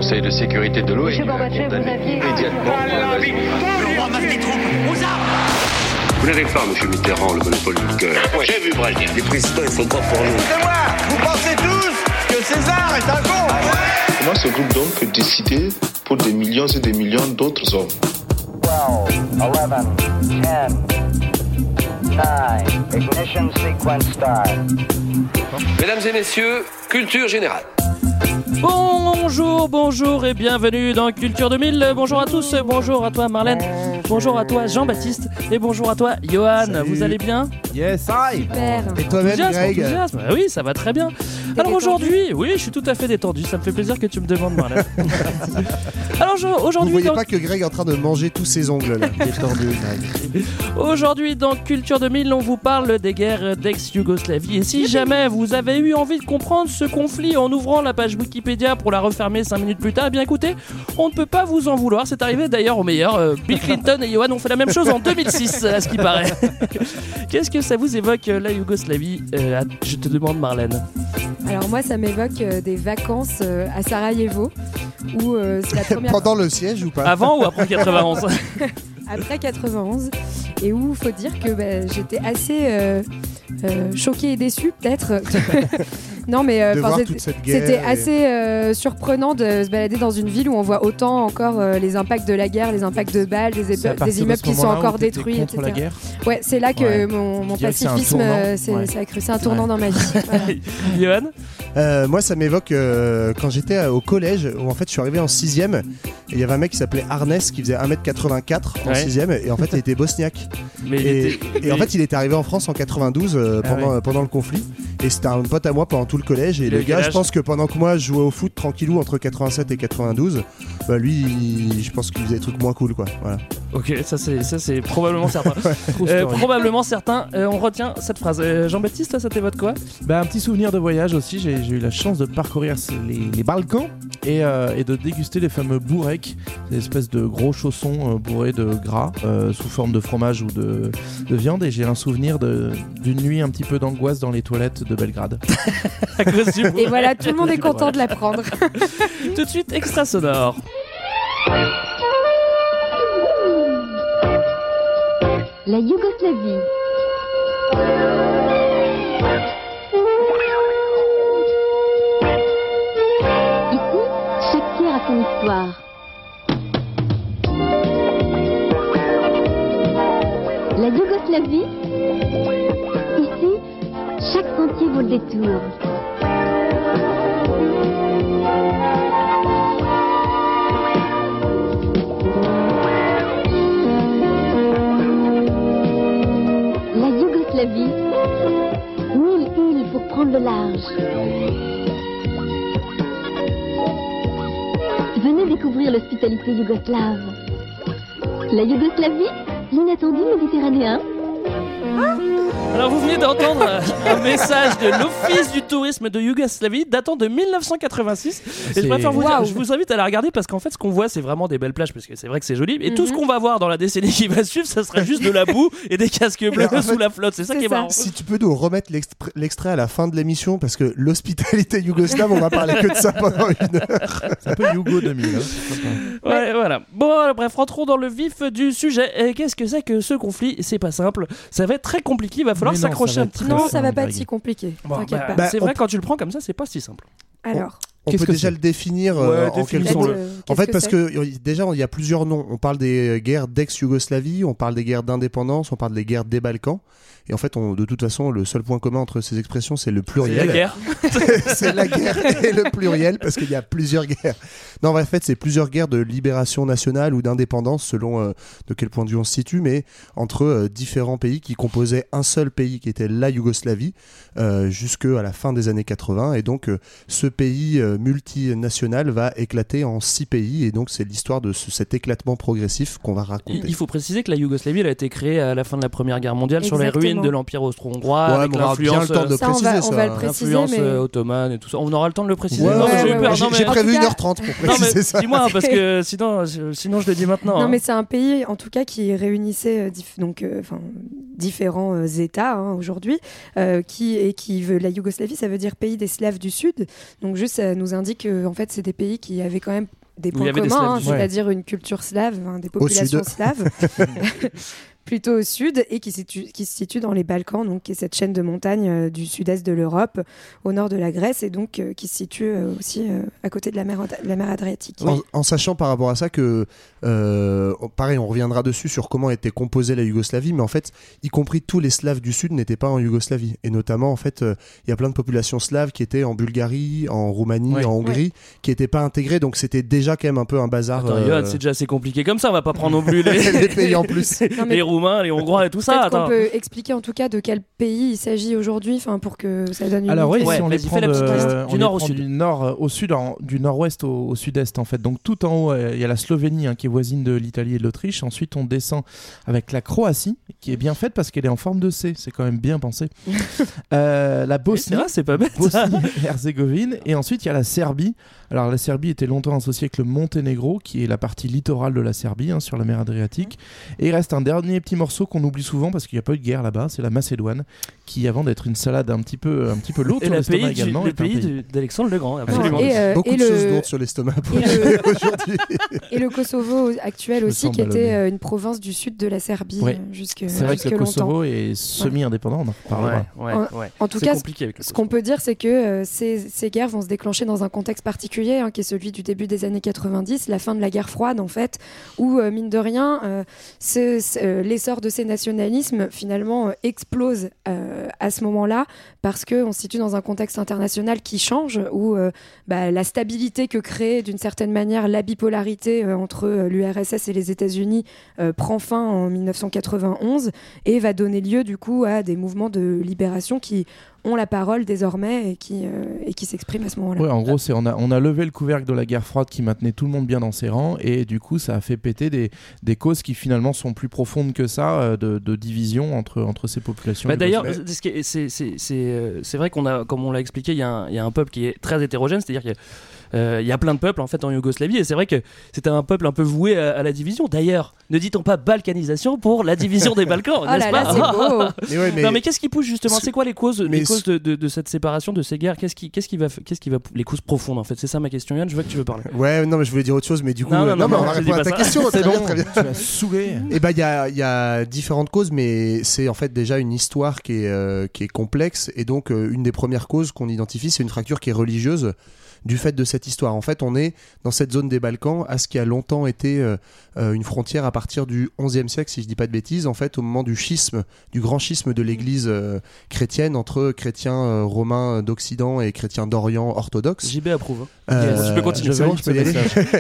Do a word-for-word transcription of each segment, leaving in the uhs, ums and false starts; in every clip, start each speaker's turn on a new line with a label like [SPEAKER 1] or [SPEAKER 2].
[SPEAKER 1] Conseil de sécurité de l'O N U a condamné immédiatement l'invasion.
[SPEAKER 2] Le roi masse des troupes aux armes.
[SPEAKER 1] Vous n'avez pas, monsieur Mitterrand, le monopole du cœur.
[SPEAKER 3] Ouais, j'ai vu Brasier.
[SPEAKER 1] Les présidents, ils font pas pour nous.
[SPEAKER 2] C'est moi. Vous pensez tous que César est un con?
[SPEAKER 4] Comment ce groupe d'hommes peut décider pour des millions et des millions d'autres hommes?
[SPEAKER 5] twelve, eleven, ten, nine, ignition sequence start.
[SPEAKER 6] Mesdames et messieurs, culture générale.
[SPEAKER 7] Bonjour, bonjour et bienvenue dans Culture deux mille. Bonjour à tous, bonjour à toi Marlène, bonjour à toi Jean-Baptiste et bonjour à toi Johan. Salut. Vous allez bien?
[SPEAKER 8] Yes, hi.
[SPEAKER 9] Super.
[SPEAKER 8] Et toi-même Greg?
[SPEAKER 7] Enthousiasme. Oui, ça va très bien. T'es Alors détendu? Aujourd'hui, oui, je suis tout à fait détendu, ça me fait plaisir que tu me demandes Marlène. Alors je, aujourd'hui...
[SPEAKER 8] Vous voyez
[SPEAKER 7] dans...
[SPEAKER 8] pas que Greg est en train de manger tous ses ongles là. Détendu, Greg.
[SPEAKER 7] Aujourd'hui dans Culture deux mille, on vous parle des guerres d'ex-Yougoslavie. Et si jamais vous avez eu envie de comprendre ce conflit en ouvrant la page Wikipédia pour la refermer cinq minutes plus tard, eh bien écoutez, on ne peut pas vous en vouloir. C'est arrivé d'ailleurs au meilleur. Euh, Bill Clinton et Johan ont fait la même chose en deux mille six, à ce qui paraît. Qu'est-ce que ça vous évoque la Yougoslavie? euh, Je te demande Marlène.
[SPEAKER 9] Alors moi ça m'évoque euh, des vacances euh, à Sarajevo où euh, c'est la première...
[SPEAKER 8] Pendant le siège ou pas?
[SPEAKER 7] Avant ou après quatre-vingt-onze?
[SPEAKER 9] Après quatre-vingt-onze, et où il faut dire que bah, j'étais assez euh, euh, choquée et déçue peut-être. Non mais euh, c'était assez euh, surprenant de se balader dans une ville où on voit autant encore euh, les impacts de la guerre, les impacts de balles, des, épe- des immeubles qui sont encore détruits, et cetera. La guerre. Ouais, c'est là que ouais. mon, mon pacifisme, c'est, c'est, c'est, c'est, c'est un tournant ouais. dans ma vie. Voilà.
[SPEAKER 7] Johan?
[SPEAKER 8] Euh, moi ça m'évoque euh, quand j'étais au collège où en fait je suis arrivé en sixième et il y avait un mec qui s'appelait Arnès qui faisait un mètre quatre-vingt-quatre en sixième ouais. et en fait il était bosniaque. Mais et, était... et en fait il était arrivé en France en quatre-vingt-douze euh, pendant, ah ouais. pendant le conflit et c'était un pote à moi pendant tout le collège et le, le gars je pense que pendant que moi je jouais au foot tranquillou entre quatre-vingt-sept et quatre-vingt-douze, bah lui il, je pense qu'il faisait des trucs moins cool quoi. Voilà.
[SPEAKER 7] Ok, ça c'est, ça, c'est probablement certain. euh, probablement certain, euh, on retient cette phrase. Euh, Jean-Baptiste, toi, ça t'évoque quoi?
[SPEAKER 10] Bah, un petit souvenir de voyage aussi, j'ai, j'ai eu la chance de parcourir les, les Balkans et, euh, et de déguster les fameux bourreks, des espèces de gros chaussons euh, bourrés de gras euh, sous forme de fromage ou de, de viande, et j'ai un souvenir de, d'une nuit un petit peu d'angoisse dans les toilettes de Belgrade.
[SPEAKER 9] Et voilà, tout le monde est content de l'apprendre.
[SPEAKER 7] Tout de suite, extra sonore.
[SPEAKER 11] La Yougoslavie. Ici, chaque pierre a son histoire. La Yougoslavie. Ici, chaque sentier vaut le détour. La vie, mille îles pour prendre le large. Venez découvrir l'hospitalité yougoslave. La Yougoslavie, l'inattendu méditerranéen.
[SPEAKER 7] Alors vous venez d'entendre un message de l'Office du tourisme de Yougoslavie datant de dix-neuf cent quatre-vingt-six. Et je préfère vous wow. dire, je vous invite à la regarder parce qu'en fait ce qu'on voit c'est vraiment des belles plages parce que c'est vrai que c'est joli. Et mm-hmm. tout ce qu'on va voir dans la décennie qui va suivre, ça sera juste de la boue et des casques bleus en sous fait, la flotte. C'est ça c'est qui est ça. marrant.
[SPEAKER 8] Si tu peux nous remettre l'extrait, l'extrait à la fin de l'émission parce que l'hospitalité yougoslave, on va parler que de ça pendant une heure.
[SPEAKER 10] C'est un peu Yougo deux mille. Hein,
[SPEAKER 7] ouais, voilà. Bon, bref, rentrons dans le vif du sujet. Et qu'est-ce que c'est que ce conflit? C'est pas simple. Ça va être très compliqué. Il va falloir non, s'accrocher un petit peu.
[SPEAKER 9] Non, ça va pas être si compliqué.
[SPEAKER 7] Bon, bah, pas. Bah, c'est vrai, on... quand tu le prends comme ça, c'est pas si simple.
[SPEAKER 9] Alors.
[SPEAKER 8] On
[SPEAKER 10] Qu'est-ce
[SPEAKER 8] peut déjà c'est le définir euh, ouais, en quelque sorte. Euh, en fait, que parce c'est que déjà, il y a plusieurs noms. On parle des guerres d'ex-Yougoslavie, on parle des guerres d'indépendance, on parle des guerres des Balkans. Et en fait, on, de toute façon, le seul point commun entre ces expressions, c'est le pluriel.
[SPEAKER 7] C'est la guerre.
[SPEAKER 8] C'est la guerre et le pluriel, parce qu'il y a plusieurs guerres. Non, en fait, c'est plusieurs guerres de libération nationale ou d'indépendance, selon euh, de quel point de vue on se situe, mais entre euh, différents pays qui composaient un seul pays, qui était la Yougoslavie, euh, jusqu'à la fin des années quatre-vingts. Et donc, euh, ce pays euh, multinational va éclater en six pays. Et donc, c'est l'histoire de ce, cet éclatement progressif qu'on va raconter.
[SPEAKER 7] Il faut préciser que la Yougoslavie, elle a été créée à la fin de la Première Guerre mondiale. Exactement. Sur les ruines de l'Empire austro-hongrois,
[SPEAKER 8] ouais,
[SPEAKER 7] avec l'influence,
[SPEAKER 8] le temps de
[SPEAKER 9] ça, on va, on va le préciser,
[SPEAKER 7] l'influence
[SPEAKER 9] mais...
[SPEAKER 7] ottomane et tout ça. On aura le temps de le préciser.
[SPEAKER 8] Ouais,
[SPEAKER 7] non,
[SPEAKER 8] ouais,
[SPEAKER 7] j'ai,
[SPEAKER 8] ouais, ouais. j'ai, j'ai prévu une heure trente pour préciser
[SPEAKER 7] non, mais,
[SPEAKER 8] ça.
[SPEAKER 7] Dis-moi, hein, parce que sinon, sinon je le dis maintenant.
[SPEAKER 9] Non,
[SPEAKER 7] hein.
[SPEAKER 9] mais c'est un pays, en tout cas, qui réunissait euh, dif- donc, euh, différents euh, États hein, aujourd'hui, euh, qui, et qui veut la Yougoslavie, ça veut dire pays des Slaves du Sud. Donc juste, ça nous nous indique que en fait, c'est des pays qui avaient quand même des points
[SPEAKER 7] des
[SPEAKER 9] communs, hein,
[SPEAKER 7] ouais.
[SPEAKER 9] c'est-à-dire une culture slave, hein, des populations slaves. Plutôt au sud et qui, situ- qui se situe dans les Balkans, donc qui est cette chaîne de montagnes euh, du sud-est de l'Europe, au nord de la Grèce, et donc euh, qui se situe euh, aussi euh, à côté de la mer, la mer Adriatique.
[SPEAKER 8] En, en sachant par rapport à ça que, euh, pareil, on reviendra dessus sur comment était composée la Yougoslavie, mais en fait, y compris tous les Slaves du Sud n'étaient pas en Yougoslavie, et notamment en fait, il euh, y a plein de populations slaves qui étaient en Bulgarie, en Roumanie, ouais. en Hongrie, ouais. qui n'étaient pas intégrées, donc c'était déjà quand même un peu un bazar.
[SPEAKER 7] Attends, euh... Yoann, c'est déjà assez compliqué comme ça, on va pas prendre non plus les,
[SPEAKER 8] les pays en plus,
[SPEAKER 7] non, mais... les Roumains, les Hongrois et tout ça.
[SPEAKER 9] Peut-être qu'on peut expliquer en tout cas de quel pays il s'agit aujourd'hui, enfin pour que ça donne une
[SPEAKER 10] Alors oui,
[SPEAKER 9] idée.
[SPEAKER 10] si on les prend de,
[SPEAKER 7] euh, du nord au sud,
[SPEAKER 10] du nord au sud, en, du nord-ouest au, au sud-est en fait. Donc tout en haut, il y a la Slovénie hein, qui est voisine de l'Italie et de l'Autriche. Ensuite, on descend avec la Croatie, qui est bien faite parce qu'elle est en forme de C. C'est quand même bien pensé. euh, la Bosnie,
[SPEAKER 7] c'est, vrai, c'est pas bête.
[SPEAKER 10] Bosnie-Herzégovine, et ensuite il y a la Serbie. Alors la Serbie était longtemps associée avec le Monténégro, qui est la partie littorale de la Serbie hein, sur la mer Adriatique. Et il reste un dernier petit morceau qu'on oublie souvent parce qu'il n'y a pas eu de guerre là-bas, c'est la Macédoine, qui avant d'être une salade un petit peu, un petit peu lourde sur l'estomac
[SPEAKER 7] du,
[SPEAKER 10] également.
[SPEAKER 7] Le pays, pays d'Alexandre le Grand, absolument.
[SPEAKER 9] Et, euh,
[SPEAKER 8] Beaucoup
[SPEAKER 9] et
[SPEAKER 8] de
[SPEAKER 9] le...
[SPEAKER 8] choses lourdes sur l'estomac pour
[SPEAKER 9] et le...
[SPEAKER 8] aujourd'hui.
[SPEAKER 9] Et le Kosovo actuel aussi, qui était euh, une province du sud de la Serbie
[SPEAKER 10] ouais.
[SPEAKER 9] euh, jusque
[SPEAKER 10] C'est vrai
[SPEAKER 9] jusque
[SPEAKER 10] que le
[SPEAKER 9] longtemps.
[SPEAKER 10] Kosovo est semi-indépendant, on en reparlera.
[SPEAKER 7] Ouais,
[SPEAKER 9] en,
[SPEAKER 7] ouais.
[SPEAKER 9] en tout
[SPEAKER 7] c'est
[SPEAKER 9] cas,
[SPEAKER 7] ce
[SPEAKER 9] qu'on peut dire, c'est que euh, ces, ces guerres vont se déclencher dans un contexte particulier, hein, qui est celui du début des années quatre-vingt-dix, la fin de la guerre froide en fait, où euh, mine de rien, euh, ce, ce, euh, l'essor de ces nationalismes finalement euh, explose euh, à ce moment-là, parce qu'on se situe dans un contexte international qui change, où euh, bah, la stabilité que crée d'une certaine manière la bipolarité euh, entre euh, l'U R S S et les États-Unis euh, prend fin en dix-neuf cent quatre-vingt-onze et va donner lieu du coup à des mouvements de libération qui ont la parole désormais et qui, euh, et qui s'expriment à ce moment-là.
[SPEAKER 10] Ouais, en gros, c'est, on, a, on a levé le couvercle de la guerre froide qui maintenait tout le monde bien dans ses rangs, et du coup, ça a fait péter des, des causes qui finalement sont plus profondes que ça, euh, de, de division entre, entre ces populations.
[SPEAKER 7] Bah d'ailleurs, c'est, c'est, c'est, c'est, c'est vrai qu'on a, comme on l'a expliqué, il y, y a un peuple qui est très hétérogène, c'est-à-dire qu'il y a il euh, y a plein de peuples en fait en Yougoslavie, et c'est vrai que c'était un peuple un peu voué à, à la division. D'ailleurs, ne dit-on pas balkanisation pour la division des Balkans,
[SPEAKER 9] oh
[SPEAKER 7] n'est-ce
[SPEAKER 9] là
[SPEAKER 7] pas
[SPEAKER 9] là, c'est beau.
[SPEAKER 8] mais ouais, mais...
[SPEAKER 7] Non mais qu'est-ce qui pousse justement, c'est quoi les causes,
[SPEAKER 8] mais
[SPEAKER 7] les causes de, de, de cette séparation, de ces guerres, qu'est-ce qui, qu'est-ce qui va, qu'est-ce qui va, les causes profondes en fait, c'est ça ma question. Yann, je vois que tu veux parler.
[SPEAKER 8] Ouais, non mais je voulais dire autre chose, mais du coup,
[SPEAKER 7] non, non, non,
[SPEAKER 8] non,
[SPEAKER 7] non,
[SPEAKER 8] mais on va répondre à ta
[SPEAKER 7] ça.
[SPEAKER 8] question.
[SPEAKER 10] C'est
[SPEAKER 8] très
[SPEAKER 10] bon,
[SPEAKER 8] bien, très bien.
[SPEAKER 10] Tu m'as saoulé.
[SPEAKER 8] Et bah il y a, y a différentes causes, mais c'est en fait déjà une histoire qui est, euh, qui est complexe, et donc euh, une des premières causes qu'on identifie, c'est une fracture qui est religieuse. Du fait de cette histoire. En fait, on est dans cette zone des Balkans, à ce qui a longtemps été euh, euh, une frontière à partir du onzième siècle, si je dis pas de bêtises, en fait, au moment du schisme, du grand schisme de l'église euh, chrétienne entre chrétiens euh, romains d'Occident et chrétiens d'Orient orthodoxes.
[SPEAKER 7] J B approuve. Hein.
[SPEAKER 8] Euh,
[SPEAKER 7] tu peux continuer.
[SPEAKER 8] C'est bon, tu peux y aller.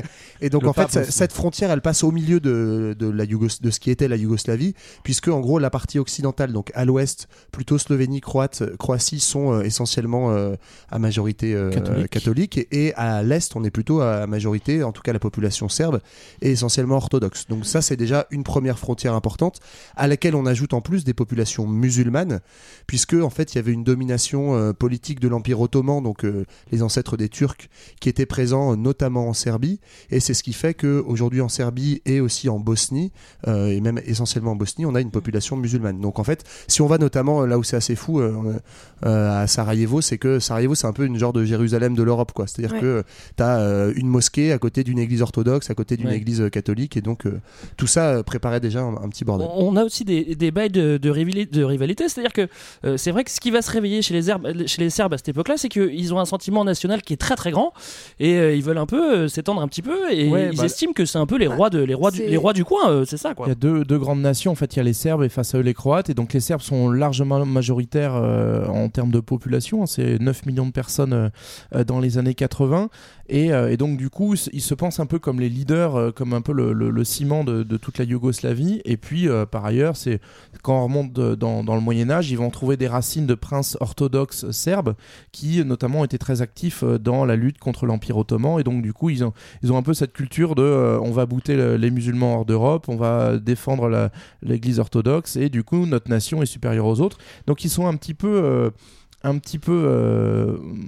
[SPEAKER 8] Et donc,
[SPEAKER 10] Le
[SPEAKER 8] en fait,
[SPEAKER 10] pape,
[SPEAKER 8] cette frontière, elle passe au milieu de, de, la Yougos- de ce qui était la Yougoslavie, puisque, en gros, la partie occidentale, donc à l'ouest, plutôt Slovénie, Croate, Croatie, sont euh, essentiellement euh, à majorité euh,
[SPEAKER 10] catholique.
[SPEAKER 8] catholique, et, et à l'est, on est plutôt à majorité, en tout cas la population serbe, est essentiellement orthodoxe. Donc ça, c'est déjà une première frontière importante, à laquelle on ajoute en plus des populations musulmanes, puisque en fait, il y avait une domination euh, politique de l'Empire ottoman, donc euh, les ancêtres des Turcs, qui étaient présents euh, notamment en Serbie, et c'est ce qui fait qu'aujourd'hui en Serbie et aussi en Bosnie, euh, et même essentiellement en Bosnie, on a une population musulmane. Donc en fait, si on va notamment là où c'est assez fou, euh, euh, à Sarajevo, c'est que Sarajevo, c'est un peu une genre de Jérusalem de l'Europe, quoi. C'est-à-dire ouais. que tu as euh, une mosquée à côté d'une église orthodoxe, à côté d'une ouais. église catholique, et donc euh, tout ça euh, préparait déjà un, un petit bordel.
[SPEAKER 7] On a aussi des, des bails de, de, rivali- de rivalité, c'est-à-dire que euh, c'est vrai que ce qui va se réveiller chez les, Herbes, chez les Serbes à cette époque-là, c'est qu'ils ont un sentiment national qui est très très grand, et euh, ils veulent un peu euh, s'étendre un petit peu, et ouais, ils bah, estiment que c'est un peu les rois, de, les rois, du, les rois du coin, euh, c'est ça quoi.
[SPEAKER 10] Il y a deux, deux grandes nations, en fait, il y a les Serbes et face à eux les Croates, et donc les Serbes sont largement majoritaires euh, en termes de population, c'est neuf millions de personnes euh, dans les années quatre-vingts, et, euh, et donc du coup ils se pensent un peu comme les leaders, euh, comme un peu le, le, le ciment de, de toute la Yougoslavie, et puis euh, par ailleurs c'est, quand on remonte de, dans, dans le Moyen-Âge, ils vont trouver des racines de princes orthodoxes serbes qui notamment étaient très actifs dans la lutte contre l'Empire ottoman, et donc du coup ils ont, ils ont un peu cette culture de euh, on va bouter le, les musulmans hors d'Europe, on va défendre la, l'église orthodoxe, et du coup notre nation est supérieure aux autres, donc ils sont un petit peu... Euh, un petit peu euh,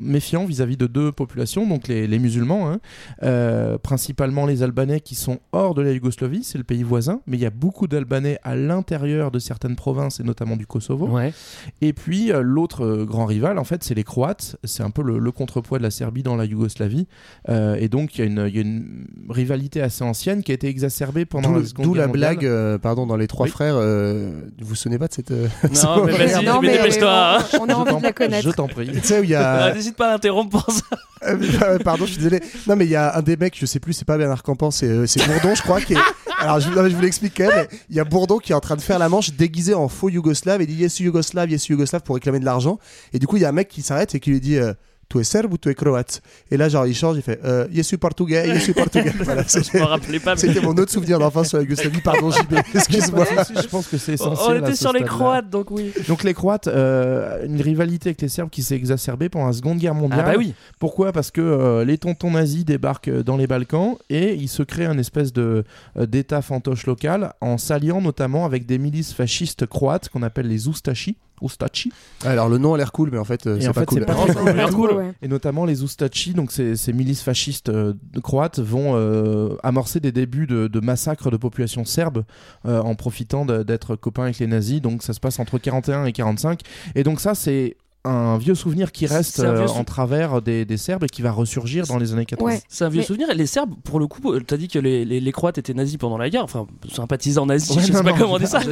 [SPEAKER 10] méfiants vis-à-vis de deux populations, donc les, les musulmans, hein, euh, principalement les Albanais qui sont hors de la Yougoslavie, c'est le pays voisin, mais il y a beaucoup d'Albanais à l'intérieur de certaines provinces et notamment du Kosovo.
[SPEAKER 7] Ouais.
[SPEAKER 10] Et puis euh, l'autre euh, grand rival, en fait, c'est les Croates. C'est un peu le, le contrepoids de la Serbie dans la Yougoslavie. Euh, et donc il y, y a une rivalité assez ancienne qui a été exacerbée pendant
[SPEAKER 8] d'où,
[SPEAKER 10] la Seconde
[SPEAKER 8] d'où
[SPEAKER 10] Guerre
[SPEAKER 8] la
[SPEAKER 10] mondiale.
[SPEAKER 8] blague, euh, pardon, dans les trois
[SPEAKER 10] oui.
[SPEAKER 8] frères. Euh, vous vous souvenez pas de cette euh,
[SPEAKER 7] Non, mais vas-y,
[SPEAKER 9] Non,
[SPEAKER 7] mais
[SPEAKER 9] mais
[SPEAKER 7] dépêche-toi. hein.
[SPEAKER 9] on a envie de la connaître.
[SPEAKER 10] Je t'en prie.
[SPEAKER 8] Tu sais où il y a.
[SPEAKER 7] Ah, N'hésite pas à l'interrompre pour ça.
[SPEAKER 8] Euh, Pardon, je suis désolé. Non, mais il y a un des mecs, je sais plus, c'est pas Bernard Campan, c'est, euh, c'est Bourdon, je crois, qui est. Alors, je, non, mais je vous l'explique quand même. Il y a Bourdon qui est en train de faire la manche déguisé en faux yougoslave et dit yes, yougoslave, yes, yougoslave pour réclamer de l'argent. Et du coup, il y a un mec qui s'arrête et qui lui dit. Euh, tu es serbe ou tu es croate? Et là, genre, il change, il fait euh, je suis portugais, je suis portugais. Voilà, c'était,
[SPEAKER 7] Je me rappelais pas. Mais...
[SPEAKER 8] c'était mon autre souvenir d'enfance sur la Yougoslavie. Pardon, J B, excuse-moi.
[SPEAKER 10] Je pense que c'est essentiel.
[SPEAKER 7] On
[SPEAKER 10] à
[SPEAKER 7] était
[SPEAKER 10] ce
[SPEAKER 7] sur les
[SPEAKER 10] stade-là.
[SPEAKER 7] Croates, donc oui.
[SPEAKER 10] Donc les Croates, euh, une rivalité avec les Serbes qui s'est exacerbée pendant la Seconde Guerre mondiale.
[SPEAKER 7] Ah bah oui.
[SPEAKER 10] Pourquoi ? Parce que euh, les tontons nazis débarquent dans les Balkans et il se crée un espèce de, euh, d'état fantoche local en s'alliant notamment avec des milices fascistes croates qu'on appelle les Ustashi. Ustachi.
[SPEAKER 8] Alors, le nom a l'air cool, mais en fait, euh,
[SPEAKER 10] Et
[SPEAKER 8] c'est
[SPEAKER 10] en
[SPEAKER 8] pas
[SPEAKER 10] fait,
[SPEAKER 8] cool.
[SPEAKER 10] c'est pas
[SPEAKER 7] Non, ça a l'air cool.
[SPEAKER 9] Ouais.
[SPEAKER 10] Et notamment les Ustachi, donc ces, ces milices fascistes euh, croates, vont euh, amorcer des débuts de, de massacres de populations serbes euh, en profitant de, d'être copains avec les nazis. Donc ça se passe entre quarante et un et quarante-cinq. Et donc ça, c'est un vieux souvenir qui reste
[SPEAKER 7] C'est un vieux
[SPEAKER 10] euh,
[SPEAKER 7] sou-
[SPEAKER 10] en travers des, des Serbes et qui va ressurgir dans les années quatre-vingts.
[SPEAKER 9] Ouais.
[SPEAKER 7] C'est un vieux
[SPEAKER 9] Mais-
[SPEAKER 7] souvenir. Et les Serbes, pour le coup, euh, t'as dit que les, les, les Croates étaient nazis pendant la guerre, enfin sympathisants nazis,
[SPEAKER 10] Ouais,
[SPEAKER 7] je sais
[SPEAKER 10] non,
[SPEAKER 7] pas
[SPEAKER 10] non,
[SPEAKER 7] comment on
[SPEAKER 10] j'ai
[SPEAKER 7] dit ça.
[SPEAKER 10] pas-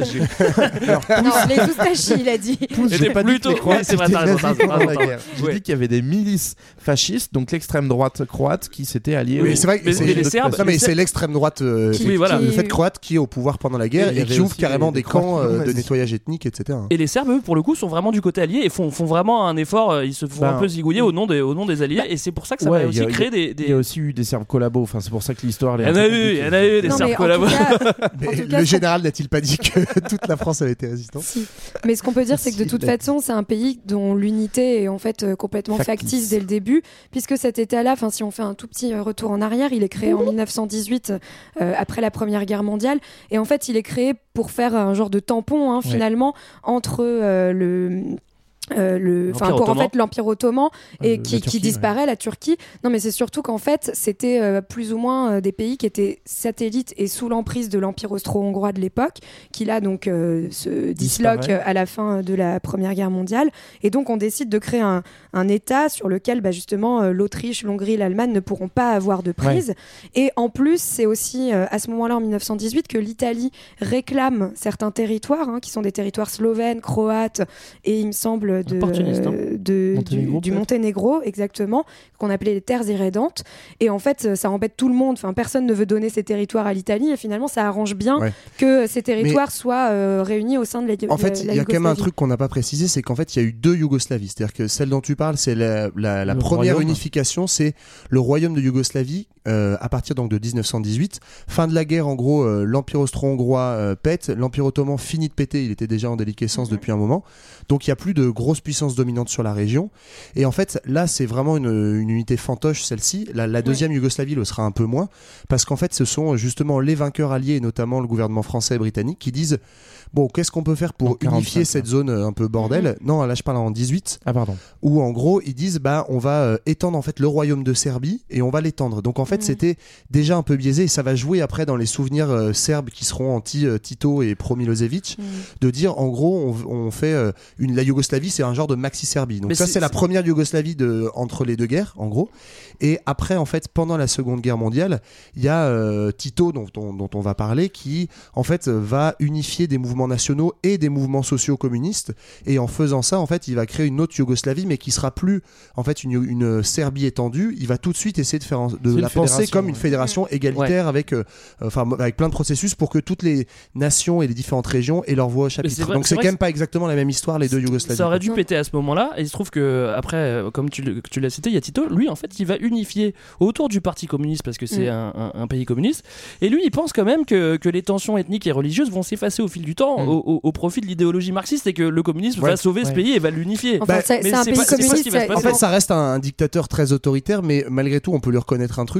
[SPEAKER 10] j'ai-
[SPEAKER 9] Non, les Oustachis, il a dit.
[SPEAKER 7] C'était
[SPEAKER 10] pas dit
[SPEAKER 7] plutôt.
[SPEAKER 10] que les Croates
[SPEAKER 7] Ouais, c'est vrai,
[SPEAKER 10] étaient
[SPEAKER 7] t'as raison, t'as
[SPEAKER 10] nazis
[SPEAKER 7] raison,
[SPEAKER 10] pendant
[SPEAKER 7] t'as
[SPEAKER 10] la
[SPEAKER 7] raison.
[SPEAKER 10] guerre. J'ai
[SPEAKER 7] Ouais.
[SPEAKER 10] dit qu'il y avait des milices fascistes, donc l'extrême droite croate, qui s'étaient alliées.
[SPEAKER 8] Oui,
[SPEAKER 10] aux-
[SPEAKER 8] c'est vrai que
[SPEAKER 7] Mais-
[SPEAKER 8] c'est,
[SPEAKER 7] mais les Serbes-
[SPEAKER 8] non, mais
[SPEAKER 7] les
[SPEAKER 8] c'est
[SPEAKER 7] Serbes-
[SPEAKER 8] l'extrême droite, euh,
[SPEAKER 7] Qui- oui, voilà.
[SPEAKER 8] le fait croate qui est au pouvoir pendant la guerre
[SPEAKER 10] Et il y
[SPEAKER 8] et, qui
[SPEAKER 10] avait
[SPEAKER 8] ouvre
[SPEAKER 10] aussi
[SPEAKER 8] carrément
[SPEAKER 10] des-
[SPEAKER 8] des
[SPEAKER 10] des
[SPEAKER 8] camps
[SPEAKER 10] Croates
[SPEAKER 8] euh, de
[SPEAKER 10] nazis.
[SPEAKER 8] nettoyage ethnique, et cetera.
[SPEAKER 7] Et les Serbes, eux, pour le coup, sont vraiment du côté allié et font, font vraiment un effort. euh, Ils se font
[SPEAKER 10] Ben,
[SPEAKER 7] un peu zigouiller au nom des, au nom des alliés. Et c'est pour ça que ça
[SPEAKER 10] ouais,
[SPEAKER 7] va
[SPEAKER 10] il y
[SPEAKER 7] aussi
[SPEAKER 10] a-
[SPEAKER 7] créer des.
[SPEAKER 10] Il y
[SPEAKER 7] des...
[SPEAKER 10] a aussi eu des Serbes collabos, enfin c'est pour ça que l'histoire elle est
[SPEAKER 7] Il y en
[SPEAKER 10] un
[SPEAKER 7] a
[SPEAKER 10] peu
[SPEAKER 7] eu, il y
[SPEAKER 10] compliquée.
[SPEAKER 7] en a eu des
[SPEAKER 9] Non,
[SPEAKER 7] Serbes
[SPEAKER 9] mais en tout
[SPEAKER 7] collabos.
[SPEAKER 9] cas,
[SPEAKER 8] Mais
[SPEAKER 9] en tout
[SPEAKER 8] le
[SPEAKER 9] cas,
[SPEAKER 8] général n'a-t-il pas dit que toute la France avait été résistante?
[SPEAKER 9] Si. Mais ce qu'on peut dire, c'est que de
[SPEAKER 10] Si,
[SPEAKER 9] toute
[SPEAKER 10] il l'a
[SPEAKER 9] façon, c'est un pays dont l'unité est en fait euh, complètement
[SPEAKER 10] Factice.
[SPEAKER 9] factice dès le début, puisque cet État-là, enfin, si on fait un tout petit euh, retour en arrière, il est créé en mille neuf cent dix-huit, euh, après la Première Guerre mondiale, et en fait, il est créé pour faire un genre de tampon, hein,
[SPEAKER 10] Ouais.
[SPEAKER 9] finalement, entre euh, le Euh, le, enfin,
[SPEAKER 7] L'Empire
[SPEAKER 9] pour en
[SPEAKER 7] ottoman.
[SPEAKER 9] fait l'Empire ottoman et
[SPEAKER 10] Euh,
[SPEAKER 9] qui,
[SPEAKER 10] la
[SPEAKER 9] qui
[SPEAKER 10] Turquie,
[SPEAKER 9] disparaît, la Turquie. Non, mais c'est surtout qu'en fait, c'était euh, plus ou moins euh, des pays qui étaient satellites et sous l'emprise de l'Empire austro-hongrois de l'époque, qui là donc euh, se disloque
[SPEAKER 10] Disparaît.
[SPEAKER 9] à la fin de la Première Guerre mondiale. Et donc on décide de créer un, un État sur lequel bah, justement euh, l'Autriche, l'Hongrie, l'Allemagne ne pourront pas avoir de prise. Et en plus, c'est aussi euh, à ce moment-là, en mille neuf cent dix-huit, que l'Italie réclame certains territoires, hein, qui sont des territoires slovènes, croates et il me semble de,
[SPEAKER 7] Opportunistes, hein.
[SPEAKER 9] euh, de-
[SPEAKER 10] Monténégro,
[SPEAKER 9] du, du
[SPEAKER 10] peut-être.
[SPEAKER 9] Monténégro, exactement, qu'on appelait les terres irrédentes. Et en fait, ça embête tout le monde. Enfin, personne ne veut donner ces territoires à l'Italie. Et finalement, ça arrange bien
[SPEAKER 8] Ouais.
[SPEAKER 9] que ces territoires soient euh, réunis au sein de la
[SPEAKER 8] En fait,
[SPEAKER 9] la
[SPEAKER 8] il y a quand même un
[SPEAKER 9] Yougoslavie.
[SPEAKER 8] truc qu'on n'a pas précisé, c'est qu'en fait, il y a eu deux Yougoslavies. C'est-à-dire que celle dont tu parles, c'est la, la- la
[SPEAKER 10] Le
[SPEAKER 8] première
[SPEAKER 10] royaume.
[SPEAKER 8] unification, c'est le royaume de Yougoslavie euh, à partir donc de dix-neuf cent dix-huit. Fin de la guerre, en gros, euh, l'Empire austro-hongrois euh, pète, l'Empire ottoman finit de péter, il était déjà en déliquescence
[SPEAKER 9] Mhm.
[SPEAKER 8] depuis un moment. Donc il n'y a plus de grosses puissances dominantes sur la région. Et en fait, là, c'est vraiment une, une unité fantoche, celle-ci. La, la deuxième Yougoslavie le sera un peu moins, parce qu'en fait, ce sont justement les vainqueurs alliés, et notamment le gouvernement français et britannique, qui disent bon, qu'est-ce qu'on peut faire pour
[SPEAKER 10] En quarante-cinq,
[SPEAKER 8] unifier cette
[SPEAKER 10] là.
[SPEAKER 8] zone euh, un peu bordel? Non, là, je parle en dix-huit,
[SPEAKER 10] Ah pardon.
[SPEAKER 8] où en gros, ils disent bah, on va euh, étendre en fait le royaume de Serbie et on va l'étendre. Donc en fait,
[SPEAKER 9] Mhm.
[SPEAKER 8] c'était déjà un peu biaisé et ça va jouer après dans les souvenirs euh, serbes qui seront anti-Tito et pro-Milosevic,
[SPEAKER 9] Mhm.
[SPEAKER 8] de dire en gros, on, on fait euh, une, la Yougoslavie, c'est un genre de maxi-Serbie. Donc
[SPEAKER 7] Mais
[SPEAKER 8] ça,
[SPEAKER 7] c'est-
[SPEAKER 8] c'est la
[SPEAKER 7] c'est-
[SPEAKER 8] première Yougoslavie de, entre les deux guerres, en gros. Et après, en fait, pendant la Seconde Guerre mondiale, il y a euh, Tito, dont on, dont on va parler, qui en fait euh, va unifier des mouvements nationaux et des mouvements sociaux communistes. Et en faisant ça, en fait, il va créer une autre Yougoslavie, mais qui sera plus en fait une, une Serbie étendue. Il va tout de suite essayer de faire en- de
[SPEAKER 10] C'est une
[SPEAKER 8] la penser
[SPEAKER 10] fédération,
[SPEAKER 8] comme une
[SPEAKER 10] ouais.
[SPEAKER 8] fédération égalitaire avec, euh, enfin, avec plein de processus pour que toutes les nations et les différentes régions aient leur voix au
[SPEAKER 7] c'est
[SPEAKER 8] chapitre.
[SPEAKER 7] vrai-
[SPEAKER 8] Donc
[SPEAKER 7] c'est
[SPEAKER 8] c'est
[SPEAKER 7] vrai
[SPEAKER 8] quand
[SPEAKER 7] que
[SPEAKER 8] même pas exactement la même histoire les deux Yougoslavies.
[SPEAKER 7] Ça aurait dû
[SPEAKER 9] Non.
[SPEAKER 7] péter à ce moment-là, et il se trouve que après, euh, comme tu, le- tu l'as cité, il y a Tito, lui en fait, il va unifier autour du parti communiste parce que c'est
[SPEAKER 9] Mm.
[SPEAKER 7] un, un- un pays communiste, et lui il pense quand même que, que les tensions ethniques et religieuses vont s'effacer au fil du temps
[SPEAKER 10] Mm.
[SPEAKER 7] au, au- au profit de l'idéologie marxiste et que le communisme
[SPEAKER 8] Ouais.
[SPEAKER 7] va sauver ce
[SPEAKER 10] Ouais.
[SPEAKER 7] pays et va l'unifier.
[SPEAKER 9] Enfin,
[SPEAKER 8] Bah,
[SPEAKER 9] c'est
[SPEAKER 7] mais
[SPEAKER 9] c'est un
[SPEAKER 7] c'est
[SPEAKER 9] pays
[SPEAKER 7] pas- c'est pas ce
[SPEAKER 9] communiste.
[SPEAKER 7] qui va se
[SPEAKER 9] ça-
[SPEAKER 7] passer.
[SPEAKER 8] En fait, ça reste un, un dictateur très autoritaire, mais malgré tout, on peut lui reconnaître un truc,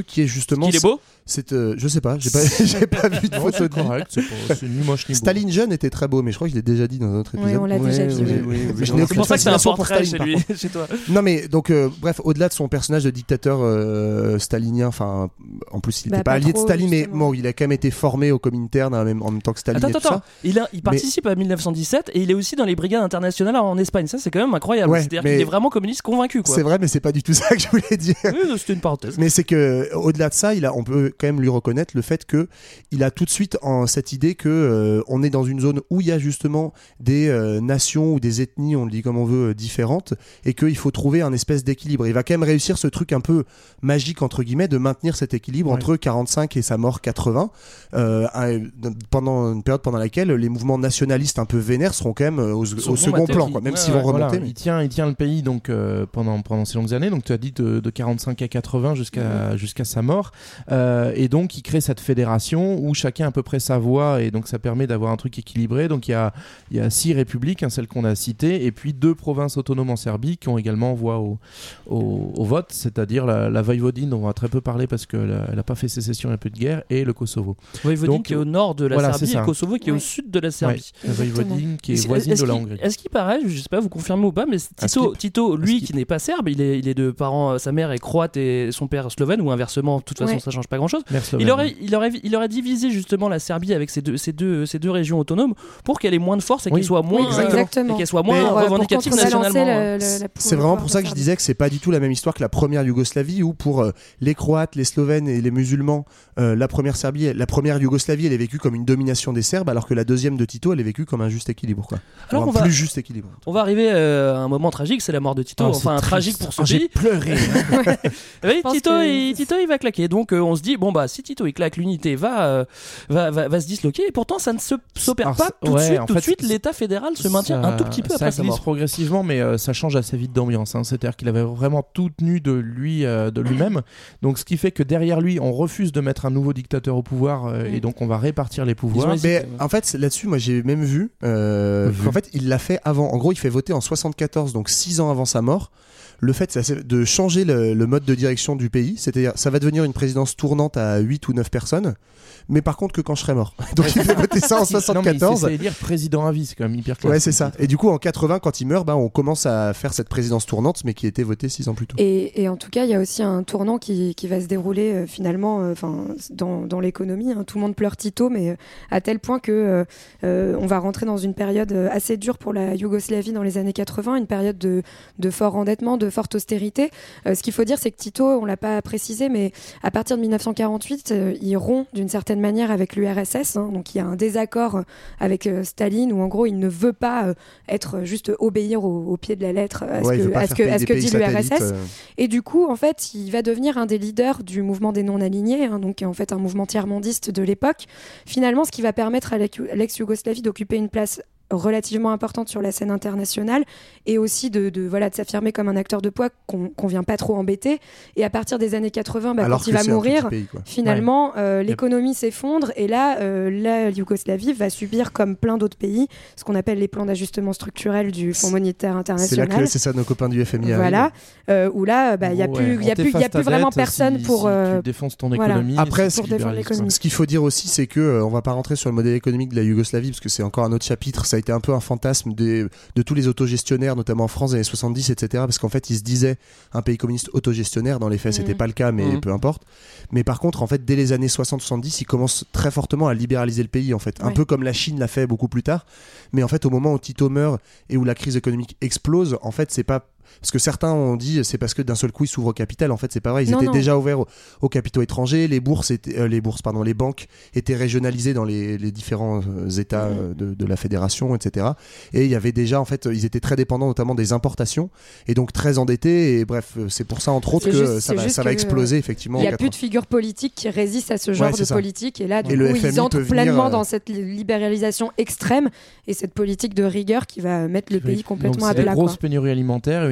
[SPEAKER 8] qui est justement.
[SPEAKER 7] Il est beau.
[SPEAKER 8] C'est, euh, je sais pas, j'ai pas, j'ai pas vu de
[SPEAKER 10] Non,
[SPEAKER 8] photo
[SPEAKER 10] c'est
[SPEAKER 8] de lui.
[SPEAKER 10] correct, c'est, pas, c'est ni moche ni beau.
[SPEAKER 8] Staline jeune était très beau, mais je crois que je l'ai déjà dit dans un autre épisode.
[SPEAKER 9] Oui, on l'a
[SPEAKER 8] ouais,
[SPEAKER 9] déjà
[SPEAKER 8] oui,
[SPEAKER 9] dit.
[SPEAKER 8] oui,
[SPEAKER 9] Oui,
[SPEAKER 8] oui, oui.
[SPEAKER 7] C'est
[SPEAKER 8] Je n'ai
[SPEAKER 7] pour
[SPEAKER 8] aucune
[SPEAKER 7] ça que c'est un
[SPEAKER 8] fascination pour
[SPEAKER 7] portrait
[SPEAKER 8] Staline,
[SPEAKER 7] chez
[SPEAKER 8] par
[SPEAKER 7] lui, chez toi.
[SPEAKER 8] Non mais donc euh, bref, au-delà de son personnage de dictateur euh, stalinien, enfin en plus il
[SPEAKER 9] Bah,
[SPEAKER 8] n'était pas
[SPEAKER 9] pas
[SPEAKER 8] allié
[SPEAKER 9] trop,
[SPEAKER 8] de Staline, mais
[SPEAKER 9] justement.
[SPEAKER 8] bon, il a quand même été formé au Comintern en même, en même temps que Staline
[SPEAKER 7] Attends,
[SPEAKER 8] et tout
[SPEAKER 7] attends,
[SPEAKER 8] ça.
[SPEAKER 7] il, a, il participe à mille neuf cent dix-sept et il est aussi dans les brigades internationales en Espagne. Ça, c'est quand même incroyable.
[SPEAKER 8] Ouais,
[SPEAKER 7] C'est-à-dire
[SPEAKER 8] mais-
[SPEAKER 7] qu'il est vraiment communiste convaincu, quoi.
[SPEAKER 8] C'est vrai, mais c'est pas du tout ça que je voulais dire.
[SPEAKER 7] Oui, c'était une parenthèse.
[SPEAKER 8] Mais c'est que au-delà de ça, il a, on peut quand même lui reconnaître le fait que il a tout de suite en cette idée que euh, on est dans une zone où il y a justement des euh, nations ou des ethnies, on le dit comme on veut, euh, différentes, et qu'il faut trouver un espèce d'équilibre. Il va quand même réussir ce truc un peu magique entre guillemets de maintenir cet équilibre
[SPEAKER 10] Ouais.
[SPEAKER 8] entre quarante-cinq et sa mort quatre-vingts, euh, un- pendant une période pendant laquelle les mouvements nationalistes un peu vénères seront quand même euh, au,
[SPEAKER 7] Sont
[SPEAKER 8] au second
[SPEAKER 7] combattés,
[SPEAKER 8] plan,
[SPEAKER 7] qui-
[SPEAKER 8] quoi, même
[SPEAKER 7] ouais,
[SPEAKER 8] s'ils
[SPEAKER 7] ouais,
[SPEAKER 8] vont remonter.
[SPEAKER 10] Voilà,
[SPEAKER 8] mais-
[SPEAKER 10] il, tient, il tient le pays donc, euh, pendant, pendant ces longues années. Donc tu as dit de, de quarante-cinq à quatre-vingts jusqu'à, jusqu'à sa mort. Euh, et donc il crée cette fédération où chacun a à peu près sa voix et donc ça permet d'avoir un truc équilibré. Donc il y a, il y a six républiques, hein, celles qu'on a citées, et puis deux provinces autonomes en Serbie qui ont également voix au, au, au vote, c'est-à-dire la, la Voïvodine dont on va très peu parler parce qu'elle n'a pas fait sécession, il y a peu de guerre, et le Kosovo.
[SPEAKER 7] Voïvodine
[SPEAKER 10] Donc,
[SPEAKER 7] qui est au nord de la
[SPEAKER 10] voilà,
[SPEAKER 7] Serbie
[SPEAKER 10] c'est
[SPEAKER 7] et
[SPEAKER 10] ça.
[SPEAKER 7] le Kosovo qui est au
[SPEAKER 9] Ouais.
[SPEAKER 7] sud de la Serbie.
[SPEAKER 10] Ouais, la Voïvodine qui est
[SPEAKER 7] Est-ce-
[SPEAKER 10] voisine
[SPEAKER 7] est-ce
[SPEAKER 10] de la
[SPEAKER 7] qu'il-
[SPEAKER 10] Hongrie.
[SPEAKER 7] Est-ce qu'il paraît, je sais pas, vous confirmez ou pas, mais
[SPEAKER 10] Un
[SPEAKER 7] Tito,
[SPEAKER 10] skip.
[SPEAKER 7] Tito lui
[SPEAKER 10] Un skip.
[SPEAKER 7] qui n'est pas serbe, il est, il est de parents, euh, sa mère est croate et son père slovène, ou inversement, de toute façon
[SPEAKER 9] Ouais.
[SPEAKER 7] ça change pas grand-chose.
[SPEAKER 10] Mère slovène.
[SPEAKER 7] Il aurait, il, aurait, il aurait divisé justement la Serbie avec ces deux, ces deux, ces deux régions autonomes pour qu'elle ait moins de force et
[SPEAKER 10] Oui.
[SPEAKER 7] qu'elle soit moins,
[SPEAKER 9] Oui, exactement.
[SPEAKER 7] et qu'elle soit moins
[SPEAKER 8] Mais-
[SPEAKER 9] Pour, euh, pour
[SPEAKER 7] revendicative
[SPEAKER 9] contrebalancer
[SPEAKER 7] nationalement.
[SPEAKER 9] le- le- la
[SPEAKER 8] C'est vraiment pour ça que je
[SPEAKER 9] pouvoir
[SPEAKER 8] disais que c'est pas du tout la même histoire que la première Yougoslavie où pour euh, les Croates, les Slovènes et les musulmans, euh, la première Serbie, la première Yougoslavie, elle est vécue comme une domination des Serbes, alors que la deuxième de Tito, elle est vécue comme un juste équilibre, quoi.
[SPEAKER 7] Alors
[SPEAKER 8] Ou
[SPEAKER 7] on
[SPEAKER 8] un
[SPEAKER 7] va-
[SPEAKER 8] plus juste équilibre.
[SPEAKER 7] On va arriver euh, à un moment tragique, c'est la mort de Tito.
[SPEAKER 10] Ah,
[SPEAKER 7] enfin,
[SPEAKER 10] c'est
[SPEAKER 7] tragique
[SPEAKER 10] triste.
[SPEAKER 7] pour ce
[SPEAKER 10] Ah, j'ai
[SPEAKER 7] pays.
[SPEAKER 10] pleuré.
[SPEAKER 7] Oui,
[SPEAKER 9] pense
[SPEAKER 7] Tito,
[SPEAKER 9] que-
[SPEAKER 7] il, Tito, il va claquer. Donc, euh, on se dit, bon, bah, si Tito, il claque, l'unité va, euh, va, va, va se disloquer. Et pourtant, ça ne se, s'opère
[SPEAKER 10] Alors,
[SPEAKER 7] pas
[SPEAKER 10] ça-
[SPEAKER 7] tout de
[SPEAKER 10] ouais,
[SPEAKER 7] suite.
[SPEAKER 10] en
[SPEAKER 7] Tout de
[SPEAKER 10] fait,
[SPEAKER 7] suite,
[SPEAKER 10] ça-
[SPEAKER 7] l'État fédéral se maintient
[SPEAKER 10] Ça-
[SPEAKER 7] un tout petit peu
[SPEAKER 10] ça
[SPEAKER 7] après sa
[SPEAKER 10] glisse
[SPEAKER 7] mort.
[SPEAKER 10] progressivement, mais euh, ça change assez vite d'ambiance. Hein. C'est-à-dire qu'il avait vraiment tout tenu de lui, euh, de lui-même. Donc, ce qui fait que derrière lui, on refuse de mettre un nouveau dictateur au pouvoir, euh, et donc on va répartir les pouvoirs.
[SPEAKER 7] Ils ont
[SPEAKER 8] Mais en fait, là-dessus, moi j'ai même vu, euh,
[SPEAKER 10] Vu.
[SPEAKER 8] qu'en fait, il l'a fait avant. En gros, il fait voter en soixante-quatorze, donc six ans avant sa mort, le fait ça, c'est de changer le, le mode de direction du pays. C'est-à-dire, ça va devenir une présidence tournante à huit ou neuf personnes, mais par contre que quand je serai mort. Donc il fait voter ça en
[SPEAKER 10] Non, mais il
[SPEAKER 8] soixante-quatorze.
[SPEAKER 10] s'est fait élire président à vie, c'est quand même hyper classe.
[SPEAKER 8] Ouais, c'est ça. Et du coup, en quatre-vingts, quand il meurt, bah, on commence à faire cette présidence tournante, mais qui était votée six ans plus tôt.
[SPEAKER 9] Et, et en tout cas, il y a aussi un tournant qui, qui va se dérouler euh, finalement euh, 'fin, dans, dans l'économie. Hein. Tout le monde pleure Tito, mais euh, à tel point que euh, euh, on va rentrer dans une période euh, assez dure pour la Yougoslavie dans les années quatre-vingts, une période de, de fort endettement, de forte austérité. Euh, ce qu'il faut dire, c'est que Tito, on l'a pas précisé, mais à partir de mille neuf cent quarante-huit, euh, il rompt d'une certaine manière avec l'U R S S. Hein. Donc il y a un désaccord avec euh, Staline où en gros il ne veut pas euh, être juste obéir au, au pied de la lettre à ce
[SPEAKER 8] Ouais, il
[SPEAKER 9] que,
[SPEAKER 8] veut pas
[SPEAKER 9] à ce
[SPEAKER 8] faire
[SPEAKER 9] que,
[SPEAKER 8] payer
[SPEAKER 9] à ce
[SPEAKER 8] des
[SPEAKER 9] que
[SPEAKER 8] pays
[SPEAKER 9] dit l'U R S S.
[SPEAKER 8] satellites, euh.
[SPEAKER 9] Et du coup, en fait, il va devenir un des leaders du mouvement des non-alignés, hein, donc en fait un mouvement tiers-mondiste de l'époque. Finalement, ce qui va permettre à l'ex-Yougoslavie d'occuper une place relativement importante sur la scène internationale et aussi de, de, voilà, de s'affirmer comme un acteur de poids qu'on qu'on vient pas trop embêter. Et à partir des années quatre-vingts, bah,
[SPEAKER 8] Alors
[SPEAKER 9] quand
[SPEAKER 8] que
[SPEAKER 9] il va
[SPEAKER 8] c'est un
[SPEAKER 9] mourir,
[SPEAKER 8] petit pays, quoi.
[SPEAKER 9] finalement, euh, l'économie s'effondre et là, euh, la Yougoslavie va subir, comme plein d'autres pays, ce qu'on appelle les plans d'ajustement structurel du Fonds monétaire
[SPEAKER 8] C'est là
[SPEAKER 9] international.
[SPEAKER 8] que c'est ça, nos copains du F M I.
[SPEAKER 9] Voilà,
[SPEAKER 8] arrivent.
[SPEAKER 9] euh, où là, bah, il n'y a
[SPEAKER 10] Ouais,
[SPEAKER 9] plus, il y a
[SPEAKER 10] on
[SPEAKER 9] plus, il y a
[SPEAKER 10] t'efface
[SPEAKER 9] plus
[SPEAKER 10] ta
[SPEAKER 9] vraiment
[SPEAKER 10] dette
[SPEAKER 9] personne
[SPEAKER 10] si-
[SPEAKER 9] pour.
[SPEAKER 10] si
[SPEAKER 9] euh,
[SPEAKER 10] tu défonces ton
[SPEAKER 9] voilà.
[SPEAKER 10] économie.
[SPEAKER 8] Après,
[SPEAKER 10] et
[SPEAKER 8] ce
[SPEAKER 10] tu
[SPEAKER 9] qui-
[SPEAKER 10] libéralises,
[SPEAKER 9] l'économie.
[SPEAKER 10] quoi.
[SPEAKER 8] Ce qu'il faut dire aussi, c'est que euh, on va pas rentrer sur le modèle économique de la Yougoslavie parce que c'est encore un autre chapitre. Ça a été un peu un fantasme des, de tous les autogestionnaires, notamment en France des années soixante-dix, et cetera. Parce qu'en fait, ils se disaient un pays communiste autogestionnaire. Dans les faits, c'était
[SPEAKER 9] Mhm.
[SPEAKER 8] pas le cas, mais
[SPEAKER 7] Mhm.
[SPEAKER 8] peu importe. Mais par contre, en fait, dès les années soixante soixante-dix, ils commencent très fortement à libéraliser le pays. En fait, un
[SPEAKER 9] Ouais.
[SPEAKER 8] peu comme la Chine l'a fait beaucoup plus tard. Mais en fait, au moment où Tito meurt et où la crise économique explose, en fait, c'est pas parce que certains ont dit c'est parce que d'un seul coup ils s'ouvrent au capital. En fait, c'est pas vrai. Ils
[SPEAKER 9] Non,
[SPEAKER 8] étaient
[SPEAKER 9] non.
[SPEAKER 8] déjà ouverts aux, aux capitaux étrangers. Les bourses, étaient, euh, les bourses, pardon, les banques étaient régionalisées dans les, les différents euh, États
[SPEAKER 9] Mhm.
[SPEAKER 8] euh, de, de la fédération, et cetera. Et il y avait déjà, en fait, ils étaient très dépendants, notamment des importations, et donc très endettés. Et bref, euh, c'est pour ça entre autres
[SPEAKER 9] C'est
[SPEAKER 8] que
[SPEAKER 9] juste-
[SPEAKER 8] ça
[SPEAKER 9] c'est
[SPEAKER 8] va,
[SPEAKER 9] juste
[SPEAKER 8] ça va
[SPEAKER 9] que,
[SPEAKER 8] exploser
[SPEAKER 9] euh,
[SPEAKER 8] effectivement.
[SPEAKER 9] Il n'y
[SPEAKER 8] en
[SPEAKER 9] a plus de
[SPEAKER 8] quatre-vingts.
[SPEAKER 9] figure politique qui résiste à ce genre
[SPEAKER 8] Ouais, c'est
[SPEAKER 9] de
[SPEAKER 8] ça.
[SPEAKER 9] politique. Et là, du
[SPEAKER 8] Et
[SPEAKER 9] coup,
[SPEAKER 8] le F M I
[SPEAKER 9] ils entrent
[SPEAKER 8] peut venir,
[SPEAKER 9] pleinement
[SPEAKER 8] euh,
[SPEAKER 9] dans cette li- libéralisation extrême et cette politique de rigueur qui va mettre le
[SPEAKER 10] Oui.
[SPEAKER 9] pays complètement
[SPEAKER 10] Donc,
[SPEAKER 9] à
[SPEAKER 10] c'est
[SPEAKER 9] plat.
[SPEAKER 10] une grosse
[SPEAKER 9] quoi.
[SPEAKER 10] pénurie alimentaire et une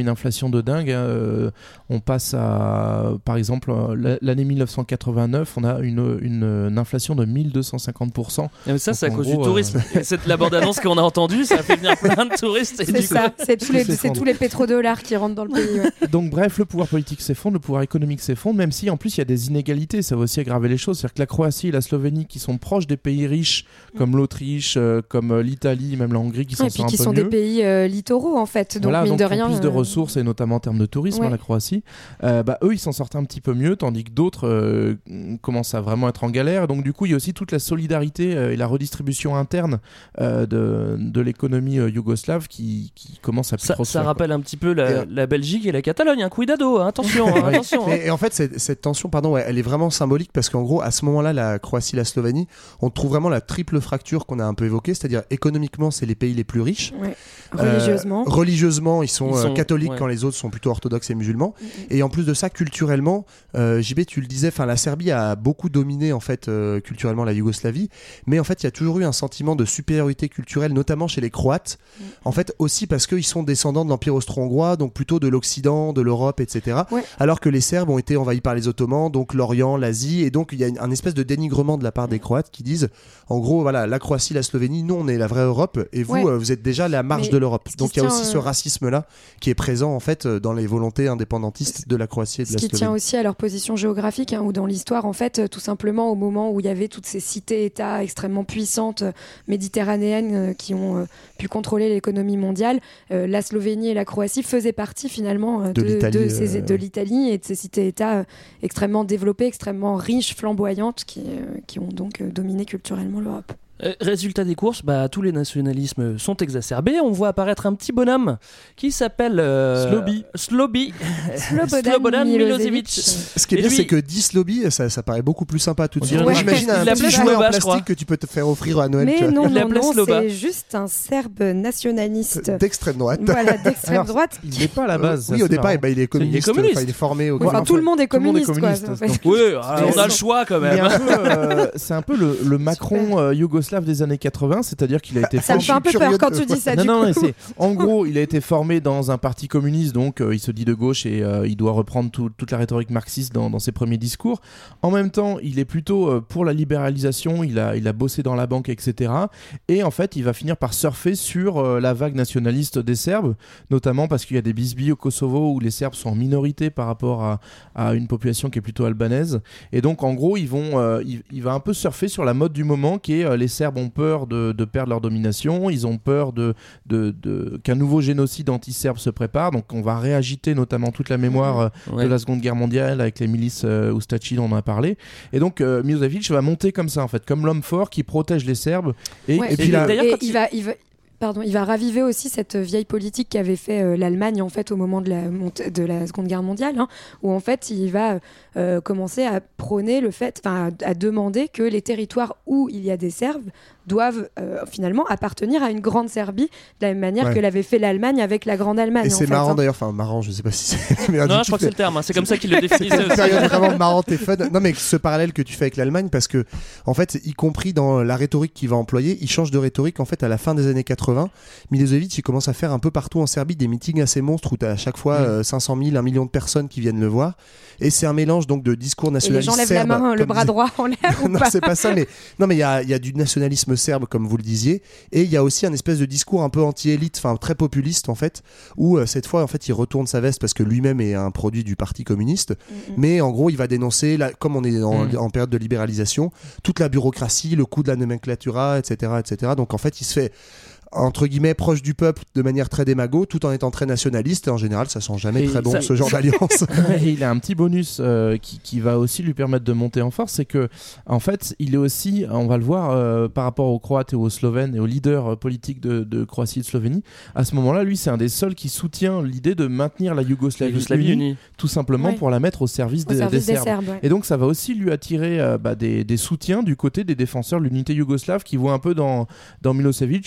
[SPEAKER 10] une inflation de dingue. Hein. Euh, on passe à, par exemple, l'année dix-neuf cent quatre-vingt-neuf, on a une, une, une inflation de mille deux cent cinquante pour cent.
[SPEAKER 7] Et ça, donc, c'est à cause gros, du tourisme. Euh... Cette, la bande-annonce qu'on a entendue, ça a fait venir plein de touristes.
[SPEAKER 9] C'est ça, c'est tous les, c'est tous les pétrodollars qui rentrent dans le pays. Ouais.
[SPEAKER 10] Donc bref, le pouvoir politique s'effondre, le pouvoir économique s'effondre, même si en plus il y a des inégalités, ça va aussi aggraver les choses. C'est-à-dire que la Croatie et la Slovénie, qui sont proches des pays riches, comme l'Autriche, euh, comme l'Italie, même la Hongrie, qui s'en sortent un peu mieux. Et puis qui sont
[SPEAKER 9] des pays euh, littoraux en fait, donc
[SPEAKER 10] voilà,
[SPEAKER 9] mine
[SPEAKER 10] donc
[SPEAKER 9] de rien.
[SPEAKER 10] Plus
[SPEAKER 9] euh...
[SPEAKER 10] de ressources, et notamment en termes de tourisme, ouais. hein, la Croatie, euh, bah, eux ils s'en sortent un petit peu mieux, tandis que d'autres euh, commencent à vraiment être en galère. Donc du coup il y a aussi toute la solidarité euh, et la redistribution interne euh, de, de l'économie euh, yougoslave qui, qui commence à plus
[SPEAKER 7] ça,
[SPEAKER 10] trop
[SPEAKER 7] ça rappelle un petit peu la, la Belgique et la Catalogne, un cuidado, hein, attention. hein, attention
[SPEAKER 8] et, et en fait cette, cette tension, pardon, ouais, elle est vraiment symbolique parce qu'en gros à ce moment-là la Croatie, la Slovénie, on trouve vraiment la triple fracture qu'on a un peu évoquée, c'est-à-dire économiquement c'est les pays les plus riches,
[SPEAKER 9] ouais. religieusement,
[SPEAKER 8] euh, religieusement ils sont, ils sont euh, catholiques ouais. quand les autres sont plutôt orthodoxes et musulmans, mm-hmm. et en plus de ça culturellement, euh, J B tu le disais, enfin la Serbie a beaucoup dominé en fait euh, culturellement la Yougoslavie, mais en fait il y a toujours eu un sentiment de supériorité culturelle, notamment chez les Croates, mm-hmm. en fait aussi parce qu'ils sont descendants de l'Empire austro-hongrois, donc plutôt de l'Occident, de l'Europe, et cetera. Ouais. Alors que les Serbes ont été envahis par les Ottomans, donc l'Orient, l'Asie, et donc il y a un espèce de dénigrement de la part des Croates qui disent en gros voilà, la Croatie, la Slovénie, nous on est la vraie Europe et vous ouais. euh, vous êtes déjà à la marge mais de l'Europe. Donc il y a aussi euh... ce racisme là qui est présent en fait dans les volontés indépendantistes de la Croatie et de
[SPEAKER 9] ce
[SPEAKER 8] la
[SPEAKER 9] Slovénie. Ce qui tient aussi à leur position géographique, hein, ou dans l'histoire en fait, tout simplement au moment où il y avait toutes ces cités-états extrêmement puissantes euh, méditerranéennes euh, qui ont euh, pu contrôler l'économie mondiale, euh, la Slovénie et la Croatie faisaient partie finalement euh, de, de, l'Italie, de, ces, euh... de l'Italie et de ces cités-états euh, extrêmement développées, extrêmement riches, flamboyantes, qui, euh, qui ont donc euh, dominé culturellement l'Europe.
[SPEAKER 7] Euh, résultat des courses, bah, tous les nationalismes sont exacerbés. On voit apparaître un petit bonhomme qui s'appelle euh,
[SPEAKER 10] Slobi.
[SPEAKER 7] Slobi.
[SPEAKER 9] Slobodan, Slobodan Milosevic.
[SPEAKER 8] Ce qui est bien, lui... c'est que dit Slobi, ça, ça paraît beaucoup plus sympa tout de suite.
[SPEAKER 7] Ouais.
[SPEAKER 8] J'imagine un petit jouet en plastique que tu peux te faire offrir à Noël.
[SPEAKER 9] Mais
[SPEAKER 8] tu vois.
[SPEAKER 9] non, non, non, c'est juste un Serbe nationaliste.
[SPEAKER 8] D'extrême droite.
[SPEAKER 9] Voilà, d'extrême Alors, droite.
[SPEAKER 10] Il n'est pas à la base.
[SPEAKER 8] Euh, oui, au départ, bah, il est communiste. Il est, communiste. Il est formé au.
[SPEAKER 9] Enfin, tout le monde est communiste.
[SPEAKER 7] Oui, on a le choix quand même.
[SPEAKER 10] C'est un peu le Macron yougoslave des années quatre-vingts. C'est-à-dire qu'il a été
[SPEAKER 9] ça
[SPEAKER 10] formé...
[SPEAKER 9] me fait un peu peur quand tu dis ça.
[SPEAKER 10] Non,
[SPEAKER 9] du
[SPEAKER 10] non,
[SPEAKER 9] coup.
[SPEAKER 10] c'est... En gros, il a été formé dans un parti communiste, donc euh, il se dit de gauche et euh, il doit reprendre tout, toute la rhétorique marxiste dans, dans ses premiers discours. En même temps, il est plutôt euh, pour la libéralisation, il a, il a bossé dans la banque, et cetera. Et en fait, il va finir par surfer sur euh, la vague nationaliste des Serbes, notamment parce qu'il y a des bisbilles au Kosovo où les Serbes sont en minorité par rapport à, à une population qui est plutôt albanaise. Et donc, en gros, ils vont, euh, il, il va un peu surfer sur la mode du moment qui est euh, les Serbes ont peur de De, de perdre leur domination, ils ont peur de, de, de, qu'un nouveau génocide anti-serbe se prépare, donc on va réagiter notamment toute la mémoire euh, ouais. de la Seconde Guerre mondiale avec les milices euh, Ustachi dont on a parlé, et donc euh, Milosevic va monter comme ça en fait, comme l'homme fort qui protège les Serbes, et,
[SPEAKER 9] ouais.
[SPEAKER 10] et,
[SPEAKER 9] et
[SPEAKER 10] puis là,
[SPEAKER 9] d'ailleurs quand il, il va... Il va... Pardon, il va raviver aussi cette vieille politique qu'avait fait euh, l'Allemagne en fait au moment de la, mont- de la Seconde Guerre mondiale, hein, où en fait il va euh, commencer à prôner le fait, enfin à, à demander que les territoires où il y a des Serbes doivent euh, finalement appartenir à une grande Serbie, de la même manière ouais. que l'avait fait l'Allemagne avec la Grande Allemagne.
[SPEAKER 8] Et c'est
[SPEAKER 9] en
[SPEAKER 8] marrant
[SPEAKER 9] fait, hein.
[SPEAKER 8] d'ailleurs, enfin marrant, je sais pas si c'est.
[SPEAKER 7] Mais non, je crois que c'est le terme, hein. C'est comme ça qu'il le définissait.
[SPEAKER 8] C'est une période vraiment marrante et fun. Non, mais ce parallèle que tu fais avec l'Allemagne, parce que en fait, y compris dans la rhétorique qu'il va employer, il change de rhétorique en fait à la fin des années quatre-vingts. Milosevic, il commence à faire un peu partout en Serbie des meetings assez monstres où tu as à chaque fois mmh. euh, cinq cent mille, un million de personnes qui viennent le voir. Et c'est un mélange donc de discours nationalistes serbes.
[SPEAKER 9] Et les gens lèvent la main, le bras droit en l'air ou
[SPEAKER 8] non,
[SPEAKER 9] pas.
[SPEAKER 8] c'est pas ça, mais non, mais il y a, y a du nationalisme serbe, comme vous le disiez, et il y a aussi un espèce de discours un peu anti-élite, enfin très populiste en fait, où euh, cette fois en fait il retourne sa veste parce que lui-même est un produit du parti communiste, mmh. mais en gros il va dénoncer, la, comme on est en, mmh. en période de libéralisation, toute la bureaucratie, le coût de la nomenclatura, et cetera, et cetera. Donc en fait il se fait entre guillemets proche du peuple de manière très démago, tout en étant très nationaliste, et en général ça sent jamais et très bon ça... ce genre d'alliance.
[SPEAKER 10] Et il a un petit bonus euh, qui, qui va aussi lui permettre de monter en force, c'est que en fait il est aussi, on va le voir euh, par rapport aux Croates et aux Slovènes et aux leaders euh, politiques de, de Croatie et de Slovénie, à ce moment là lui c'est un des seuls qui soutient l'idée de maintenir la Yougoslavie, Yougoslavie unie, unie tout simplement ouais. pour la mettre au service, au des,
[SPEAKER 9] service
[SPEAKER 10] des,
[SPEAKER 9] des
[SPEAKER 10] Serbes,
[SPEAKER 9] Serbes ouais.
[SPEAKER 10] Et donc ça va aussi lui attirer euh, bah, des, des soutiens du côté des défenseurs de l'unité yougoslave qui voient un peu dans, dans Milosevic une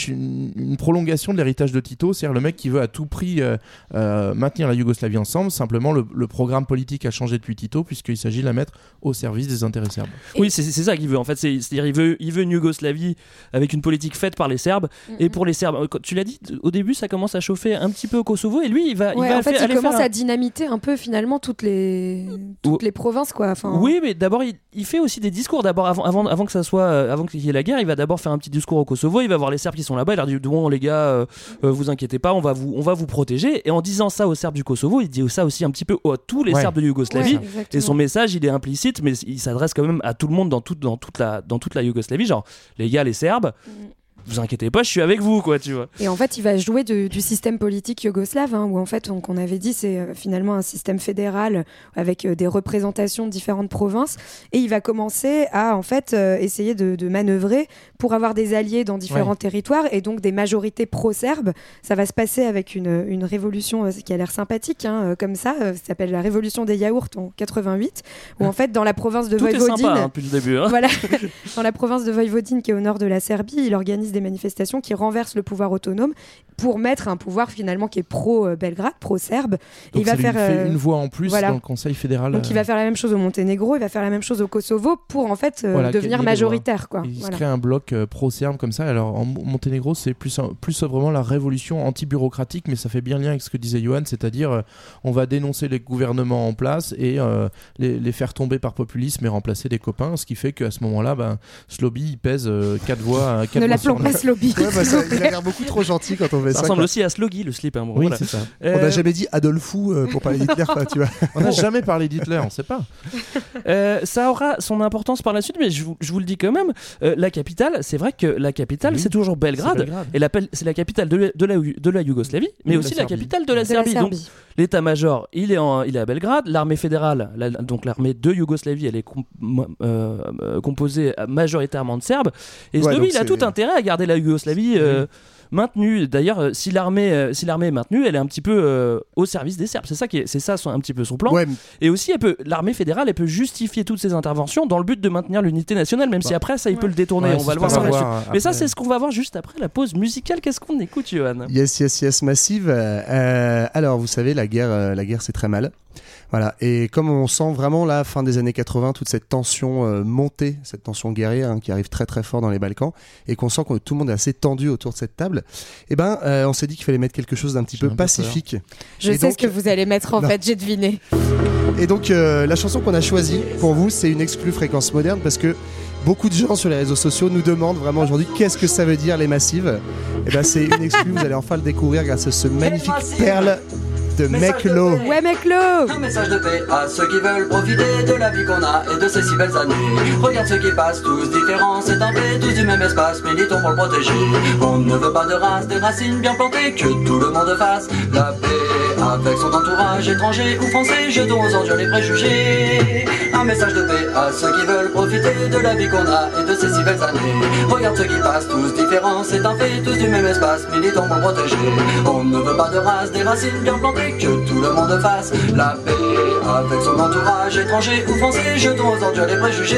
[SPEAKER 10] une, une prolongation de l'héritage de Tito, c'est-à-dire le mec qui veut à tout prix euh, euh, maintenir la Yougoslavie ensemble. Simplement, le, le programme politique a changé depuis Tito, puisqu'il s'agit de la mettre au service des intérêts serbes.
[SPEAKER 7] Oui, c'est, c'est ça qu'il veut. En fait, c'est, c'est-à-dire il veut, il veut une Yougoslavie avec une politique faite par les Serbes mm-hmm. et pour les Serbes. Quand tu l'as dit, au début, ça commence à chauffer un petit peu au Kosovo, et lui, il va,
[SPEAKER 9] ouais,
[SPEAKER 7] il va
[SPEAKER 9] en fait,
[SPEAKER 7] faire,
[SPEAKER 9] il commence
[SPEAKER 7] faire...
[SPEAKER 9] à dynamiter un peu finalement toutes les, toutes les provinces, quoi. Enfin...
[SPEAKER 7] Oui, mais d'abord, il, il fait aussi des discours. D'abord, avant, avant, avant que ça soit, euh, avant qu'il y ait la guerre, il va d'abord faire un petit discours au Kosovo. Il va voir les Serbes qui sont là-bas. Il leur dit bon, les gars, euh, euh, vous inquiétez pas, on va vous, on va vous protéger. Et en disant ça aux Serbes du Kosovo, il dit ça aussi un petit peu à tous les ouais. Serbes de Yougoslavie. Ouais, et son message, il est implicite, mais il s'adresse quand même à tout le monde dans toute, dans toute la, dans toute la Yougoslavie. Genre, les gars, les Serbes. Mm. Vous inquiétez pas, je suis avec vous, quoi, tu vois.
[SPEAKER 9] Et en fait, il va jouer de, du système politique yougoslave, hein, où en fait, on, on avait dit, c'est euh, finalement un système fédéral avec euh, des représentations de différentes provinces, et il va commencer à en fait euh, essayer de, de manœuvrer pour avoir des alliés dans différents ouais. territoires et donc des majorités pro-serbes. Ça va se passer avec une, une révolution euh, qui a l'air sympathique, hein, euh, comme ça, euh, ça s'appelle la révolution des yaourts en quatre-vingt-huit, où en fait, dans la province de
[SPEAKER 7] Tout
[SPEAKER 9] Voïvodine,
[SPEAKER 7] est sympa, hein, depuis le début. Hein.
[SPEAKER 9] Voilà, dans la province de Voïvodine qui est au nord de la Serbie, il organise des manifestations qui renversent le pouvoir autonome pour mettre un pouvoir finalement qui est pro-Belgrade, pro-serbe.
[SPEAKER 10] Donc
[SPEAKER 9] il va
[SPEAKER 10] ça
[SPEAKER 9] faire
[SPEAKER 10] lui fait une voix en plus
[SPEAKER 9] voilà.
[SPEAKER 10] dans le Conseil fédéral.
[SPEAKER 9] Donc il va faire la même chose au Monténégro, il va faire la même chose au Kosovo pour en fait euh,
[SPEAKER 10] voilà,
[SPEAKER 9] devenir majoritaire. Quoi.
[SPEAKER 10] Il
[SPEAKER 9] voilà.
[SPEAKER 10] se crée un bloc euh, pro-serbe comme ça. Alors en Monténégro, c'est plus, plus vraiment la révolution anti-bureaucratique, mais ça fait bien lien avec ce que disait Johan, c'est-à-dire euh, on va dénoncer les gouvernements en place et euh, les, les faire tomber par populisme et remplacer des copains, ce qui fait qu'à ce moment-là, ben, Sloby il pèse euh, quatre voix. quatre
[SPEAKER 9] ne l'appelons pas Sloby.
[SPEAKER 8] Ouais, bah, ça, il a l'air beaucoup trop gentil quand on fait ça.
[SPEAKER 7] Ça ressemble
[SPEAKER 8] quoi.
[SPEAKER 7] aussi à Slogy, le slip. Hein, bon,
[SPEAKER 10] oui,
[SPEAKER 7] voilà.
[SPEAKER 10] c'est ça.
[SPEAKER 8] Euh... On n'a jamais dit Adolfou euh, pour parler d'Hitler, quoi, tu vois.
[SPEAKER 10] On n'a jamais parlé d'Hitler, on ne sait pas.
[SPEAKER 7] Euh, ça aura son importance par la suite, mais je vous, je vous le dis quand même. Euh, la capitale, c'est vrai que la capitale, oui, c'est toujours Belgrade, c'est Belgrade. Et la, c'est la capitale de, de, la, de la Yougoslavie, mais oui, aussi la, la capitale de la, de Serbie. la Serbie. Donc, l'état-major, il est, en, il est à Belgrade. L'armée fédérale, la, donc l'armée de Yougoslavie, elle est com- euh, euh, composée majoritairement de Serbes. Et Sloby, ouais, il a tout intérêt à garder la Yougoslavie euh, maintenue. D'ailleurs, euh, si l'armée, euh, si l'armée est maintenue, elle est un petit peu euh, au service des Serbes. C'est ça qui est, c'est ça son, un petit peu son plan.
[SPEAKER 8] Ouais.
[SPEAKER 7] Et aussi, elle peut, l'armée fédérale, elle peut justifier toutes ses interventions dans le but de maintenir l'unité nationale, même bah. si après ça, il ouais. peut le détourner.
[SPEAKER 10] Ouais,
[SPEAKER 7] on va le voir par la suite. Mais ça, c'est ce qu'on va voir juste après la pause musicale. Qu'est-ce qu'on écoute, Johan ?
[SPEAKER 8] Yes, yes, yes, massive. Euh, alors, vous savez, la guerre, euh, la guerre, c'est très mal. Voilà, et comme on sent vraiment la fin des années quatre-vingts, toute cette tension euh, montée, cette tension guerrière hein, qui arrive très très fort dans les Balkans, et qu'on sent que tout le monde est assez tendu autour de cette table, et ben euh, on s'est dit qu'il fallait mettre quelque chose d'un petit j'ai peu pacifique.
[SPEAKER 9] Je
[SPEAKER 8] et
[SPEAKER 9] sais
[SPEAKER 8] donc,
[SPEAKER 9] ce que vous allez mettre en non. fait, j'ai deviné.
[SPEAKER 8] Et donc euh, la chanson qu'on a choisie pour vous, c'est une exclue Fréquence Moderne, parce que beaucoup de gens sur les réseaux sociaux nous demandent vraiment aujourd'hui qu'est-ce que ça veut dire les massives. Et ben c'est une exclue, vous allez enfin le découvrir grâce à ce magnifique perle de Meklo.
[SPEAKER 9] Ouais, Meklo.
[SPEAKER 3] Un message de paix à ceux qui veulent profiter de la vie qu'on a et de ces si belles années. Regarde ceux qui passent, tous différents, c'est un fait, tous du même espace, militons pour le protéger. On ne veut pas de race, des racines bien plantées, que tout le monde fasse la paix avec son entourage étranger ou français. Jetons aux ordures les préjugés. Un message de paix à ceux qui veulent profiter de la vie qu'on a et de ces si belles années. Regarde ceux qui passent, tous différents, c'est un fait, tous du même espace, militons pour le protéger. On ne veut pas de race, des racines bien plantées, que tout le monde fasse la paix avec son entourage étranger ou français. Jetons aux ordures les préjugés.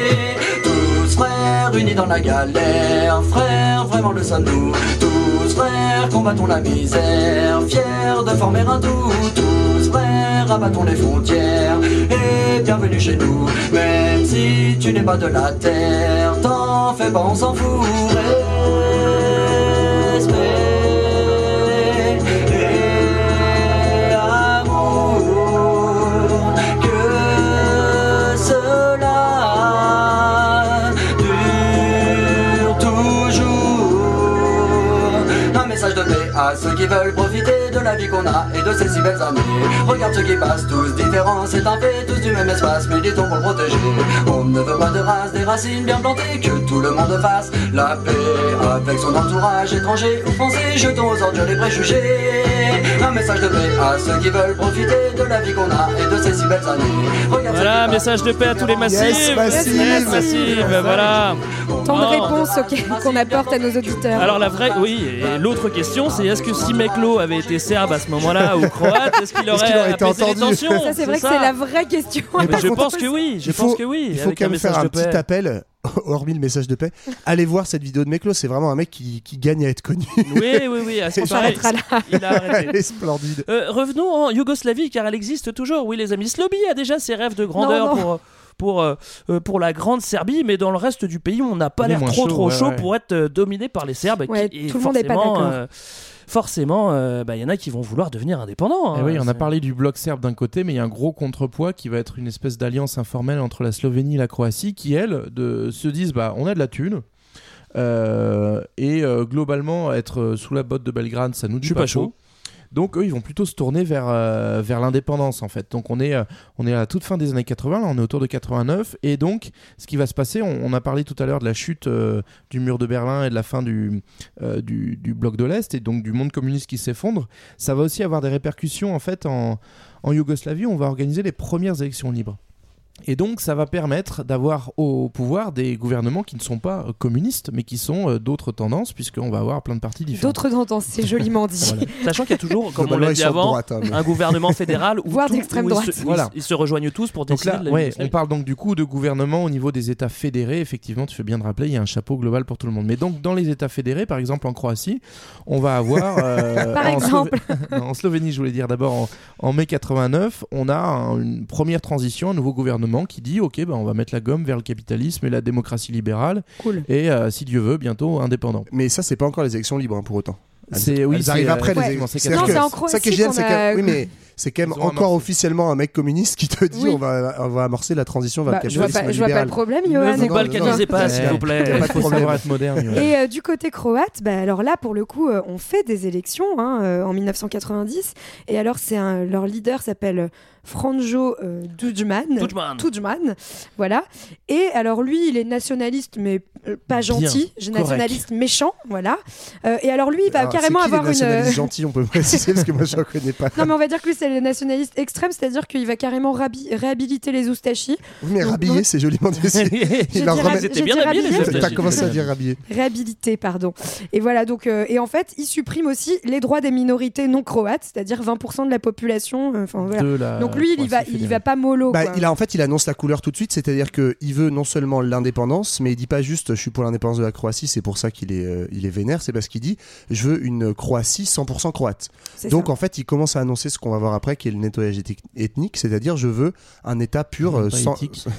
[SPEAKER 3] Tous frères unis dans la galère, frères vraiment le sommes-nous. Tous frères combattons la misère, fiers de former un tout. Tous frères abattons les frontières et bienvenue chez nous. Même si tu n'es pas de la terre, t'en fais pas, on s'en fout. Respect. À ceux qui veulent profiter de la vie qu'on a et de ces si belles années. Regarde ceux qui passent, tous différents, c'est un fait, tous du même espace, militons pour le protéger. On ne veut pas de race, des racines bien plantées, que tout le monde fasse la paix avec son entourage étranger ou français. Jetons aux ordures les préjugés. Un message de paix à ceux qui veulent profiter de la vie qu'on a et de ces si belles années. Regarde
[SPEAKER 7] voilà, message de paix à tous les massifs.
[SPEAKER 8] Yes, massive,
[SPEAKER 7] yes, massive, voilà.
[SPEAKER 9] Tant de réponses qu'on apporte à nos auditeurs.
[SPEAKER 7] Alors la vraie, oui, et l'autre question, c'est est-ce que si Meklo avait été serbe à ce moment-là ou croate, est-ce qu'il aurait, est-ce qu'il aurait été entendu les tensions?
[SPEAKER 9] Ça c'est vrai c'est que ça. C'est la vraie question.
[SPEAKER 7] Mais je pense que oui, je
[SPEAKER 8] il faut,
[SPEAKER 7] pense que oui.
[SPEAKER 8] Il faut quand même faire un petit appel hormis le message de paix, allez voir cette vidéo de Meklo, c'est vraiment un mec qui, qui gagne à être connu.
[SPEAKER 7] Oui, oui, oui, à ce pareil, il a arrêté.
[SPEAKER 8] Elle est splendide.
[SPEAKER 7] Euh, revenons en Yougoslavie, car elle existe toujours. Oui, les amis, Slobi a déjà ses rêves de grandeur
[SPEAKER 9] non, non.
[SPEAKER 7] pour... Pour, euh, pour la grande Serbie, mais dans le reste du pays, on n'a pas l'air trop
[SPEAKER 10] chaud,
[SPEAKER 7] trop
[SPEAKER 10] ouais,
[SPEAKER 7] chaud
[SPEAKER 10] ouais.
[SPEAKER 7] pour être euh, dominé par les Serbes.
[SPEAKER 9] Ouais,
[SPEAKER 7] qui,
[SPEAKER 9] tout le monde n'est pas d'accord.
[SPEAKER 7] Euh, forcément, il euh, bah, y en a qui vont vouloir devenir indépendants.
[SPEAKER 10] Eh
[SPEAKER 7] Hein,
[SPEAKER 10] oui, on
[SPEAKER 7] c'est...
[SPEAKER 10] a parlé du bloc serbe d'un côté, mais il y a un gros contrepoids qui va être une espèce d'alliance informelle entre la Slovénie et la Croatie, qui elles de, se disent bah on a de la thune. Euh, et euh, globalement, être sous la botte de Belgrade, ça nous dit
[SPEAKER 7] Je suis
[SPEAKER 10] pas,
[SPEAKER 7] pas chaud.
[SPEAKER 10] chaud. Donc eux, ils vont plutôt se tourner vers, euh, vers l'indépendance en fait. Donc on est, euh, on est à la toute fin des années quatre-vingts, là on est autour de quatre-vingt-neuf. Et donc ce qui va se passer, on, on a parlé tout à l'heure de la chute euh, du mur de Berlin et de la fin du, euh, du, du bloc de l'Est et donc du monde communiste qui s'effondre. Ça va aussi avoir des répercussions en fait en, en Yougoslavie. On va organiser les premières élections libres. Et donc ça va permettre d'avoir au pouvoir des gouvernements qui ne sont pas euh, communistes mais qui sont euh, d'autres tendances puisqu'on va avoir plein de partis différents.
[SPEAKER 9] D'autres tendances, c'est joliment dit.
[SPEAKER 10] Voilà.
[SPEAKER 7] Sachant qu'il y a toujours, comme on l'a dit avant, droite, hein, mais... un gouvernement fédéral où,
[SPEAKER 9] voire
[SPEAKER 7] tout,
[SPEAKER 9] d'extrême
[SPEAKER 7] où
[SPEAKER 9] droite.
[SPEAKER 7] Ils, se,
[SPEAKER 10] voilà.
[SPEAKER 7] ils, ils se rejoignent tous pour
[SPEAKER 10] donc
[SPEAKER 7] décider
[SPEAKER 10] là,
[SPEAKER 7] de la
[SPEAKER 10] ouais, on parle donc du coup de gouvernement au niveau des États fédérés. Effectivement, tu fais bien de rappeler, il y a un chapeau global pour tout le monde. Mais donc dans les États fédérés, par exemple en Croatie, on va avoir euh,
[SPEAKER 9] par
[SPEAKER 10] en
[SPEAKER 9] exemple
[SPEAKER 10] Slové... en Slovénie, je voulais dire d'abord en, en mai quatre-vingt-neuf, on a un, une première transition, un nouveau gouvernement qui dit ok, bah, on va mettre la gomme vers le capitalisme et la démocratie libérale.
[SPEAKER 9] Cool.
[SPEAKER 10] Et euh, si Dieu veut, bientôt indépendant.
[SPEAKER 8] Mais ça, c'est pas encore les élections libres hein, pour autant. Elles,
[SPEAKER 10] c'est, oui,
[SPEAKER 8] elles
[SPEAKER 10] c'est,
[SPEAKER 8] arrivent après
[SPEAKER 10] euh,
[SPEAKER 8] les
[SPEAKER 10] ouais.
[SPEAKER 8] élections.
[SPEAKER 10] C'est,
[SPEAKER 8] c'est,
[SPEAKER 9] non,
[SPEAKER 8] que,
[SPEAKER 9] c'est en Croatie
[SPEAKER 8] ça qui est génial, c'est
[SPEAKER 9] a...
[SPEAKER 8] que oui, mais c'est quand même encore amorcé. Officiellement un mec communiste qui te dit
[SPEAKER 9] oui.
[SPEAKER 8] on va on va amorcer la transition vers
[SPEAKER 9] bah,
[SPEAKER 8] le capitalisme
[SPEAKER 9] je vois pas,
[SPEAKER 8] libéral.
[SPEAKER 9] Je vois pas le problème, Johan.
[SPEAKER 7] Ne vous balkanisez pas, s'il vous plaît.
[SPEAKER 10] Il faut savoir être moderne.
[SPEAKER 9] Et euh, du côté croate, bah, alors là, pour le coup, euh, on fait des élections hein, euh, en dix-neuf cent quatre-vingt-dix. Et alors, c'est un, leur leader s'appelle Franjo euh, Tudjman.
[SPEAKER 7] Tudjman.
[SPEAKER 9] Tudjman. Voilà. Et alors, lui, il est nationaliste, mais euh, pas gentil. J'ai nationaliste méchant. Voilà. Euh, et alors, lui, il va
[SPEAKER 8] alors,
[SPEAKER 9] carrément
[SPEAKER 8] c'est qui
[SPEAKER 9] avoir
[SPEAKER 8] les
[SPEAKER 9] une.
[SPEAKER 8] gentil, on peut préciser, parce que moi, je ne connais pas.
[SPEAKER 9] Non, mais on va dire que lui, c'est le nationaliste extrême, c'est-à-dire qu'il va carrément rabi- réhabiliter les oustachis.
[SPEAKER 8] Oui, mais rhabiller, c'est joliment dit aussi.
[SPEAKER 9] Il leur remet...
[SPEAKER 7] C'était bien habillé, les oustachis.
[SPEAKER 8] T'as commencé à dire rhabiller.
[SPEAKER 9] Réhabilité, pardon. Et voilà, donc, euh, et en fait, il supprime aussi les droits des minorités non croates, c'est-à-dire vingt pour cent de la population. Enfin, voilà. Donc lui, il y va, il va pas mollo.
[SPEAKER 8] Bah,
[SPEAKER 9] quoi.
[SPEAKER 8] il a, en fait, il annonce la couleur tout de suite, c'est-à-dire qu'il veut non seulement l'indépendance, mais il dit pas juste je suis pour l'indépendance de la Croatie, c'est pour ça qu'il est, euh, il est vénère, c'est parce qu'il dit je veux une Croatie cent pour cent croate.
[SPEAKER 9] C'est
[SPEAKER 8] Donc
[SPEAKER 9] ça.
[SPEAKER 8] en fait, il commence à annoncer ce qu'on va voir après, qui est le nettoyage ethnique, c'est-à-dire je veux un État pur, euh, sans.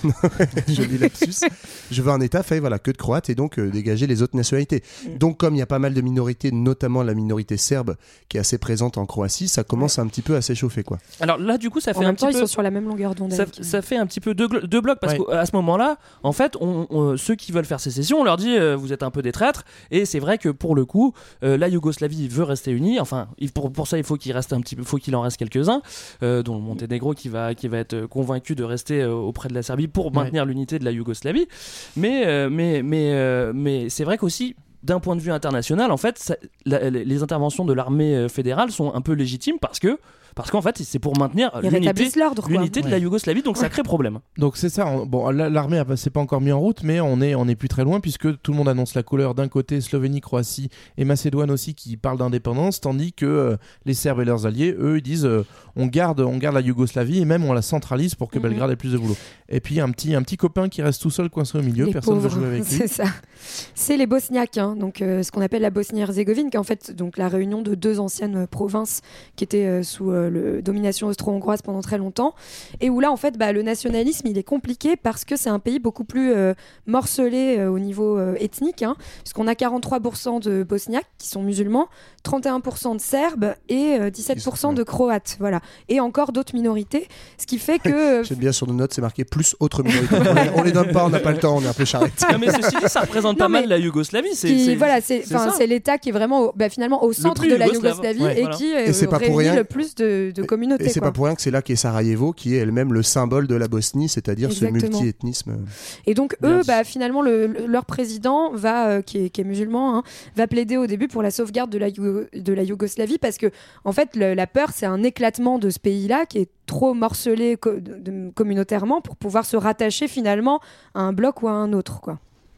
[SPEAKER 8] Joli lapsus. Je veux un État fait voilà, que de Croates et donc euh, dégager les autres nationalités. Mm. Donc comme il y a pas mal de minorités, notamment la minorité serbe qui est assez présente en Croatie, ça commence ouais. un petit peu à s'échauffer quoi.
[SPEAKER 7] Alors là du coup ça fait
[SPEAKER 9] en
[SPEAKER 7] un
[SPEAKER 9] même
[SPEAKER 7] petit
[SPEAKER 9] temps,
[SPEAKER 7] peu...
[SPEAKER 9] ils sont sur la même longueur d'onde.
[SPEAKER 7] Ça, ça fait un petit peu deux, deux blocs parce ouais. qu'à ce moment-là, en fait, on, on, ceux qui veulent faire sécession, on leur dit euh, vous êtes un peu des traîtres et c'est vrai que pour le coup, euh, la Yougoslavie veut rester unie. Enfin, il, pour, pour ça, il faut qu'il reste un petit peu, faut qu'il en reste quelques-uns, euh, dont le Monténégro qui va qui va être convaincu de rester euh, auprès de la Serbie pour maintenir ouais. l'unité de la Yougoslavie. Mais euh, mais mais euh, mais c'est vrai qu'aussi d'un point de vue international, en fait, ça, la, les interventions de l'armée fédérale sont un peu légitimes parce que Parce qu'en fait, c'est pour maintenir
[SPEAKER 9] Ils
[SPEAKER 7] l'unité, l'unité de
[SPEAKER 9] ouais.
[SPEAKER 7] la Yougoslavie, donc ouais. ça crée problème.
[SPEAKER 10] Donc c'est ça. On, bon, l'armée s'est pas encore mis en route, mais on est, on est plus très loin puisque tout le monde annonce la couleur d'un côté, Slovénie, Croatie et Macédoine aussi qui parlent d'indépendance, tandis que euh, les Serbes et leurs alliés, eux, ils disent euh, on garde, on garde la Yougoslavie et même on la centralise pour que mm-hmm. Belgrade ait plus de boulot. Et puis un petit, un petit copain qui reste tout seul coincé au milieu,
[SPEAKER 9] les
[SPEAKER 10] personne ne veut
[SPEAKER 9] pauvres,
[SPEAKER 10] jouer avec lui.
[SPEAKER 9] C'est ça. C'est les Bosniaques, hein, donc euh, ce qu'on appelle la Bosnie-Herzégovine, qui est en fait donc la réunion de deux anciennes provinces qui étaient euh, sous euh, le domination austro-hongroise pendant très longtemps, et où là en fait bah, le nationalisme il est compliqué parce que c'est un pays beaucoup plus euh, morcelé euh, au niveau euh, ethnique, hein, puisqu'on a quarante-trois pour cent de Bosniaques qui sont musulmans, trente et un pour cent de Serbes et euh, dix-sept pour cent de Croates, voilà, et encore d'autres minorités, ce qui fait que...
[SPEAKER 8] J'aime bien sur nos notes, c'est marqué plus autres minorités. on, les, on les donne pas, on n'a pas le temps, on est un peu charrette.
[SPEAKER 7] Non, mais ceci dit, ça représente non, pas mal la Yougoslavie. C'est,
[SPEAKER 9] qui,
[SPEAKER 7] c'est,
[SPEAKER 9] voilà, c'est,
[SPEAKER 7] c'est,
[SPEAKER 9] c'est l'État qui est vraiment au, bah, finalement au centre de la Yougoslavie ouais, et voilà. qui euh, et réunit rien... le plus de, de communautés.
[SPEAKER 8] Et c'est
[SPEAKER 9] quoi.
[SPEAKER 8] pas pour rien que c'est là qu'est Sarajevo, qui est elle-même le symbole de la Bosnie, c'est-à-dire
[SPEAKER 9] Exactement.
[SPEAKER 8] ce multi-ethnisme.
[SPEAKER 9] Et donc eux, bah, finalement, le, le, leur président va, euh, qui, est, qui est musulman, hein, va plaider au début pour la sauvegarde de la, Yougo- de la Yougoslavie parce que en fait, le, la peur, c'est un éclatement de ce pays-là qui est trop morcelé co- de, de, communautairement pour pouvoir se rattacher finalement à un bloc ou à un autre, quoi.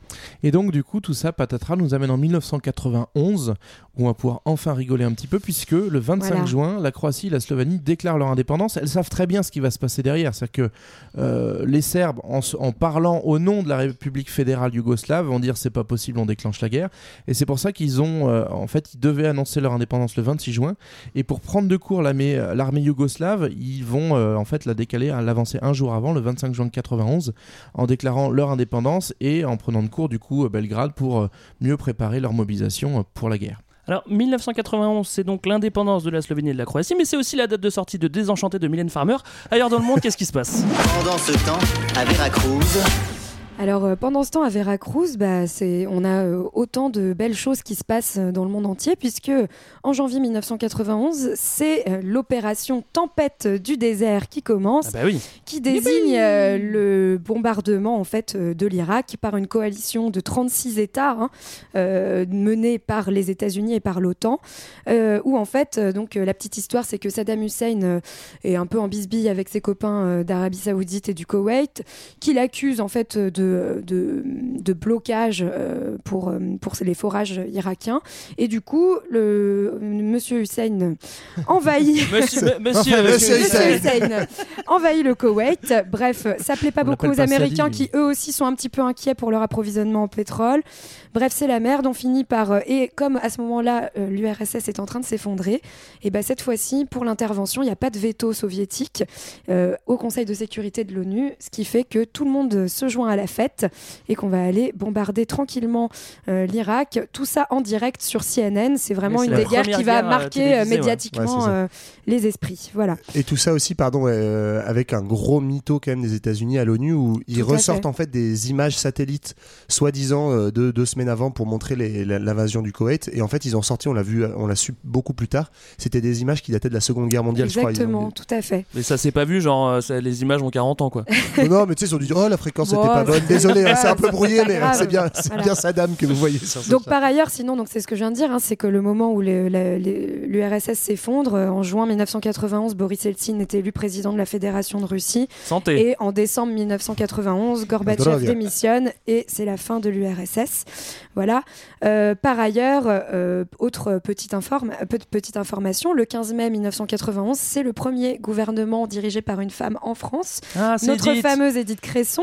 [SPEAKER 10] Et donc du coup tout ça patatras nous amène en dix-neuf cent quatre-vingt-onze où on va pouvoir enfin rigoler un petit peu puisque le vingt-cinq
[SPEAKER 9] Voilà.
[SPEAKER 10] juin la Croatie et la Slovénie déclarent leur indépendance. Elles savent très bien ce qui va se passer derrière, c'est-à-dire que euh, les Serbes en, en parlant au nom de la République fédérale yougoslave vont dire c'est pas possible, on déclenche la guerre, et c'est pour ça qu'ils ont euh, en fait ils devaient annoncer leur indépendance le vingt-six juin, et pour prendre de court l'armée, l'armée yougoslave ils vont euh, en fait la décaler, l'avancer un jour avant, le vingt-cinq juin quatre-vingt-onze, en déclarant leur indépendance et en prenant de court du coup Belgrade pour euh, mieux préparer leur mobilisation euh, pour la guerre.
[SPEAKER 7] Alors, dix-neuf cent quatre-vingt-onze, c'est donc l'indépendance de la Slovénie et de la Croatie, mais c'est aussi la date de sortie de Désenchanté de Mylène Farmer. Ailleurs dans le monde, qu'est-ce qui se passe ?
[SPEAKER 12] Pendant ce temps, à Veracruz...
[SPEAKER 9] Alors euh, pendant ce temps à Veracruz, bah, c'est, on a euh, autant de belles choses qui se passent euh, dans le monde entier puisque en janvier dix-neuf cent quatre-vingt-onze, c'est euh, l'opération Tempête du désert qui commence,
[SPEAKER 7] ah bah oui.
[SPEAKER 9] qui désigne euh, le bombardement en fait euh, de l'Irak par une coalition de trente-six États hein, euh, menée par les États-Unis et par l'OTAN, euh, où en fait euh, donc euh, la petite histoire c'est que Saddam Hussein euh, est un peu en bisbille avec ses copains euh, d'Arabie Saoudite et du Koweït, qu'il accuse en fait de De, de blocage euh, pour, euh, pour les forages irakiens, et du coup le monsieur Hussein envahit
[SPEAKER 7] monsieur, monsieur,
[SPEAKER 9] enfin,
[SPEAKER 7] monsieur,
[SPEAKER 9] monsieur Hussein envahit le Koweït. Bref, ça plaît pas
[SPEAKER 10] On
[SPEAKER 9] beaucoup aux
[SPEAKER 10] pas
[SPEAKER 9] Américains
[SPEAKER 10] Sadi,
[SPEAKER 9] qui eux aussi sont un petit peu inquiets pour leur approvisionnement en pétrole. Bref, c'est la merde. On finit par euh, et comme à ce moment-là euh, l'U R S S est en train de s'effondrer, et ben cette fois-ci pour l'intervention il n'y a pas de veto soviétique euh, au Conseil de sécurité de l'ONU, ce qui fait que tout le monde se joint à la fête et qu'on va aller bombarder tranquillement euh, l'Irak. Tout ça en direct sur C N N. C'est vraiment
[SPEAKER 7] oui, c'est
[SPEAKER 9] une des guerres qui va
[SPEAKER 7] guerre,
[SPEAKER 9] marquer
[SPEAKER 7] euh,
[SPEAKER 9] médiatiquement
[SPEAKER 8] ouais,
[SPEAKER 9] euh, les esprits. Voilà.
[SPEAKER 8] Et tout ça aussi, pardon, euh, avec un gros mytho quand même des États-Unis à l'ONU où ils
[SPEAKER 9] Tout à
[SPEAKER 8] ressortent
[SPEAKER 9] fait.
[SPEAKER 8] en fait des images satellites, soi-disant euh, deux, deux semaines avant pour montrer les, la- l'invasion du Koweït. Et en fait, ils ont sorti, on l'a vu, on l'a su beaucoup plus tard. C'était des images qui dataient de la Seconde Guerre mondiale, je
[SPEAKER 9] Exactement,
[SPEAKER 8] crois.
[SPEAKER 9] tout à fait.
[SPEAKER 7] Mais ça s'est pas vu, genre euh, ça- les images ont quarante ans quoi.
[SPEAKER 8] Ils ont- non, mais tu sais, ils ont dit oh la fréquence
[SPEAKER 9] Bon,
[SPEAKER 8] était pas bonne. Désolé, hein, c'est un peu
[SPEAKER 9] c'est
[SPEAKER 8] brouillé,
[SPEAKER 9] pas
[SPEAKER 8] mais
[SPEAKER 9] grave.
[SPEAKER 8] c'est bien, c'est
[SPEAKER 9] Voilà.
[SPEAKER 8] bien Saddam que vous voyez sur ce
[SPEAKER 9] Donc
[SPEAKER 8] chat.
[SPEAKER 9] par ailleurs, sinon, donc c'est ce que je viens de dire, hein, c'est que le moment où les- la- les- l'U R S S s'effondre, euh, en juin dix-neuf cent quatre-vingt-onze, Boris Eltsine est élu président de la Fédération de Russie.
[SPEAKER 7] Santé.
[SPEAKER 9] Et en décembre dix-neuf cent quatre-vingt-onze, Gorbatchev
[SPEAKER 8] Drogue.
[SPEAKER 9] démissionne et c'est la fin de l'U R S S. Voilà. Euh, par ailleurs, euh, autre petite, informe, pe- petite information, le quinze mai dix-neuf cent quatre-vingt-onze, c'est le premier gouvernement dirigé par une femme en France,
[SPEAKER 7] Ah, c'est
[SPEAKER 9] notre
[SPEAKER 7] Edith.
[SPEAKER 9] fameuse Édith Cresson.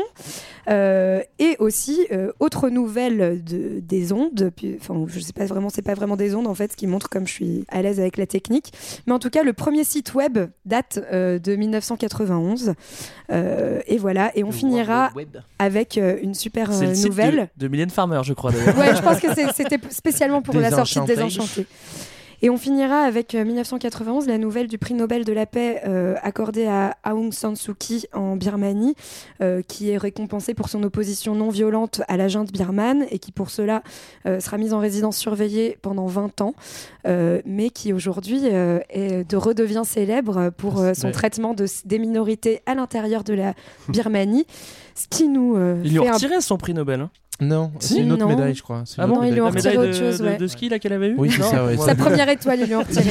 [SPEAKER 9] Euh, et aussi, euh, autre nouvelle de, des ondes, puis, enfin, je sais pas vraiment, c'est pas vraiment des ondes en fait, ce qui montre comme je suis à l'aise avec la technique. Mais en tout cas, le premier site web date euh, de dix-neuf cent quatre-vingt-onze. Euh, et voilà, et on finira avec euh, une super
[SPEAKER 7] C'est
[SPEAKER 9] euh,
[SPEAKER 7] le site
[SPEAKER 9] nouvelle.
[SPEAKER 7] de, de Mylène Farmer, je crois d'ailleurs.
[SPEAKER 9] Ouais, je pense que c'est- c'était spécialement pour la sortie de
[SPEAKER 10] Désenchanté.
[SPEAKER 9] Désenchanté. Et on finira avec euh, dix-neuf cent quatre-vingt-onze, la nouvelle du prix Nobel de la paix euh, accordé à Aung San Suu Kyi en Birmanie, euh, qui est récompensée pour son opposition non violente à la junte birmane et qui pour cela euh, sera mise en résidence surveillée pendant vingt ans, euh, mais qui aujourd'hui euh, est, de redevient célèbre pour euh, son
[SPEAKER 7] Ouais.
[SPEAKER 9] traitement de, des minorités à l'intérieur de la Birmanie, ce qui nous euh,
[SPEAKER 7] Ils lui ont
[SPEAKER 9] fait un
[SPEAKER 7] retiré son prix Nobel. Hein.
[SPEAKER 10] Non,
[SPEAKER 9] Si,
[SPEAKER 10] c'est une autre
[SPEAKER 9] non.
[SPEAKER 10] médaille je crois. C'est une
[SPEAKER 7] Ah
[SPEAKER 10] autre
[SPEAKER 7] bon,
[SPEAKER 9] ils lui ont
[SPEAKER 7] la
[SPEAKER 9] retiré
[SPEAKER 7] médaille
[SPEAKER 9] autre
[SPEAKER 7] de,
[SPEAKER 9] chose,
[SPEAKER 7] de-
[SPEAKER 9] ouais.
[SPEAKER 7] de ski là qu'elle avait eu.
[SPEAKER 10] Oui, c'est
[SPEAKER 7] Non,
[SPEAKER 10] ça, ouais,
[SPEAKER 7] moi-
[SPEAKER 9] Sa première étoile, ils lui ont retiré.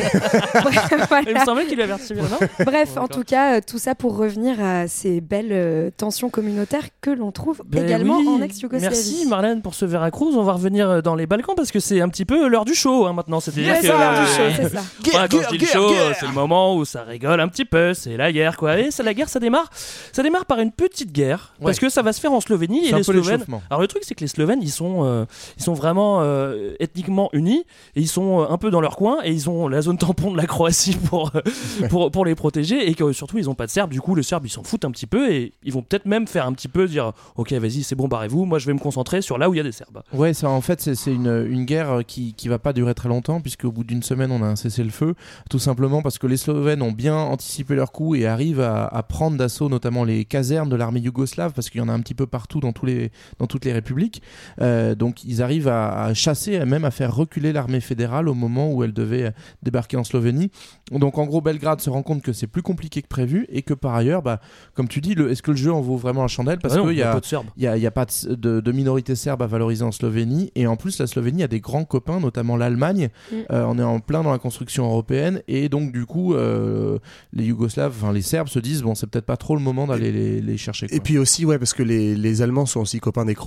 [SPEAKER 9] Voilà.
[SPEAKER 7] Il me semblait qu'il lui avait retiré, non
[SPEAKER 9] Bref, en
[SPEAKER 7] D'accord.
[SPEAKER 9] tout cas, euh, tout ça pour revenir à ces belles euh, tensions communautaires que l'on trouve
[SPEAKER 7] Ben
[SPEAKER 9] également
[SPEAKER 7] oui.
[SPEAKER 9] en ex-Yougoslavie.
[SPEAKER 7] Merci Marlène pour ce Veracruz. On va revenir euh, dans les Balkans parce que c'est un petit peu l'heure du show hein, maintenant. C'est-à-dire
[SPEAKER 9] Ouais,
[SPEAKER 7] que
[SPEAKER 9] c'est l'heure du show,
[SPEAKER 7] euh,
[SPEAKER 9] c'est ça.
[SPEAKER 7] voilà, quand je dis le show, euh, c'est le moment où ça rigole un petit peu. C'est la guerre quoi. Et c'est la guerre, ça démarre. Ça démarre par une petite guerre parce
[SPEAKER 10] Ouais.
[SPEAKER 7] que ça va se faire en Slovénie
[SPEAKER 10] C'est
[SPEAKER 7] et
[SPEAKER 10] un
[SPEAKER 7] les
[SPEAKER 10] peu
[SPEAKER 7] Slovènes.
[SPEAKER 10] l'échauffement.
[SPEAKER 7] Alors le truc c'est que les Slovènes ils sont euh, ils sont vraiment euh, ethniquement unis et ils sont euh, un peu dans leur coin et ils ont la zone tampon de la Croatie pour euh, pour pour les protéger et que surtout ils ont pas de Serbes. Du coup, les Serbes ils s'en foutent un petit peu et ils vont peut-être même faire un petit peu dire ok vas-y c'est bon barrez-vous. Moi je vais me concentrer sur là où il y a des Serbes.
[SPEAKER 10] Ouais, ça, en fait, c'est, c'est une, une guerre qui, qui va pas durer très longtemps, puisqu'au bout d'une semaine, on a un cessez-le-feu, tout simplement parce que les Slovènes ont bien anticipé leur coup et arrivent à, à prendre d'assaut notamment les casernes de l'armée yougoslave, parce qu'il y en a un petit peu partout dans, tous les, dans toutes les républiques. Euh, donc, ils arrivent à, à chasser et même à faire reculer l'armée fédérale au moment où elle devait débarquer en Slovénie. Donc, en gros, Belgrade se rend compte que c'est plus compliqué que prévu et que par ailleurs, bah, comme tu dis, le, est-ce que le jeu en vaut vraiment la chandelle? Parce
[SPEAKER 7] Ah non,
[SPEAKER 10] qu'il
[SPEAKER 7] y
[SPEAKER 10] y
[SPEAKER 7] a
[SPEAKER 10] a
[SPEAKER 7] pas de Serbes.
[SPEAKER 10] Il n'y a, y a pas de, de, de minorité serbe à valoriser en Slovénie, et en plus la Slovénie a des grands copains, notamment l'Allemagne.
[SPEAKER 9] Mm.
[SPEAKER 10] Euh, on est en plein dans la construction européenne, et donc du coup euh, les Yougoslaves, enfin les Serbes se disent bon c'est peut-être pas trop le moment d'aller les, les chercher quoi.
[SPEAKER 8] Et puis aussi, ouais, parce que les, les Allemands sont aussi copains des Croates, mais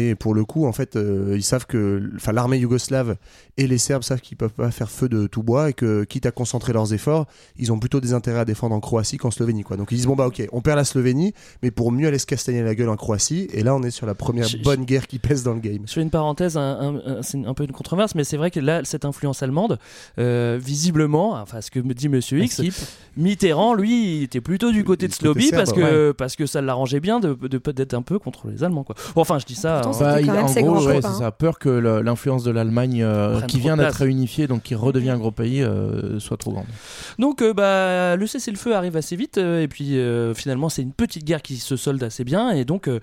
[SPEAKER 8] mais pour le coup, en fait, euh, ils savent que, enfin, l'armée yougoslave et les Serbes savent qu'ils peuvent pas faire feu de tout bois et que, quitte à concentrer leurs efforts, ils ont plutôt des intérêts à défendre en Croatie qu'en Slovénie, quoi. Donc ils disent bon bah ok, on perd la Slovénie, mais pour mieux aller se castagner la gueule en Croatie, et là on est sur la première je, bonne je... guerre qui pèse dans le game.
[SPEAKER 7] Je fais une parenthèse, un, un, un, c'est un peu une controverse, mais c'est vrai que là, cette influence allemande, euh, visiblement, enfin ce que me dit Monsieur X, Mitterrand, lui, il était plutôt du côté de Slobie parce que ouais. parce que ça l'arrangeait bien de, de, de d'être un peu contre les Allemands, quoi. Bon, enfin, je dis ça.
[SPEAKER 9] Pourtant, hein. bah, il, en
[SPEAKER 10] gros, ouais, c'est ça. Peur que le, l'influence de l'Allemagne, euh, qui vient d'être réunifiée, donc qui redevient un gros pays, euh, soit trop grande.
[SPEAKER 7] Donc, euh, bah, le cessez-le-feu arrive assez vite, euh, et puis euh, finalement, c'est une petite guerre qui se solde assez bien, et donc euh,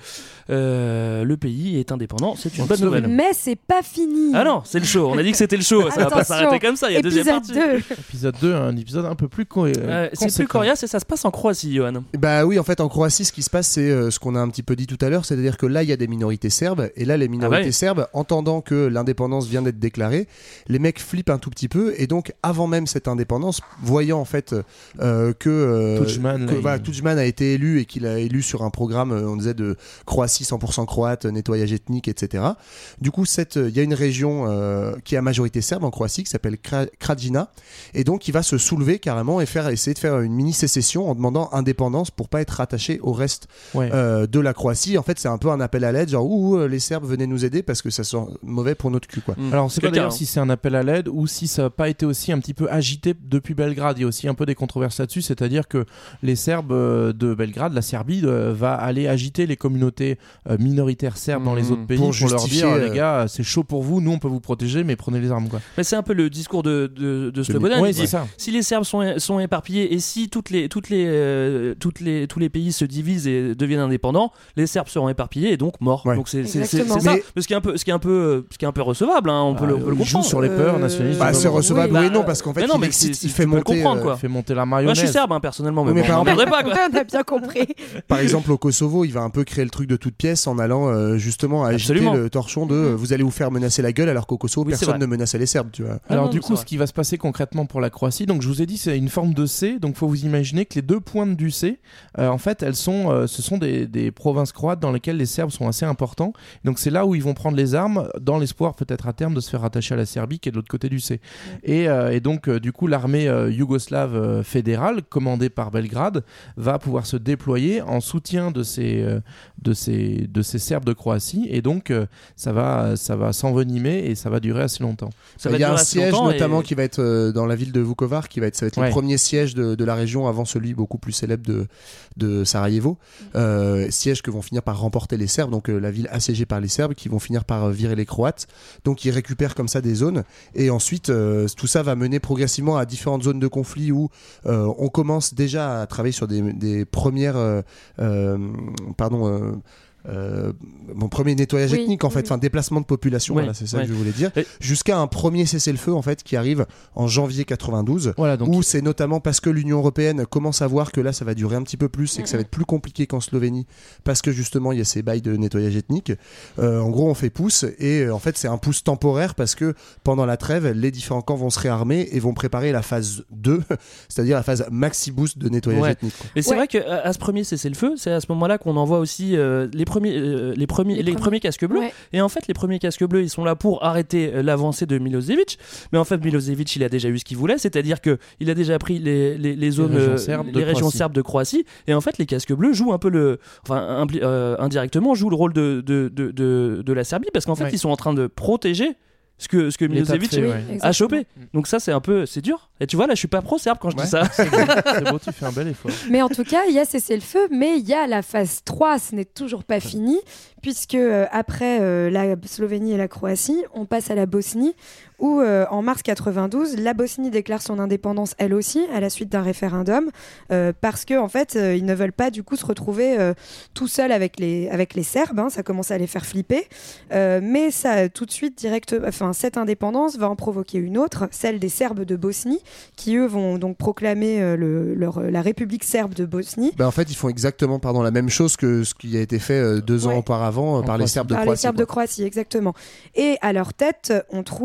[SPEAKER 7] euh, le pays est indépendant. C'est une bonne nouvelle.
[SPEAKER 9] Mais c'est pas fini.
[SPEAKER 7] Ah non, c'est le show. On a dit que c'était le show. Ça va pas s'arrêter comme ça. Il y a
[SPEAKER 9] épisode
[SPEAKER 7] deuxième partie.
[SPEAKER 9] deux.
[SPEAKER 10] Épisode deux, un épisode un peu plus co-
[SPEAKER 7] euh, c'est plus coriace, et ça se passe en Croatie, Johan.
[SPEAKER 8] Bah oui, en fait, en Croatie, ce qui se passe, c'est euh, ce qu'on a un petit peu dit tout à l'heure, c'est-à-dire que là, il y a des minorités serbes, et là, les minorités ah ouais. serbes, entendant que l'indépendance vient d'être déclarée, les mecs flippent un tout petit peu, et donc, avant même cette indépendance, voyant en fait euh, que, euh,
[SPEAKER 10] Tudjman,
[SPEAKER 8] que voilà, il... Tudjman a été élu et qu'il a élu sur un programme, euh, on disait, de Croatie cent pour cent croate, nettoyage ethnique, et cetera. Du coup, il y a une région euh, qui est à majorité serbe en Croatie, qui s'appelle Krajina, et donc, il va se soulever carrément et faire, essayer de faire une mini-sécession en demandant indépendance pour pas être rattaché au reste ouais. euh, de la Croatie. En fait, c'est un peu un appel à l'aide, genre ouh, les Serbes venez nous aider parce que ça sent mauvais pour notre cul, quoi.
[SPEAKER 10] Mmh. Alors, on sait pas d'ailleurs si c'est un appel à l'aide ou si ça n'a pas été aussi un petit peu agité depuis Belgrade. Il y a aussi un peu des controverses là-dessus, c'est-à-dire que les Serbes de Belgrade, la Serbie, euh, va aller agiter les communautés euh, minoritaires serbes mmh. dans les autres pays pour, pour leur dire euh... les gars, c'est chaud pour vous, nous on peut vous protéger, mais prenez les armes, quoi.
[SPEAKER 7] Mais c'est un peu le discours de, de, de Slobodan.
[SPEAKER 10] Oui, c'est ça.
[SPEAKER 7] Si les Serbes sont, sont éparpillés et si toutes les, toutes les, euh, toutes les, tous les pays se divisent et deviennent indépendants, les Serbes seront éparpillés et donc morts. Ouais. Donc c'est, c'est, c'est, c'est ça. Mais... Ce qui est un peu, ce qui est un peu, ce qui est un peu recevable, hein, on peut ah, le, on peut le comprendre.
[SPEAKER 10] Joue sur les peurs nationalistes.
[SPEAKER 8] Bah, c'est recevable, oui, bah, non, parce qu'en fait,
[SPEAKER 7] non,
[SPEAKER 8] il, excite, il fait monter,
[SPEAKER 7] euh,
[SPEAKER 10] fait monter la marionnette.
[SPEAKER 7] Moi, je suis serbe, hein, personnellement, mais,
[SPEAKER 8] mais
[SPEAKER 7] bon, on n'en pas, quoi.
[SPEAKER 9] On a bien compris.
[SPEAKER 8] Par exemple, au Kosovo, il va un peu créer le truc de toute pièce en allant euh, justement agiter Absolument. le torchon de euh, vous allez vous faire menacer la gueule, alors qu'au Kosovo, oui, personne ne menaçait les Serbes, tu vois.
[SPEAKER 10] Alors, du coup, ce qui va se passer concrètement pour la Croatie, donc je vous ai dit, c'est une forme de C, donc faut vous imaginer que les deux pointes du C, euh, en fait, elles sont, euh, ce sont des, des provinces croates dans lesquelles les Serbes sont assez importants. Donc c'est là où ils vont prendre les armes, dans l'espoir peut-être à terme de se faire rattacher à la Serbie, qui est de l'autre côté du C. Ouais. Et, euh, et donc, euh, du coup, l'armée euh, yougoslave euh, fédérale, commandée par Belgrade, va pouvoir se déployer en soutien de ces, euh, de ces, de ces Serbes de Croatie. Et donc, euh, ça va, ça va s'envenimer et ça va durer assez longtemps.
[SPEAKER 8] Ça Il y a un siège notamment et... qui va être euh, dans la ville de Vukovar, qui va être, ça va être ouais. le premier siège de, de la région avant celui beaucoup plus célèbre de, de Sarajevo. Euh, siège que vont finir par remporter les Serbes, donc euh, la ville assiégée par les Serbes, qui vont finir par euh, virer les Croates. Donc ils récupèrent comme ça des zones. Et ensuite, euh, tout ça va mener progressivement à différentes zones de conflit où euh, on commence déjà à travailler sur des, des premières... Euh, euh, pardon... Euh, Euh, mon premier nettoyage oui, ethnique en fait, oui. enfin déplacement de population, ouais, voilà, c'est ça ouais. que je voulais dire, et... jusqu'à un premier cessez-le-feu en fait qui arrive en janvier quatre-vingt-douze, voilà, donc... où c'est notamment parce que l'Union européenne commence à voir que là ça va durer un petit peu plus et que ça va être plus compliqué qu'en Slovénie parce que justement il y a ces bails de nettoyage ethnique. Euh, en gros on fait pouce et euh, en fait c'est un pouce temporaire parce que pendant la trêve les différents camps vont se réarmer et vont préparer la phase deux, c'est-à-dire la phase maxi boost de nettoyage
[SPEAKER 7] ouais.
[SPEAKER 8] ethnique.
[SPEAKER 7] Et c'est ouais. vrai qu'à à ce premier cessez-le-feu, c'est à ce moment-là qu'on envoie aussi euh, les premiers, euh, les premiers, les, les premiers. premiers casques bleus. Ouais. Et en fait, les premiers casques bleus, ils sont là pour arrêter euh, l'avancée de Milosevic. Mais en fait, Milosevic, il a déjà eu ce qu'il voulait, c'est-à-dire que il a déjà pris les, les, les zones, les régions, euh, serbes, les régions serbes de Croatie. Et en fait, les casques bleus jouent un peu le, enfin, impli- euh, indirectement, jouent le rôle de de de de, de la Serbie parce qu'en fait, ouais. ils sont en train de protéger ce que, ce que Milosevic fait, ouais. a chopé. Donc ça, c'est un peu, c'est dur. Et tu vois, là, je suis pas pro-serbe quand je ouais, dis ça.
[SPEAKER 10] C'est beau. C'est beau, tu fais un bel effort.
[SPEAKER 9] Mais en tout cas, il y a cessez-le-feu, mais il y a la phase trois, ce n'est toujours pas fini, puisque euh, après euh, la Slovénie et la Croatie, on passe à la Bosnie, où euh, en mars quatre-vingt-douze, la Bosnie déclare son indépendance elle aussi, à la suite d'un référendum, euh, parce que en fait, euh, ils ne veulent pas du coup se retrouver euh, tout seuls avec les, avec les Serbes, hein, ça commence à les faire flipper, euh, mais ça, tout de suite, direct, enfin, cette indépendance va en provoquer une autre, celle des Serbes de Bosnie, qui eux vont donc proclamer euh, le, leur, la République serbe de Bosnie.
[SPEAKER 8] Ben, en fait, ils font exactement pardon, la même chose que ce qui a été fait euh, deux ouais. ans auparavant euh, par les Serbes de
[SPEAKER 9] par
[SPEAKER 8] Croatie.
[SPEAKER 9] les Serbes
[SPEAKER 8] quoi.
[SPEAKER 9] de Croatie, exactement. Et à leur tête, on trouve euh,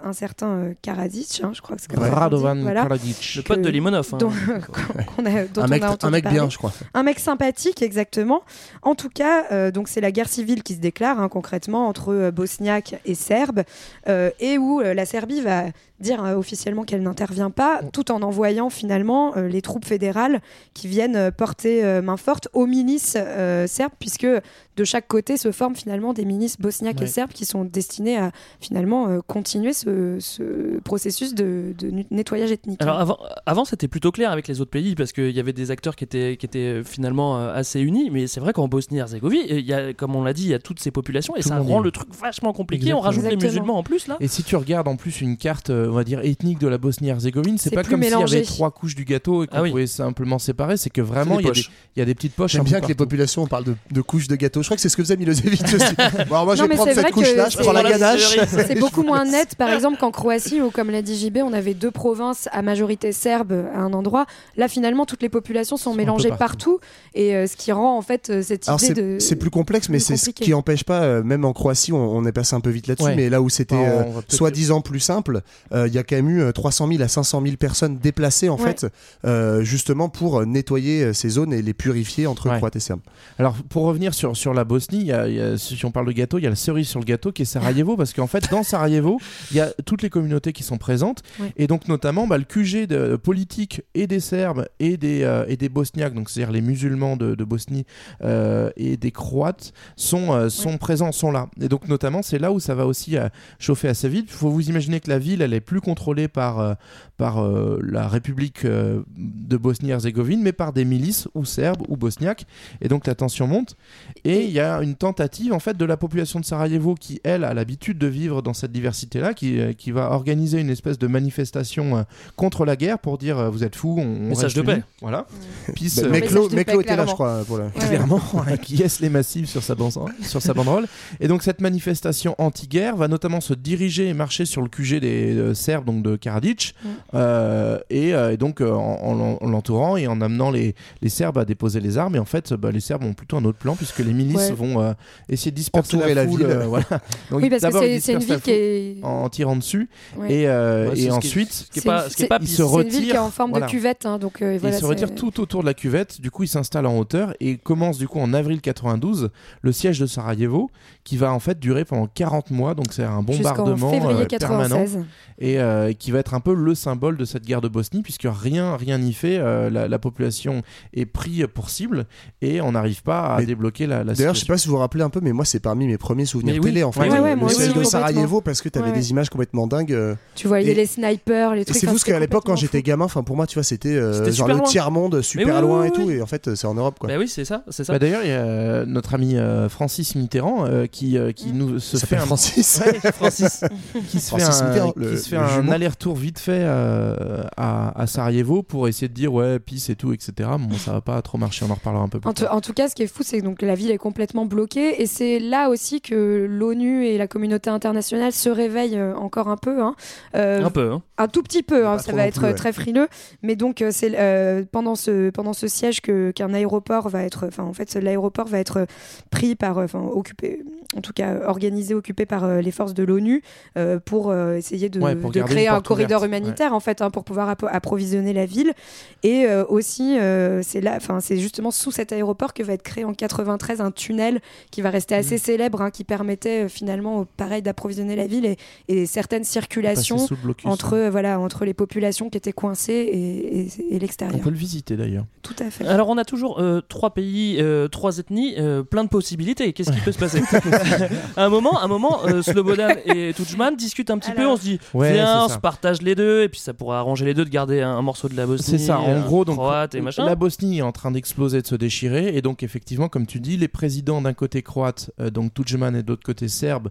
[SPEAKER 9] un certain euh, Karadzic, hein, je crois que c'est
[SPEAKER 10] ouais. Radovan
[SPEAKER 9] voilà.
[SPEAKER 10] Karadzic.
[SPEAKER 7] Le pote de Limonov. Hein.
[SPEAKER 9] Dont, qu'on a, dont
[SPEAKER 8] un,
[SPEAKER 9] on
[SPEAKER 8] mec,
[SPEAKER 9] a entendu
[SPEAKER 8] un mec
[SPEAKER 9] parler.
[SPEAKER 8] bien, je crois.
[SPEAKER 9] Un mec sympathique, exactement. En tout cas, euh, donc c'est la guerre civile qui se déclare hein, concrètement entre euh, Bosniaques et Serbes, euh, et où euh, la Serbie va dire euh, officiellement qu'elle n'intervient pas, tout en envoyant finalement euh, les troupes fédérales qui viennent euh, porter euh, main forte aux milices euh, serbes, puisque de chaque côté se forment finalement des milices bosniaques ouais. et serbes qui sont destinées à finalement euh, continuer ce, ce processus de, de nettoyage ethnique.
[SPEAKER 7] Alors avant, avant c'était plutôt clair avec les autres pays parce qu'il y avait des acteurs qui étaient, qui étaient finalement euh, assez unis, mais c'est vrai qu'en Bosnie-Herzégovine, il y a, comme on l'a dit, il y a toutes ces populations et tout ça rend est... le truc vachement compliqué. Exactement. On rajoute Exactement. les musulmans en plus là.
[SPEAKER 10] Et si tu regardes en plus une carte, on va dire ethnique de la Bosnie-Herzégovine, c'est, c'est pas comme mélangé. S'il y avait trois couches du gâteau et qu'on ah oui. pouvait simplement séparer, c'est que vraiment il y, y a des petites poches.
[SPEAKER 8] J'aime bien que les populations on parle de, de couches de gâteau. Je crois que c'est ce que faisait Milosevic aussi. Bon, alors moi non, je vais prendre cette couche-là, je prends la ganache.
[SPEAKER 9] C'est beaucoup moins net, par exemple qu'en Croatie où, comme l'a dit J B, on avait deux provinces à majorité serbe à un endroit. Là, finalement, toutes les populations sont mélangées partout. partout, et euh, ce qui rend en fait cette
[SPEAKER 8] alors
[SPEAKER 9] idée
[SPEAKER 8] c'est,
[SPEAKER 9] de.
[SPEAKER 8] C'est plus complexe, mais c'est compliqué. Ce qui n'empêche pas, euh, même en Croatie, on, on est passé un peu vite là-dessus, ouais. mais là où c'était euh, soi-disant plus simple, il euh, y a quand même eu euh, trois cent mille à cinq cent mille personnes déplacées en ouais. fait, euh, justement pour nettoyer ces zones et les purifier entre ouais. Croates et Serbes. Alors,
[SPEAKER 10] pour revenir sur, sur la Bosnie, y a, y a, si on parle de gâteau, il y a la cerise sur le gâteau qui est Sarajevo, parce qu'en fait, dans Sarajevo, il y a toutes les communautés qui sont présentes, ouais. et donc notamment bah, le Q G de, de politique et des Serbes et des, euh, et des Bosniaques, donc c'est-à-dire les musulmans de, de Bosnie euh, et des Croates, sont, euh, sont ouais. présents, sont là. Et donc notamment, c'est là où ça va aussi euh, chauffer assez vite. Il faut vous imaginer que la ville, elle est plus contrôlée par, euh, par euh, la République euh, de Bosnie-Herzégovine, mais par des milices, ou serbes, ou bosniaques, et donc la tension monte. Et il y a une tentative, en fait, de la population de Sarajevo qui, elle, a l'habitude de vivre dans cette diversité-là, qui, euh, qui va organiser une espèce de manifestation euh, contre la guerre pour dire euh, vous êtes fous, on
[SPEAKER 7] message de paix.
[SPEAKER 10] Unis. Voilà.
[SPEAKER 8] Mmh. Peace, bah, euh, Meklo, Meklo était là, je crois. Pour la...
[SPEAKER 10] ouais. Clairement, qui yes les massifs sur sa, banderole, sur sa banderole. Et donc cette manifestation anti-guerre va notamment se diriger et marcher sur le Q G des euh, Serbes, donc de Karadzic, mmh. euh, et, euh, et donc euh, en, en, en l'entourant et en amenant les, les Serbes à déposer les armes. Et en fait, bah, les Serbes ont plutôt un autre plan puisque les milices ouais. vont euh, essayer de disperser la,
[SPEAKER 8] la
[SPEAKER 10] foule.
[SPEAKER 8] ville.
[SPEAKER 10] Euh, voilà.
[SPEAKER 9] Donc, oui, parce que c'est, c'est une ville qui est
[SPEAKER 10] en tirant dessus ouais. et, euh,
[SPEAKER 7] ouais,
[SPEAKER 10] et ensuite,
[SPEAKER 7] ce qui est pas, ce qui est pas,
[SPEAKER 10] il se retire.
[SPEAKER 9] C'est une ville qui est en forme voilà. de cuvette, hein, donc euh, voilà,
[SPEAKER 10] il se retire
[SPEAKER 9] c'est...
[SPEAKER 10] tout autour de la cuvette. Du coup, il s'installe en hauteur et commence du coup en avril quatre-vingt-douze le siège de Sarajevo, qui va en fait durer pendant quarante mois. Donc c'est un bombardement euh, permanent et euh, qui va être un peu le symbole de cette guerre de Bosnie, puisque rien rien n'y fait. Euh, la, la population est prise pour cible et on n'arrive pas à mais débloquer la, la
[SPEAKER 8] d'ailleurs,
[SPEAKER 10] situation.
[SPEAKER 8] je sais pas si vous vous rappelez un peu, mais moi c'est parmi mes premiers souvenirs
[SPEAKER 10] oui.
[SPEAKER 8] télé en fait.
[SPEAKER 9] Ouais, ouais,
[SPEAKER 8] le siège
[SPEAKER 9] oui,
[SPEAKER 8] de Sarajevo, parce que t'avais ouais, des images complètement dingues.
[SPEAKER 9] Tu voyais
[SPEAKER 8] et...
[SPEAKER 9] les snipers, les trucs.
[SPEAKER 8] Et c'est fou parce qu'à l'époque, quand j'étais gamin, enfin pour moi, tu vois, c'était, euh,
[SPEAKER 7] c'était
[SPEAKER 8] genre
[SPEAKER 7] le
[SPEAKER 8] tiers-monde, super
[SPEAKER 7] oui,
[SPEAKER 8] loin
[SPEAKER 7] oui,
[SPEAKER 8] et
[SPEAKER 7] oui.
[SPEAKER 8] tout, et en fait, c'est en Europe quoi.
[SPEAKER 7] Bah oui, c'est ça, c'est ça.
[SPEAKER 10] Bah d'ailleurs, il y a notre ami euh, Francis Mitterrand euh, qui euh, qui mmh. nous se
[SPEAKER 8] ça
[SPEAKER 10] fait un
[SPEAKER 8] Francis,
[SPEAKER 10] ouais, Francis, qui se
[SPEAKER 8] Francis
[SPEAKER 10] fait un,
[SPEAKER 8] le,
[SPEAKER 10] qui se fait un aller-retour vite fait euh, à, à Sarajevo pour essayer de dire ouais, peace et tout, et cetera. Bon, ça va pas trop marcher, on en reparlera un peu plus
[SPEAKER 9] en,
[SPEAKER 10] tard.
[SPEAKER 9] T- en tout cas, ce qui est fou, c'est que donc la ville est complètement bloquée, et c'est là aussi que l'ONU et la communauté internationale se réveillent euh, encore un peu. Hein. Euh,
[SPEAKER 7] un peu. Hein.
[SPEAKER 9] Un tout petit peu. Hein, ça va être
[SPEAKER 8] plus, ouais.
[SPEAKER 9] très frileux, mais donc euh, c'est euh, pendant ce pendant ce siège que qu'un aéroport va être, enfin en fait l'aéroport va être pris par, enfin occupé, en tout cas organisé, occupé par euh, les forces de l'ONU euh, pour euh, essayer de,
[SPEAKER 10] ouais, pour
[SPEAKER 9] de créer un corridor
[SPEAKER 10] ouverte.
[SPEAKER 9] humanitaire
[SPEAKER 10] ouais.
[SPEAKER 9] en fait hein, pour pouvoir app- approvisionner la ville. Et euh, aussi euh, c'est là, enfin c'est justement sous cet aéroport que va être créé en quatre-vingt-treize un tunnel qui va rester assez mmh. célèbre, hein, qui permettait euh, finalement pareil d'approvisionner la ville et, et certaines circulations
[SPEAKER 10] blocus,
[SPEAKER 9] entre
[SPEAKER 10] ouais.
[SPEAKER 9] euh, voilà entre les populations qui étaient coincées et, et, et l'extérieur.
[SPEAKER 10] On peut le visiter d'ailleurs.
[SPEAKER 9] Tout à fait.
[SPEAKER 7] Alors on a toujours euh, trois pays, euh, trois ethnies, euh, plein de possibilités. Qu'est-ce qui peut se passer? À un moment, à un moment, euh, Slobodan et Tudjman discutent un petit Alors... peu. On se dit,
[SPEAKER 10] ouais,
[SPEAKER 7] viens, on se partage les deux, et puis ça pourrait arranger les deux de garder un, un morceau de la Bosnie.
[SPEAKER 10] C'est ça. En gros, donc
[SPEAKER 7] croate et machin.
[SPEAKER 10] La Bosnie est en train d'exploser, de se déchirer, et donc effectivement, comme tu dis, les présidents d'un côté croate, euh, donc Tudjman, et de l'autre côté serbe,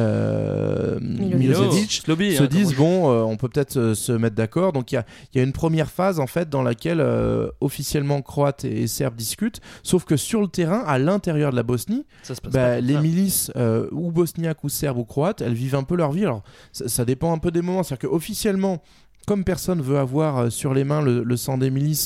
[SPEAKER 10] euh, Milosevic,
[SPEAKER 7] Slobi,
[SPEAKER 10] se
[SPEAKER 7] hein,
[SPEAKER 10] disent bon, euh, on peut peut-être euh, se mettre d'accord. Donc il y a, y a une première phase en fait dans laquelle euh, officiellement croates et, et serbes discutent, sauf que sur le terrain, à l'intérieur de la Bosnie,
[SPEAKER 7] ça se passe
[SPEAKER 10] bah,
[SPEAKER 7] pas
[SPEAKER 10] les
[SPEAKER 7] ça.
[SPEAKER 10] milices euh, ou bosniaques ou serbes ou croates, elles vivent un peu leur vie. Alors ça, ça dépend un peu des moments, c'est-à-dire qu'officiellement, comme personne veut avoir euh, sur les mains le, le sang des milices,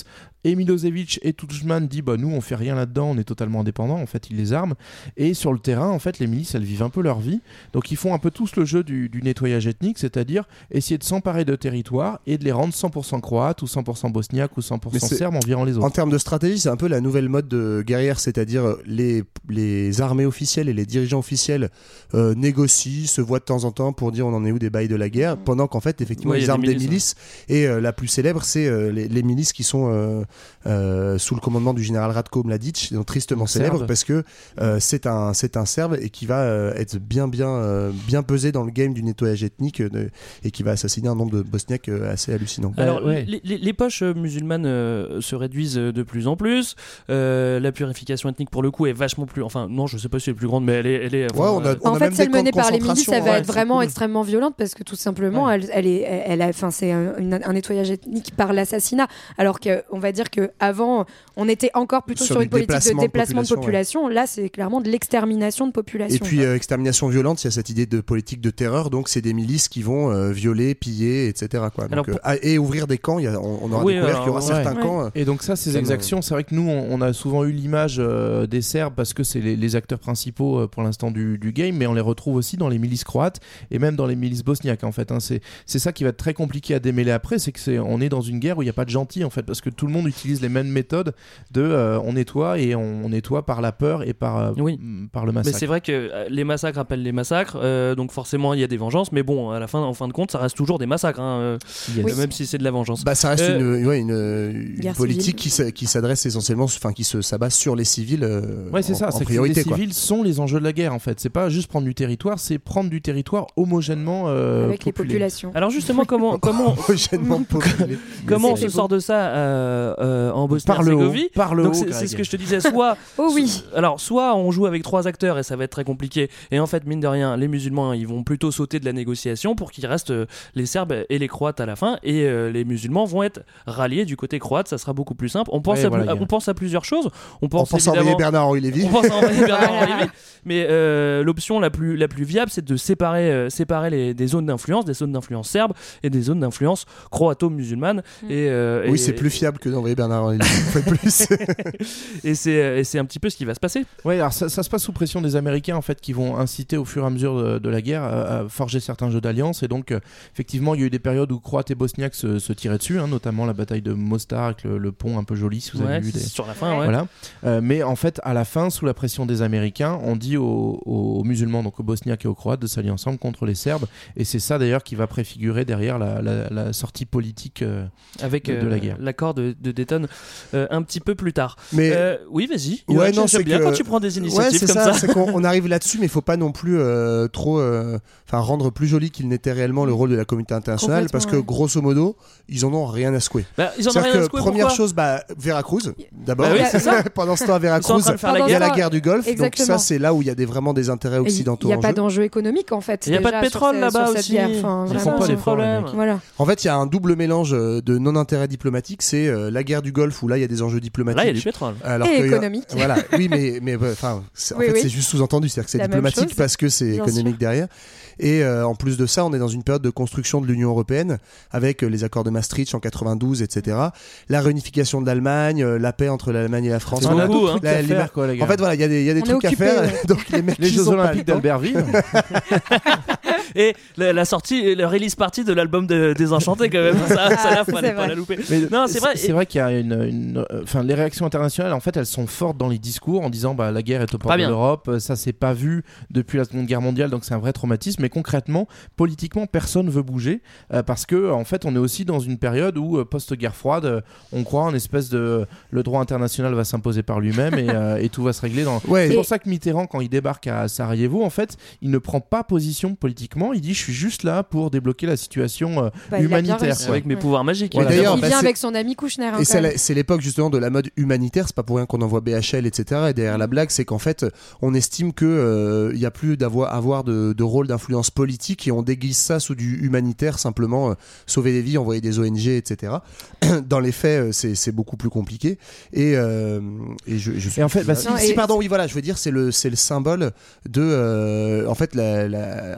[SPEAKER 10] Et Milosevic et Tudjman dit bah nous on fait rien là-dedans, on est totalement indépendants. En fait, ils les arment. Et sur le terrain, en fait, les milices elles vivent un peu leur vie. Donc ils font un peu tous le jeu du, du nettoyage ethnique, c'est-à-dire essayer de s'emparer de territoires et de les rendre cent pour cent croates ou cent pour cent bosniaques ou cent pour cent serbes en virant les autres.
[SPEAKER 8] En termes de stratégie, c'est un peu la nouvelle mode de guerrière, c'est-à-dire les les armées officielles et les dirigeants officiels euh, négocient, se voient de temps en temps pour dire on en est où des bails de la guerre, pendant qu'en fait effectivement
[SPEAKER 7] Ouais,
[SPEAKER 8] ils arment
[SPEAKER 7] des
[SPEAKER 8] des
[SPEAKER 7] milices,
[SPEAKER 8] milices, et euh, la plus célèbre c'est euh, les, les milices qui sont euh, euh, sous le commandement du général Ratko Mladic, donc tristement célèbre
[SPEAKER 10] Serbe.
[SPEAKER 8] parce que euh, c'est un c'est un Serbe et qui va euh, être bien bien euh, bien pesé dans le game du nettoyage ethnique euh, de, et qui va assassiner un nombre de Bosniaques euh, assez hallucinant.
[SPEAKER 7] Alors,
[SPEAKER 10] ouais.
[SPEAKER 7] les, les, les poches musulmanes euh, se réduisent de plus en plus. Euh, la purification ethnique, pour le coup, est vachement plus. Enfin, non, je sais pas si elle est plus grande, mais elle est. Elle est enfin,
[SPEAKER 8] Ouais, on a-
[SPEAKER 7] euh,
[SPEAKER 8] on
[SPEAKER 9] En
[SPEAKER 8] a
[SPEAKER 9] fait,
[SPEAKER 8] même
[SPEAKER 9] celle
[SPEAKER 8] des camps de
[SPEAKER 9] menée par les milices, elle va
[SPEAKER 8] concentration,
[SPEAKER 9] être
[SPEAKER 8] ouais,
[SPEAKER 9] vraiment
[SPEAKER 8] c'est cool.
[SPEAKER 9] extrêmement violente parce que tout simplement, elle, elle est, elle a, enfin, c'est un, une- un nettoyage ethnique par l'assassinat. Alors qu'on va dire qu'avant, on était encore plutôt
[SPEAKER 8] Sur
[SPEAKER 9] sur,
[SPEAKER 8] du
[SPEAKER 9] une politique de
[SPEAKER 8] déplacement de
[SPEAKER 9] déplacement de
[SPEAKER 8] population,
[SPEAKER 9] population. Là, c'est clairement de l'extermination de population.
[SPEAKER 8] Et puis euh, extermination violente, il y a cette idée de politique de terreur, donc c'est des milices qui vont euh, violer, piller, et cetera. Quoi. Donc,
[SPEAKER 7] Alors, pour-
[SPEAKER 8] euh, ah, et ouvrir des camps, il y a, on, on aura
[SPEAKER 7] Oui,
[SPEAKER 8] découvert
[SPEAKER 7] alors,
[SPEAKER 8] qu'il y aura
[SPEAKER 7] ouais.
[SPEAKER 8] certains
[SPEAKER 9] Ouais.
[SPEAKER 8] camps. euh,
[SPEAKER 10] Et donc ça, ces
[SPEAKER 8] Ça me-
[SPEAKER 10] exactions, c'est vrai que nous, on, on a souvent eu l'image euh, des Serbes parce que c'est les, les acteurs principaux euh, pour l'instant du, du game, mais on les retrouve aussi dans les milices croates et même dans les milices bosniaques en fait. Hein. C'est, c'est ça qui va être très compliqué à démêler après, c'est que c'est, on est dans une guerre où il n'y a pas de gentils en fait, parce que tout le monde utilise les mêmes méthodes de euh, on nettoie et on, on nettoie par la peur et par, euh,
[SPEAKER 7] Oui.
[SPEAKER 10] m- par le
[SPEAKER 7] Mais
[SPEAKER 10] massacre.
[SPEAKER 7] c'est vrai que euh, les massacres appellent les massacres, euh, donc forcément il y a des vengeances, mais bon, à la fin, en fin de compte, ça reste toujours des massacres, hein, euh,
[SPEAKER 10] Yes.
[SPEAKER 7] euh, même si c'est de la vengeance.
[SPEAKER 8] Bah, ça reste
[SPEAKER 7] Euh,
[SPEAKER 8] une, ouais, une, une
[SPEAKER 9] Guerre
[SPEAKER 8] politique
[SPEAKER 9] civile.
[SPEAKER 8] qui, s'a- qui s'adresse essentiellement, enfin qui se s'abat sur les civils euh,
[SPEAKER 10] Ouais, c'est
[SPEAKER 8] en,
[SPEAKER 10] ça,
[SPEAKER 8] en
[SPEAKER 10] c'est
[SPEAKER 8] priorité.
[SPEAKER 10] que les
[SPEAKER 8] Quoi.
[SPEAKER 10] civils sont les enjeux de la guerre en fait. C'est pas juste prendre du territoire, c'est prendre du territoire homogènement euh,
[SPEAKER 9] avec les
[SPEAKER 10] populé.
[SPEAKER 9] populations.
[SPEAKER 7] Alors justement, comment comment
[SPEAKER 8] Homogènement populé.
[SPEAKER 7] comment on
[SPEAKER 9] C'est
[SPEAKER 7] se
[SPEAKER 9] beau.
[SPEAKER 7] sort de ça euh, euh, en
[SPEAKER 10] Par le haut,
[SPEAKER 7] Bosnie-Herzégovine?
[SPEAKER 10] par le
[SPEAKER 7] Donc
[SPEAKER 10] haut,
[SPEAKER 7] c'est,
[SPEAKER 10] Greg.
[SPEAKER 7] c'est ce que je te disais, soit
[SPEAKER 9] Oh oui.
[SPEAKER 7] alors soit on joue avec trois acteurs et ça va être très compliqué, et en fait mine de rien les musulmans ils vont plutôt sauter de la négociation pour qu'il reste euh, les Serbes et les Croates à la fin, et euh, les musulmans vont être ralliés du côté croate, ça sera beaucoup plus simple. On pense,
[SPEAKER 10] Ouais,
[SPEAKER 7] à,
[SPEAKER 10] voilà,
[SPEAKER 7] plus-
[SPEAKER 10] il y a-
[SPEAKER 7] on pense à plusieurs choses, on
[SPEAKER 8] On
[SPEAKER 7] pense,
[SPEAKER 8] pense à envoyer
[SPEAKER 7] évidemment
[SPEAKER 8] Bernard-Henri Lévy.
[SPEAKER 7] on pense à envoyer Bernard-Henri
[SPEAKER 9] Voilà.
[SPEAKER 7] Lévy, mais euh, l'option la plus, la plus viable c'est de séparer, euh, séparer les, des zones d'influence, des zones d'influence serbes et des zones d'influence croato-musulmane. Et, euh,
[SPEAKER 8] Oui,
[SPEAKER 7] et-
[SPEAKER 8] c'est plus fiable que d'envoyer Bernard-Henri Lévy. Une fois de plus.
[SPEAKER 7] et, c'est, et c'est un petit peu ce qui va se passer.
[SPEAKER 10] Ouais, alors ça, ça se passe sous pression des Américains en fait, qui vont inciter au fur et à mesure de, de la guerre à, à forger certains jeux d'alliance. Et donc, euh, effectivement, il y a eu des périodes où Croates et Bosniaques se, se tiraient dessus, hein, notamment la bataille de Mostar avec le, le pont un peu joli, si vous
[SPEAKER 7] Ouais,
[SPEAKER 10] avez vu. Des...
[SPEAKER 7] sur la fin, ouais.
[SPEAKER 10] Voilà. Euh, mais en fait, à la fin, sous la pression des Américains, on dit aux, aux musulmans, donc aux Bosniaques et aux Croates, de s'allier ensemble contre les Serbes. Et c'est ça d'ailleurs qui va préfigurer derrière la, la, la sortie politique euh,
[SPEAKER 7] Avec
[SPEAKER 10] de, de la guerre.
[SPEAKER 7] euh, l'accord de, de Dayton euh, un petit peu plus tard.
[SPEAKER 8] Mais
[SPEAKER 7] Euh, oui, vas-y.
[SPEAKER 8] Ouais,
[SPEAKER 7] Yoann,
[SPEAKER 8] non,
[SPEAKER 7] j'aime
[SPEAKER 8] c'est
[SPEAKER 7] bien
[SPEAKER 8] que-
[SPEAKER 7] quand tu prends des initiatives
[SPEAKER 8] ouais, c'est
[SPEAKER 7] comme
[SPEAKER 8] ça,
[SPEAKER 7] ça.
[SPEAKER 8] c'est qu'on on arrive là-dessus, mais il faut pas non plus euh, trop, euh, enfin rendre plus joli qu'il n'était réellement le rôle de la communauté internationale, parce que
[SPEAKER 9] ouais.
[SPEAKER 8] grosso modo, ils en ont rien à secouer.
[SPEAKER 7] Bah, ils en ont
[SPEAKER 8] C'est-à-dire
[SPEAKER 7] rien à
[SPEAKER 8] que
[SPEAKER 7] secouer,
[SPEAKER 8] première
[SPEAKER 7] pourquoi
[SPEAKER 8] chose, bah, Veracruz, d'abord.
[SPEAKER 7] Bah oui, c'est ça.
[SPEAKER 8] Pendant ce temps, à
[SPEAKER 7] Ils sont en
[SPEAKER 8] Veracruz,
[SPEAKER 7] train de faire la
[SPEAKER 8] il y a
[SPEAKER 7] guerre.
[SPEAKER 8] la guerre du Golfe,
[SPEAKER 9] Exactement.
[SPEAKER 8] donc ça, c'est là où il y a des, vraiment des intérêts
[SPEAKER 9] Et Il
[SPEAKER 8] occidentaux
[SPEAKER 9] n'y a
[SPEAKER 8] en
[SPEAKER 9] pas
[SPEAKER 8] jeu.
[SPEAKER 9] d'enjeu économique en fait.
[SPEAKER 7] Il n'y a pas de
[SPEAKER 9] déjà, sur
[SPEAKER 7] pétrole
[SPEAKER 9] ce-
[SPEAKER 7] là-bas
[SPEAKER 9] sur cette
[SPEAKER 7] aussi.
[SPEAKER 9] guerre. Enfin,
[SPEAKER 10] Ils
[SPEAKER 9] vraiment,
[SPEAKER 10] font pas
[SPEAKER 7] c'est
[SPEAKER 10] l'effort,
[SPEAKER 7] le problème.
[SPEAKER 10] les mecs.
[SPEAKER 9] Voilà.
[SPEAKER 8] En fait, il y a un double mélange euh, de non-intérêt diplomatique, c'est euh, la guerre du Golfe où là, il y a des enjeux diplomatiques.
[SPEAKER 7] Là, il y a du pétrole.
[SPEAKER 8] Alors
[SPEAKER 9] Et
[SPEAKER 8] que, euh,
[SPEAKER 9] économique.
[SPEAKER 8] Voilà, oui, mais, mais euh, enfin, c'est- en
[SPEAKER 9] Oui,
[SPEAKER 8] fait,
[SPEAKER 9] oui.
[SPEAKER 8] c'est juste sous-entendu, c'est-à-dire que c'est
[SPEAKER 9] La même
[SPEAKER 8] diplomatique
[SPEAKER 9] chose.
[SPEAKER 8] parce que c'est
[SPEAKER 9] Bien
[SPEAKER 8] économique
[SPEAKER 9] sûr.
[SPEAKER 8] derrière. Et euh, en plus de ça, on est dans une période de construction de l'Union européenne avec euh, les accords de Maastricht en quatre-vingt-douze, et cetera. La réunification de l'Allemagne, euh, la paix entre l'Allemagne et la France.
[SPEAKER 10] C'est
[SPEAKER 7] On a
[SPEAKER 10] beaucoup,
[SPEAKER 7] beaucoup,
[SPEAKER 10] hein,
[SPEAKER 7] hein.
[SPEAKER 10] trucs à
[SPEAKER 8] La-
[SPEAKER 10] faire, quoi, les gars.
[SPEAKER 8] En fait, voilà, il y a des, il y a des
[SPEAKER 9] On est
[SPEAKER 8] trucs à
[SPEAKER 9] occupés,
[SPEAKER 8] faire.
[SPEAKER 9] ouais.
[SPEAKER 8] Donc les mecs,
[SPEAKER 10] Les
[SPEAKER 8] ils
[SPEAKER 10] Jeux
[SPEAKER 8] ont pas
[SPEAKER 10] Olympiques
[SPEAKER 8] le temps.
[SPEAKER 10] d'Albertville.
[SPEAKER 7] Et la, la sortie, le release party de l'album de Désenchanté quand même. Ça, ça là,
[SPEAKER 9] c'est
[SPEAKER 7] fallait pas
[SPEAKER 9] vrai.
[SPEAKER 7] la louper.
[SPEAKER 10] Mais
[SPEAKER 7] Non, c'est vrai.
[SPEAKER 10] C'est vrai qu'il y a une, une- euh, enfin, les réactions internationales, en fait, elles sont fortes dans les discours en disant, bah, la guerre est au port
[SPEAKER 7] Pas
[SPEAKER 10] de
[SPEAKER 7] bien.
[SPEAKER 10] l'Europe, euh, ça s'est pas vu depuis la Seconde Guerre mondiale, donc c'est un vrai traumatisme. Mais concrètement, politiquement, personne veut bouger euh, parce que, en fait, on est aussi dans une période où, euh, post-guerre froide, euh, on croit en espèce de, le droit international va s'imposer par lui-même et, euh, et tout va se régler. Dans...
[SPEAKER 8] Ouais.
[SPEAKER 10] C'est
[SPEAKER 9] Et-
[SPEAKER 10] pour ça que Mitterrand, quand il débarque à Sarajevo, en fait, il ne prend pas position politiquement. Il dit, je suis juste là pour débloquer la situation euh,
[SPEAKER 9] Bah, il a bien
[SPEAKER 10] humanitaire.
[SPEAKER 9] réussi.
[SPEAKER 10] quoi.
[SPEAKER 7] Avec mes
[SPEAKER 9] Ouais.
[SPEAKER 7] pouvoirs magiques.
[SPEAKER 8] Mais
[SPEAKER 7] évidemment.
[SPEAKER 8] d'ailleurs,
[SPEAKER 9] Il
[SPEAKER 8] bah,
[SPEAKER 9] vient
[SPEAKER 8] c'est-
[SPEAKER 9] avec son ami Kouchner. hein,
[SPEAKER 8] Et
[SPEAKER 9] quand
[SPEAKER 8] c'est,
[SPEAKER 9] même.
[SPEAKER 8] la- c'est l'époque justement de la mode humanitaire, c'est pas pour rien qu'on envoie B H L, et cetera. Et derrière la blague, c'est qu'en fait, on estime que euh, il y a plus d'avoir avoir de, de rôle d'influence politique et on déguise ça sous du humanitaire, simplement euh, sauver des vies, envoyer des O N G, et cetera. Dans les faits, euh, c'est, c'est beaucoup plus compliqué. Et, euh, et je, je suis.
[SPEAKER 10] Et en fait, bah,
[SPEAKER 8] si,
[SPEAKER 9] Non,
[SPEAKER 8] si,
[SPEAKER 9] et-
[SPEAKER 8] pardon, oui, voilà, je veux dire, c'est le, c'est le symbole de, euh, en fait, la, la- un peu le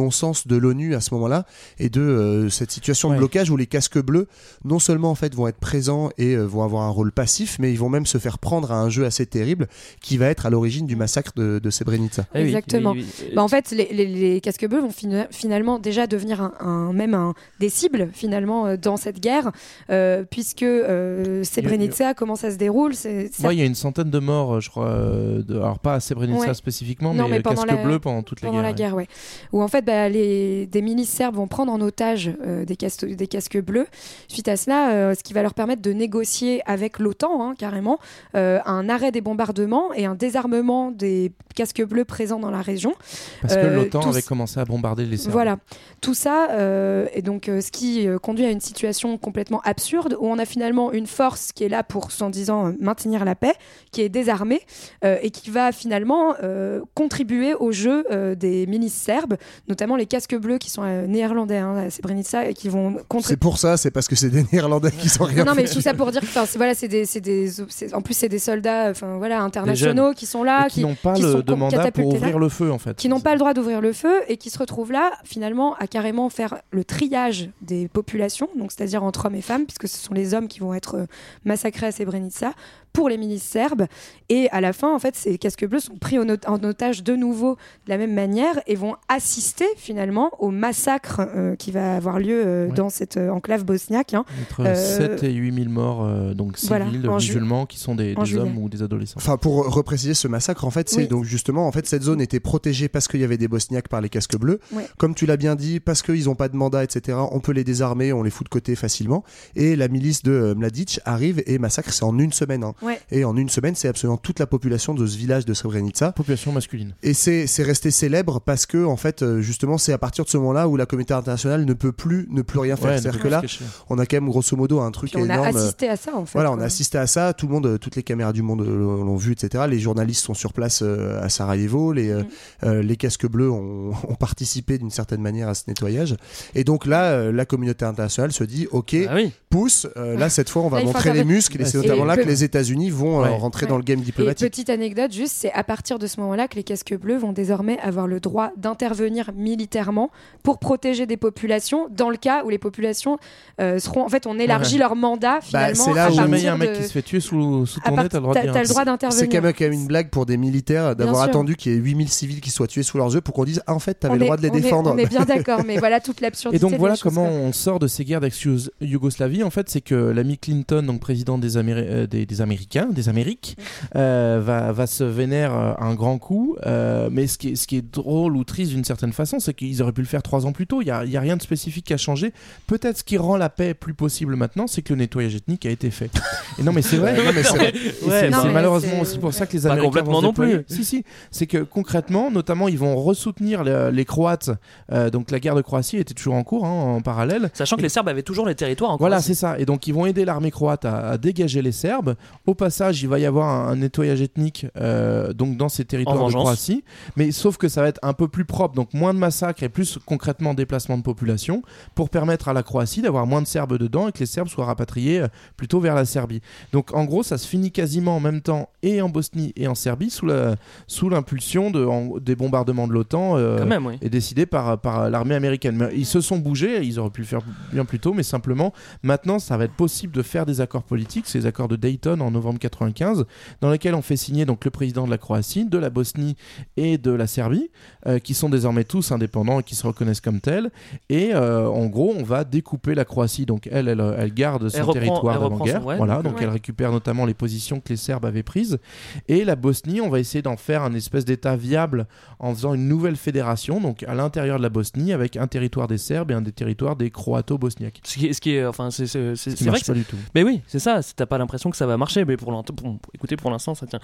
[SPEAKER 8] non-sens de l'ONU à ce moment-là et de euh, cette situation ouais. de blocage où les casques bleus non seulement en fait vont être présents et euh, vont avoir un rôle passif, mais ils vont même se faire prendre à un jeu assez terrible qui va être à l'origine du massacre de, de Srebrenica.
[SPEAKER 9] Exactement.
[SPEAKER 7] Oui, oui, oui.
[SPEAKER 9] Bah, en fait, les, les, les casques bleus vont fin- finalement déjà devenir un, un, même un, des cibles finalement euh, dans cette guerre, euh, puisque euh, Srebrenica, a... comment ça se déroule c'est,
[SPEAKER 10] c'est... Ouais, il y a une centaine de morts, je crois. Euh, de... Alors pas à Srebrenica ouais. spécifiquement,
[SPEAKER 9] non,
[SPEAKER 10] mais,
[SPEAKER 9] mais
[SPEAKER 10] casques
[SPEAKER 9] la...
[SPEAKER 10] bleus pendant toute
[SPEAKER 9] pendant
[SPEAKER 10] la guerre.
[SPEAKER 9] la guerre, ouais. Où en fait, bah, les... des milices serbes vont prendre en otage euh, des, cas... des casques bleus. Suite à cela, euh, ce qui va leur permettre de négocier avec l'OTAN, hein, carrément, euh, un arrêt des bombardements et un désarmement des casques bleus présents dans la région.
[SPEAKER 10] Parce que
[SPEAKER 9] euh,
[SPEAKER 10] l'OTAN
[SPEAKER 9] tous...
[SPEAKER 10] avait commencé à bombarder les Serbes.
[SPEAKER 9] Voilà. Tout ça, euh, et donc euh, ce qui euh, conduit à une situation complètement absurde où on a finalement une force qui est là pour, soi-disant, euh, maintenir la paix, qui est désarmée euh, et qui va finalement euh, contribuer au jeu euh, des milices serbes, notamment les casques bleus qui sont euh, néerlandais, hein, à Srebrenica, et qui vont contre...
[SPEAKER 8] C'est pour ça, c'est parce que c'est des néerlandais qui sont rien.
[SPEAKER 9] Non, non mais tout ça pour dire que c'est, voilà, c'est des, c'est des, c'est, en plus c'est des soldats, enfin voilà, internationaux qui sont là,
[SPEAKER 10] et qui, qui n'ont pas qui le de mandat pour ouvrir
[SPEAKER 9] là,
[SPEAKER 10] le feu en fait.
[SPEAKER 9] Qui n'ont pas le droit d'ouvrir le feu et qui se retrouvent là finalement à carrément faire le triage des populations, donc c'est-à-dire entre hommes et femmes, puisque ce sont les hommes qui vont être massacrés à Srebrenica pour les milices serbes. Et à la fin, en fait, ces casques bleus sont pris en otage de nouveau de la même manière et vont assister finalement au massacre euh, qui va avoir lieu euh, ouais. dans cette euh, enclave bosniaque. Hein.
[SPEAKER 10] Entre euh, sept et huit mille morts, euh, donc civils, voilà, musulmans, ju- qui sont des, des hommes ou des adolescents.
[SPEAKER 8] Enfin, pour repréciser ce massacre, en fait, c'est oui. donc justement, en fait, cette zone était protégée parce qu'il y avait des Bosniaques par les casques bleus. Ouais. Comme tu l'as bien dit, parce qu'ils n'ont pas de mandat, et cetera, on peut les désarmer, on les fout de côté facilement. Et la milice de Mladic arrive et massacre, c'est en une semaine. Hein. Ouais. Et en une semaine, c'est absolument toute la population de ce village de Srebrenica.
[SPEAKER 10] Population masculine.
[SPEAKER 8] Et c'est, c'est resté célèbre parce que, en fait, justement, c'est à partir de ce moment-là où la communauté internationale ne peut plus, ne plus rien faire. Ouais, C'est-à-dire que là, on a quand même grosso modo un truc
[SPEAKER 9] Puis on
[SPEAKER 8] énorme.
[SPEAKER 9] On a assisté à ça, en fait.
[SPEAKER 8] Voilà, on a assisté à ça. Tout le monde, toutes les caméras du monde l'ont vu, et cetera. Les journalistes sont sur place euh, à Sarajevo. Les, mm. euh, les casques bleus ont, ont participé d'une certaine manière à ce nettoyage. Et donc là, euh, la communauté internationale se dit, OK, ah oui. pousse. Euh, là, cette fois, on va là, montrer les muscles. Et c'est notamment et là que les États-Unis vont ouais. euh, rentrer ouais. dans le game diplomatique.
[SPEAKER 9] Et petite anecdote, juste, c'est à partir de ce moment-là que les casques bleus vont désormais avoir le droit d'intervenir militairement pour protéger des populations dans le cas où les populations euh, seront... En fait, on élargit ouais. leur mandat, finalement.
[SPEAKER 10] Bah, c'est là où jamais il y a un mec de... qui se fait tuer sous, sous ton nez, t'as le droit,
[SPEAKER 9] t'as, t'as le droit d'intervenir.
[SPEAKER 8] C'est quand même, quand même une blague pour des militaires d'avoir attendu qu'il y ait huit mille civils qui soient tués sous leurs yeux pour qu'on dise ah, en fait, t'avais on le droit est, de les
[SPEAKER 9] on
[SPEAKER 8] défendre.
[SPEAKER 9] Est, on est bien d'accord, mais voilà toute l'absurdité.
[SPEAKER 10] Et donc voilà comment
[SPEAKER 9] choses,
[SPEAKER 10] on sort de ces guerres d'ex-Yougoslavie. En fait, c'est que l'ami Clinton, donc président des, Améri- euh, des, des Américains, des Amériques, euh, va, va se vénère à un grand coup. Euh, mais ce qui, est, ce qui est drôle ou triste d'une certaine façon, c'est qu'ils auraient pu le faire trois ans plus tôt. Il n'y a, y a rien de spécifique qui a changé. Peut-être ce qui rend la paix plus possible maintenant, c'est que le nettoyage ethnique a été fait. Et non, mais c'est vrai. non, mais c'est, vrai. Ouais, c'est, non, c'est mais malheureusement c'est... aussi pour ça que les Américains
[SPEAKER 7] pas complètement
[SPEAKER 10] vont
[SPEAKER 7] non plus.
[SPEAKER 10] Si, si. C'est que concrètement, notamment, ils vont ressoutenir les, les Croates. Euh, donc la guerre de Croatie était toujours en cours, hein, en parallèle.
[SPEAKER 7] Sachant que
[SPEAKER 10] et...
[SPEAKER 7] les Serbes avaient toujours les territoires en Croatie.
[SPEAKER 10] Voilà, c'est ça. Et donc ils vont aider l'armée croate à, à dégager les Serbes. Au passage, il va y avoir un, un nettoyage ethnique euh, donc dans ces territoires de Croatie. Mais sauf que ça va être un peu plus propre, donc moins de massacres et plus concrètement déplacement de population pour permettre à la Croatie d'avoir moins de Serbes dedans et que les Serbes soient rapatriés euh, plutôt vers la Serbie. Donc en gros, ça se finit quasiment en même temps et en Bosnie et en Serbie sous, la, sous l'impulsion de, en, des bombardements de l'OTAN euh,
[SPEAKER 7] Quand même, oui.
[SPEAKER 10] et décidés par, par l'armée américaine. Mais ils se sont bougés, ils auraient pu le faire bien plus tôt, mais simplement maintenant ça va être possible de faire des accords politiques, ces accords de Dayton en novembre quatre-vingt-quinze, dans lesquels on fait signer donc le président de la Croatie, de la Bosnie et de la Serbie, euh, qui sont désormais tous indépendants et qui se reconnaissent comme tels. Et euh, en gros, on va découper la Croatie. Donc elle, elle, elle garde son elle reprend, territoire d'avant-guerre. Ouais, voilà, donc ouais. elle récupère notamment les positions que les Serbes avaient prises. Et la Bosnie, on va essayer d'en faire un espèce d'État viable en faisant une nouvelle fédération, donc à l'intérieur de la Bosnie, avec un territoire des Serbes et un des territoires des Croato-bosniaques.
[SPEAKER 7] Ce qui est, ce qui est, enfin, c'est, c'est, c'est,
[SPEAKER 10] c'est
[SPEAKER 7] vrai
[SPEAKER 10] que pas du tout.
[SPEAKER 7] Mais oui, c'est ça. T'as pas l'impression que ça va marcher, mais pour, pour écoutez, pour l'instant, ça tient.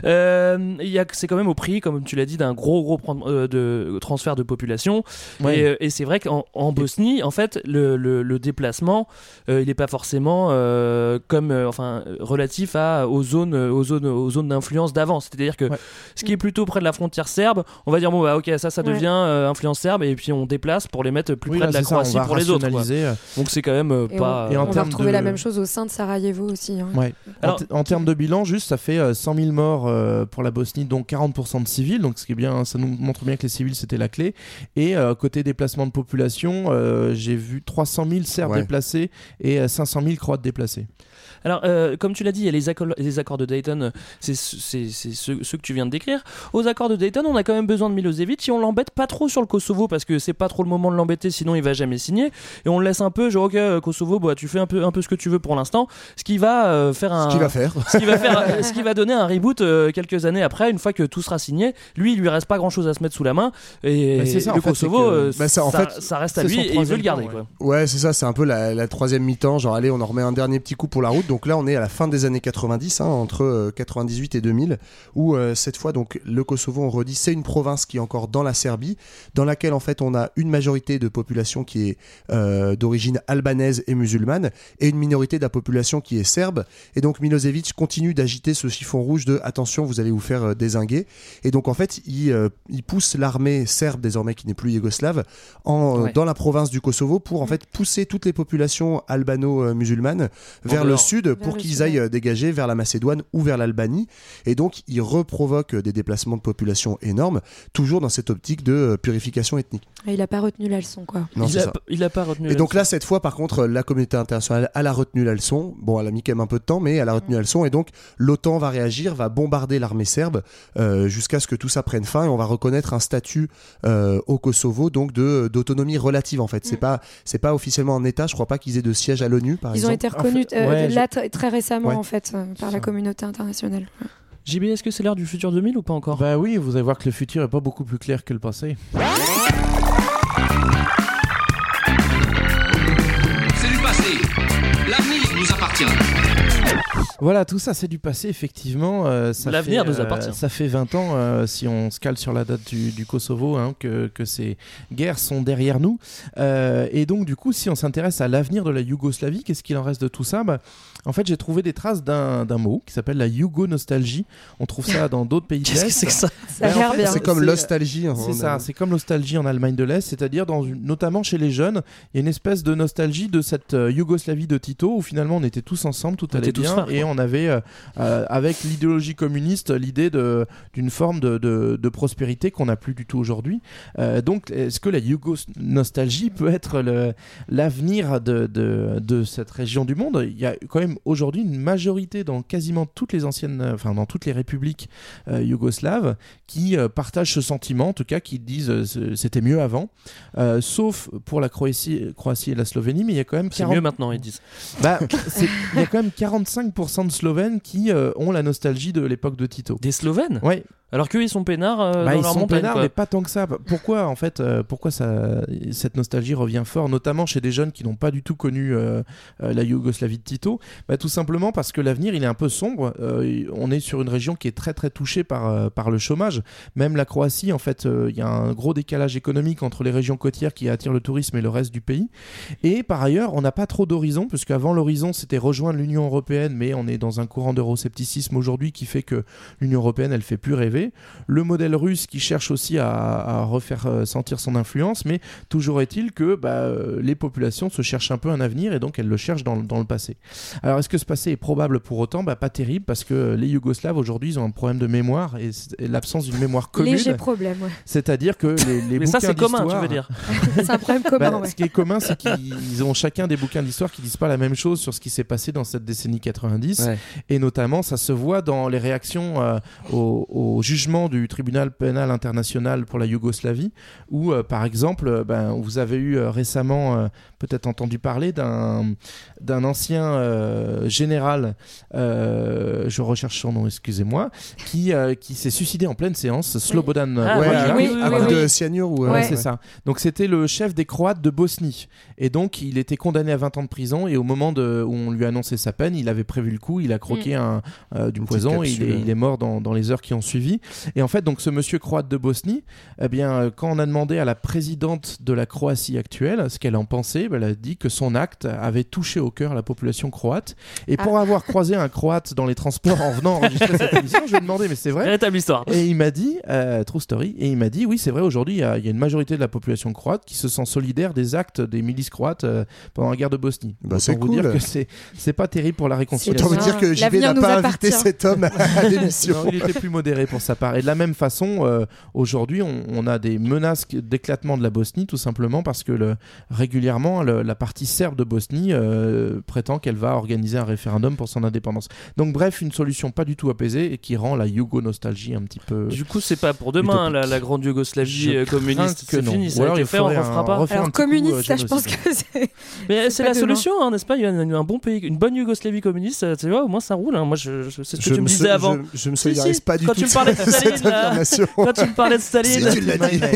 [SPEAKER 7] Euh, y a, c'est quand même au prix, comme tu l'as dit, d'un gros gros euh, de transfert de population. Ouais. Et, et c'est vrai qu'en en Bosnie, en fait, le, le, le déplacement, euh, il n'est pas forcément euh, comme, euh, enfin, relatif à aux zones, aux zones, aux zones d'influence d'avant. C'est-à-dire que ouais. ce qui est plutôt près de la frontière serbe, on va dire bon bah ok, ça, ça devient ouais. euh, influence serbe, et puis on déplace pour les mettre plus oui, près là, de la Croatie ça, pour les autres. Quoi. Donc c'est quand même euh,
[SPEAKER 9] et
[SPEAKER 7] pas.
[SPEAKER 9] On, et en on va retrouver de... la même chose au sein de Sarajevo aussi. Hein.
[SPEAKER 10] Ouais. Alors, en, t- en termes de bilan, juste, ça fait euh, cent mille morts euh, pour la Bosnie, dont quarante pour cent de civils. Donc, ce qui est bien, ça nous montre bien que les civils, c'était la clé. Et euh, côté déplacement de population, euh, j'ai vu trois cent mille Serbes ouais. déplacés et euh, cinq cent mille Croates déplacés.
[SPEAKER 7] Alors, euh, comme tu l'as dit, il y a les accords, les accords de Dayton, c'est, c'est, c'est ceux, ceux que tu viens de décrire. Aux accords de Dayton, on a quand même besoin de Milosevic et on l'embête pas trop sur le Kosovo parce que c'est pas trop le moment de l'embêter, sinon il va jamais signer. Et on le laisse un peu, genre, ok, Kosovo, bah, tu fais un peu, un peu ce que tu veux pour l'instant. Ce qui va euh, faire un.
[SPEAKER 8] Ce qu'il va faire.
[SPEAKER 7] Ce qui va faire, ce qui va donner un reboot euh, quelques années après, une fois que tout sera signé. Lui, il lui reste pas grand chose à se mettre sous la main. Et,
[SPEAKER 10] bah, c'est ça,
[SPEAKER 7] et le
[SPEAKER 10] fait,
[SPEAKER 7] Kosovo,
[SPEAKER 10] que...
[SPEAKER 7] euh,
[SPEAKER 8] bah, ça, en
[SPEAKER 7] ça,
[SPEAKER 8] fait,
[SPEAKER 7] ça reste à lui et il veut le garder.
[SPEAKER 8] Temps, ouais.
[SPEAKER 7] Quoi.
[SPEAKER 8] ouais, c'est ça, c'est un peu la, la troisième mi-temps. Genre, allez, on en remet un dernier petit coup pour la route. Donc là, on est à la fin des années quatre-vingt-dix, hein, entre euh, quatre-vingt-dix-huit et deux mille, où euh, cette fois, donc, le Kosovo, on redit, c'est une province qui est encore dans la Serbie, dans laquelle en fait on a une majorité de population qui est euh, d'origine albanaise et musulmane, et une minorité de la population qui est serbe. Et donc Milosevic continue d'agiter ce chiffon rouge de attention, vous allez vous faire euh, dézinguer. Et donc en fait, il, euh, il pousse l'armée serbe, désormais qui n'est plus yougoslave, en, ouais. dans la province du Kosovo pour en fait pousser toutes les populations albano-musulmanes vers le sud pour vers qu'ils aillent dégager vers la Macédoine ou vers l'Albanie. Et donc il reprovoque des déplacements de population énormes, toujours dans cette optique de purification ethnique.
[SPEAKER 9] Et il n'a pas retenu la leçon, quoi.
[SPEAKER 8] Non,
[SPEAKER 7] il, a, il a pas retenu.
[SPEAKER 8] Et donc là, cette fois, par contre, la communauté internationale, elle a retenu la leçon. Bon, elle a mis quand même un peu de temps, mais elle a retenu mmh. la leçon. Et donc, l'OTAN va réagir, va bombarder l'armée serbe euh, jusqu'à ce que tout ça prenne fin. Et on va reconnaître un statut euh, au Kosovo, donc de, d'autonomie relative, en fait. Mmh. C'est pas, c'est pas officiellement un État. Je crois pas qu'ils aient de siège à l'ONU, par
[SPEAKER 9] Ils
[SPEAKER 8] exemple.
[SPEAKER 9] ont été reconnus
[SPEAKER 8] en fait,
[SPEAKER 9] euh,
[SPEAKER 8] ouais,
[SPEAKER 9] là
[SPEAKER 8] je...
[SPEAKER 9] t- très récemment,
[SPEAKER 8] ouais.
[SPEAKER 9] en fait, euh, par la communauté internationale. Ouais.
[SPEAKER 7] J B, est-ce que c'est l'heure du futur deux mille ou pas encore ?
[SPEAKER 10] Bah oui, vous allez voir que le futur est pas beaucoup plus clair que le passé.
[SPEAKER 6] C'est du passé. L'avenir nous appartient.
[SPEAKER 10] Voilà, tout ça c'est du passé, effectivement. Euh, ça
[SPEAKER 7] L'avenir
[SPEAKER 10] fait,
[SPEAKER 7] nous
[SPEAKER 10] euh,
[SPEAKER 7] appartient.
[SPEAKER 10] Ça fait vingt ans, euh, si on se cale sur la date du, du Kosovo, hein, que, que ces guerres sont derrière nous. Euh, et donc, du coup, si on s'intéresse à l'avenir de la Yougoslavie, qu'est-ce qu'il en reste de tout ça ? Bah, en fait, j'ai trouvé des traces d'un, d'un mot qui s'appelle la yougo-nostalgie. On trouve ça dans d'autres pays de l'Est.
[SPEAKER 7] Qu'est-ce que c'est que ça ?
[SPEAKER 9] Ça a l'air bien.
[SPEAKER 8] C'est comme
[SPEAKER 10] c'est,
[SPEAKER 8] l'ostalgie.
[SPEAKER 10] C'est ça, c'est comme l'ostalgie en Allemagne de l'Est, c'est-à-dire dans une, notamment chez les jeunes, il y a une espèce de nostalgie de cette euh, Yougoslavie de Tito où finalement on était tous ensemble, tout on allait bien, frères, et on avait euh, euh, avec l'idéologie communiste l'idée de, d'une forme de, de, de prospérité qu'on n'a plus du tout aujourd'hui. Euh, donc, est-ce que la Yougos-nostalgie peut être le, l'avenir de, de, de cette région du monde ? Il y a quand même aujourd'hui une majorité dans quasiment toutes les anciennes, enfin dans toutes les républiques euh, yougoslaves qui euh, partagent ce sentiment, en tout cas qui disent euh, c'était mieux avant, euh, sauf pour la Croatie, Croatie et la Slovénie, mais il y a quand même quarante...
[SPEAKER 7] c'est mieux maintenant ils disent.
[SPEAKER 10] Bah, c'est... il y a quand même quarante-cinq pour cent de Slovènes qui euh, ont la nostalgie de l'époque de Tito.
[SPEAKER 7] Des Slovènes ?
[SPEAKER 10] Oui.
[SPEAKER 7] Alors qu'eux ils sont peinards euh,
[SPEAKER 10] bah,
[SPEAKER 7] dans
[SPEAKER 10] ils
[SPEAKER 7] leur
[SPEAKER 10] sont
[SPEAKER 7] montagne,
[SPEAKER 10] peinards,
[SPEAKER 7] quoi.
[SPEAKER 10] mais pas tant que ça. Pourquoi en fait euh, pourquoi ça, cette nostalgie revient fort, notamment chez des jeunes qui n'ont pas du tout connu euh, euh, la Yougoslavie de Tito ? Bah, tout simplement parce que l'avenir il est un peu sombre. Euh, on est sur une région qui est très très touchée par, euh, par le chômage. Même la Croatie, en fait, il euh, y a un gros décalage économique entre les régions côtières qui attirent le tourisme et le reste du pays. Et par ailleurs, on n'a pas trop d'horizon, puisque avant l'horizon c'était rejoindre l'Union européenne, mais on est dans un courant d'euroscepticisme aujourd'hui qui fait que l'Union européenne elle fait plus rêver. Le modèle russe qui cherche aussi à, à refaire sentir son influence, mais toujours est-il que bah, les populations se cherchent un peu un avenir et donc elles le cherchent dans, dans le passé. Alors est-ce que ce passé est probable pour autant ? Bah, pas terrible, parce que les Yougoslaves aujourd'hui ils ont un problème de mémoire et, et l'absence d'une mémoire commune.
[SPEAKER 9] Léger problème, ouais.
[SPEAKER 10] C'est-à-dire que les, les
[SPEAKER 7] mais
[SPEAKER 10] bouquins
[SPEAKER 7] ça c'est
[SPEAKER 10] d'histoire...
[SPEAKER 7] commun, tu veux dire.
[SPEAKER 9] C'est un problème commun,
[SPEAKER 10] bah,
[SPEAKER 9] ouais.
[SPEAKER 10] Ce qui est commun, c'est qu'ils ont chacun des bouquins d'histoire qui disent pas la même chose sur ce qui s'est passé dans cette décennie quatre-vingt-dix, ouais. Et notamment ça se voit dans les réactions euh, au, au jugement du tribunal pénal international pour la Yougoslavie, où euh, par exemple euh, ben, vous avez eu euh, récemment euh, peut-être entendu parler d'un, d'un ancien euh, général, euh, je recherche son nom, excusez-moi, qui, euh, qui s'est suicidé en pleine séance, Slobodan
[SPEAKER 8] ah, ouais,
[SPEAKER 10] Hoxha.
[SPEAKER 8] oui, oui, à cause oui, de oui. cyanure ou...
[SPEAKER 10] Ouais,
[SPEAKER 8] ouais.
[SPEAKER 10] c'est ça. Donc c'était le chef des Croates de Bosnie, et donc il était condamné à vingt ans de prison, et au moment de, où on lui a annoncé sa peine, il avait prévu le coup, il a croqué mm. un, euh, du Une poison et il est, il est mort dans, dans les heures qui ont suivi. Bosnie. Et en fait, donc ce monsieur croate de Bosnie, eh bien, quand on a demandé à la présidente de la Croatie actuelle ce qu'elle en pensait, ben, elle a dit que son acte avait touché au cœur la population croate. Et pour ah. avoir croisé un Croate dans les transports en venant enregistrer cette émission, je lui ai demandé, mais c'est vrai.
[SPEAKER 7] Véritable histoire.
[SPEAKER 10] Et il m'a dit, euh, true story, et il m'a dit, oui, c'est vrai, aujourd'hui, il y, y a une majorité de la population croate qui se sent solidaire des actes des milices croates euh, pendant la guerre de Bosnie.
[SPEAKER 8] Bah, c'est
[SPEAKER 10] vous
[SPEAKER 8] cool.
[SPEAKER 10] dire que c'est, c'est pas terrible pour la réconciliation.
[SPEAKER 8] Autant vous dire que J B n'a pas invité cet homme à l'émission.
[SPEAKER 10] Non, il était plus modéré pour sa part. Et de la même façon, euh, aujourd'hui, on, on a des menaces d'éclatement de la Bosnie, tout simplement parce que le, régulièrement, le, la partie serbe de Bosnie euh, prétend qu'elle va organiser un référendum pour son indépendance. Donc bref, une solution pas du tout apaisée et qui rend la Yougo-nostalgie un petit peu...
[SPEAKER 7] Du coup, c'est pas pour demain, la, la grande Yougoslavie
[SPEAKER 10] je
[SPEAKER 7] communiste.
[SPEAKER 10] Que
[SPEAKER 7] c'est
[SPEAKER 10] non.
[SPEAKER 7] fini, ça a été fait, on ne refera pas.
[SPEAKER 9] Alors communiste, ça, je pense que c'est...
[SPEAKER 7] Mais c'est,
[SPEAKER 9] c'est
[SPEAKER 7] la
[SPEAKER 9] demain.
[SPEAKER 7] Solution, hein, n'est-ce pas? Il y a un bon pays, une bonne Yougoslavie communiste, tu vois, au moins ça roule. Hein. Moi, je, je, c'est ce que
[SPEAKER 8] je
[SPEAKER 7] tu me disais avant.
[SPEAKER 8] Je, je me solidarise si, si. pas du
[SPEAKER 7] quand
[SPEAKER 8] tout
[SPEAKER 7] tu me parlais de Staline, là, quand tu me parlais de Staline,
[SPEAKER 8] si tu l'as dit.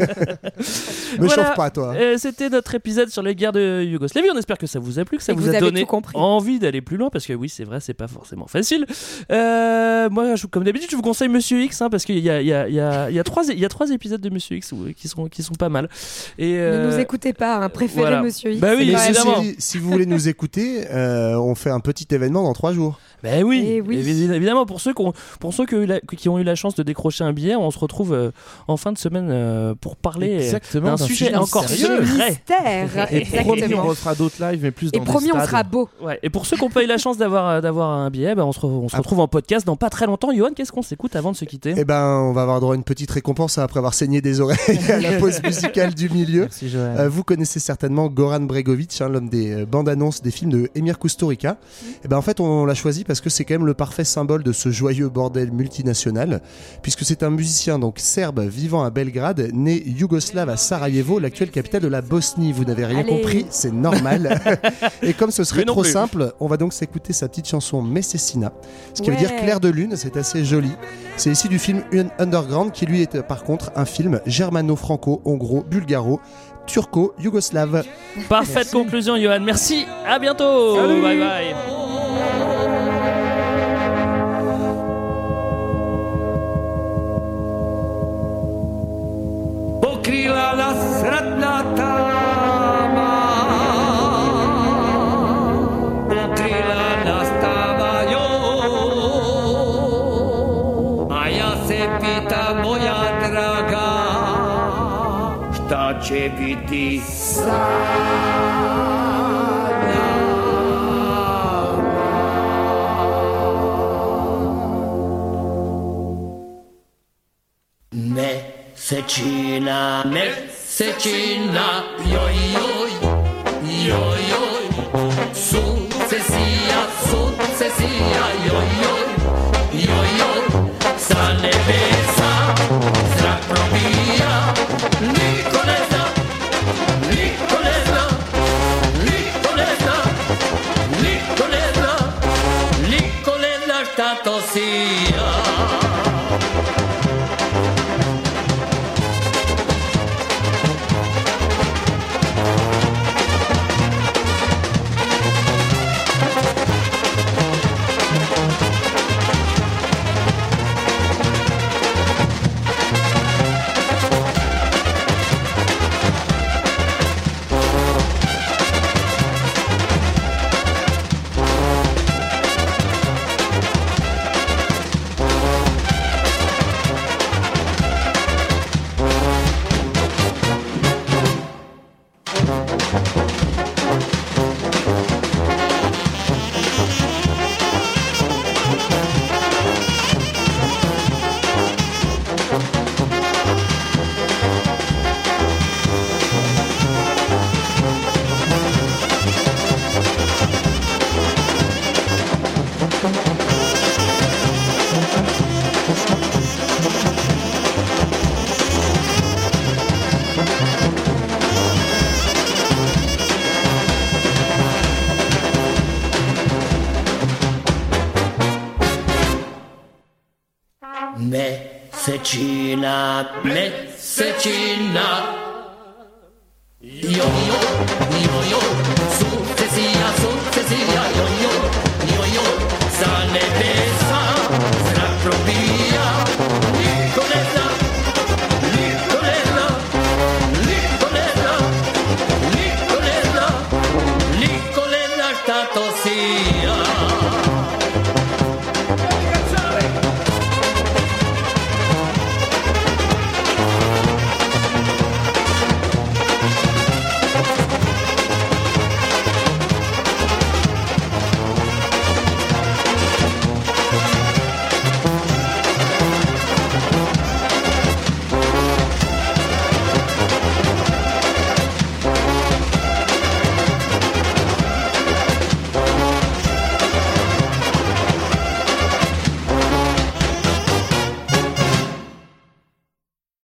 [SPEAKER 8] Me
[SPEAKER 7] voilà.
[SPEAKER 8] chauffe pas, toi.
[SPEAKER 7] Euh, c'était notre épisode sur les guerres de Yougoslavie. On espère que ça vous a plu, que ça
[SPEAKER 9] Et
[SPEAKER 7] vous,
[SPEAKER 9] vous
[SPEAKER 7] a donné
[SPEAKER 9] compris.
[SPEAKER 7] envie d'aller plus loin, parce que oui, c'est vrai, c'est pas forcément facile. Euh, moi, je, comme d'habitude, je vous conseille Monsieur X, hein, parce qu'il y a, il y a, il y a, il y a trois, il y a trois épisodes de Monsieur X qui sont, qui sont pas mal. Et euh,
[SPEAKER 9] ne nous écoutez pas, hein, préférez
[SPEAKER 7] voilà.
[SPEAKER 9] Monsieur X.
[SPEAKER 7] Bah oui, évidemment.
[SPEAKER 8] Si, si vous voulez nous écouter, euh, on fait un petit événement dans trois jours.
[SPEAKER 7] Ben oui,
[SPEAKER 9] Et oui.
[SPEAKER 7] évidemment, pour ceux, qui ont, pour ceux qui, ont eu la, qui ont eu la chance de décrocher un billet, on se retrouve euh, en fin de semaine euh, pour parler
[SPEAKER 10] Exactement,
[SPEAKER 7] d'un,
[SPEAKER 10] d'un
[SPEAKER 7] sujet,
[SPEAKER 10] sujet
[SPEAKER 7] encore
[SPEAKER 10] sérieux.
[SPEAKER 9] Mystère.
[SPEAKER 10] Et promis, on refera d'autres lives, mais plus dans
[SPEAKER 9] Et promis,
[SPEAKER 10] des
[SPEAKER 9] on
[SPEAKER 10] stades.
[SPEAKER 9] sera beau.
[SPEAKER 7] Ouais. Et pour ceux qui n'ont pas eu la chance d'avoir, d'avoir un billet, ben on se, re, on se retrouve en podcast dans pas très longtemps. Johan, qu'est-ce qu'on s'écoute avant de se quitter?
[SPEAKER 8] Eh ben, on va avoir droit à une petite récompense après avoir saigné des oreilles à la pause musicale du milieu.
[SPEAKER 10] Merci,
[SPEAKER 8] euh, vous connaissez certainement Goran Bregovic, hein, l'homme des euh, bandes annonces des films de Emir Kusturica. Eh ben, en fait, on l'a choisi parce que c'est quand même le parfait symbole de ce joyeux bordel multinational, puisque c'est un musicien donc serbe vivant à Belgrade, né yougoslave à Sarajevo, l'actuelle capitale de la Bosnie. Vous n'avez rien
[SPEAKER 9] Allez.
[SPEAKER 8] compris, c'est normal. Et comme ce serait trop
[SPEAKER 7] plus.
[SPEAKER 8] simple, on va donc s'écouter sa petite chanson Mesesina, ce qui
[SPEAKER 9] Ouais.
[SPEAKER 8] veut dire clair de lune, c'est assez joli. C'est ici du film Underground, qui lui est par contre un film germano-franco-hongro-bulgaro turco-yougoslave.
[SPEAKER 7] Parfaite
[SPEAKER 8] Merci.
[SPEAKER 7] conclusion, Johan. Merci. À bientôt.
[SPEAKER 8] Salut.
[SPEAKER 7] Bye bye.
[SPEAKER 2] Pokrila nas ratna tama, pokrila nas tama joj, a ja se pitam, moja draga, šta će biti sa Mesečina, mesečina, joj, joj, joj, joj, sukcesija, sukcesija, joj, joj, joj, joj, sa nebesa zrak probija, niko ne zna, niko ne zna, niko ne zna, niko ne zna, niko ne zna šta to sija. Mesečina, mesečina, joj, joj, joj, joj, sukcesija, sukcesija, joj,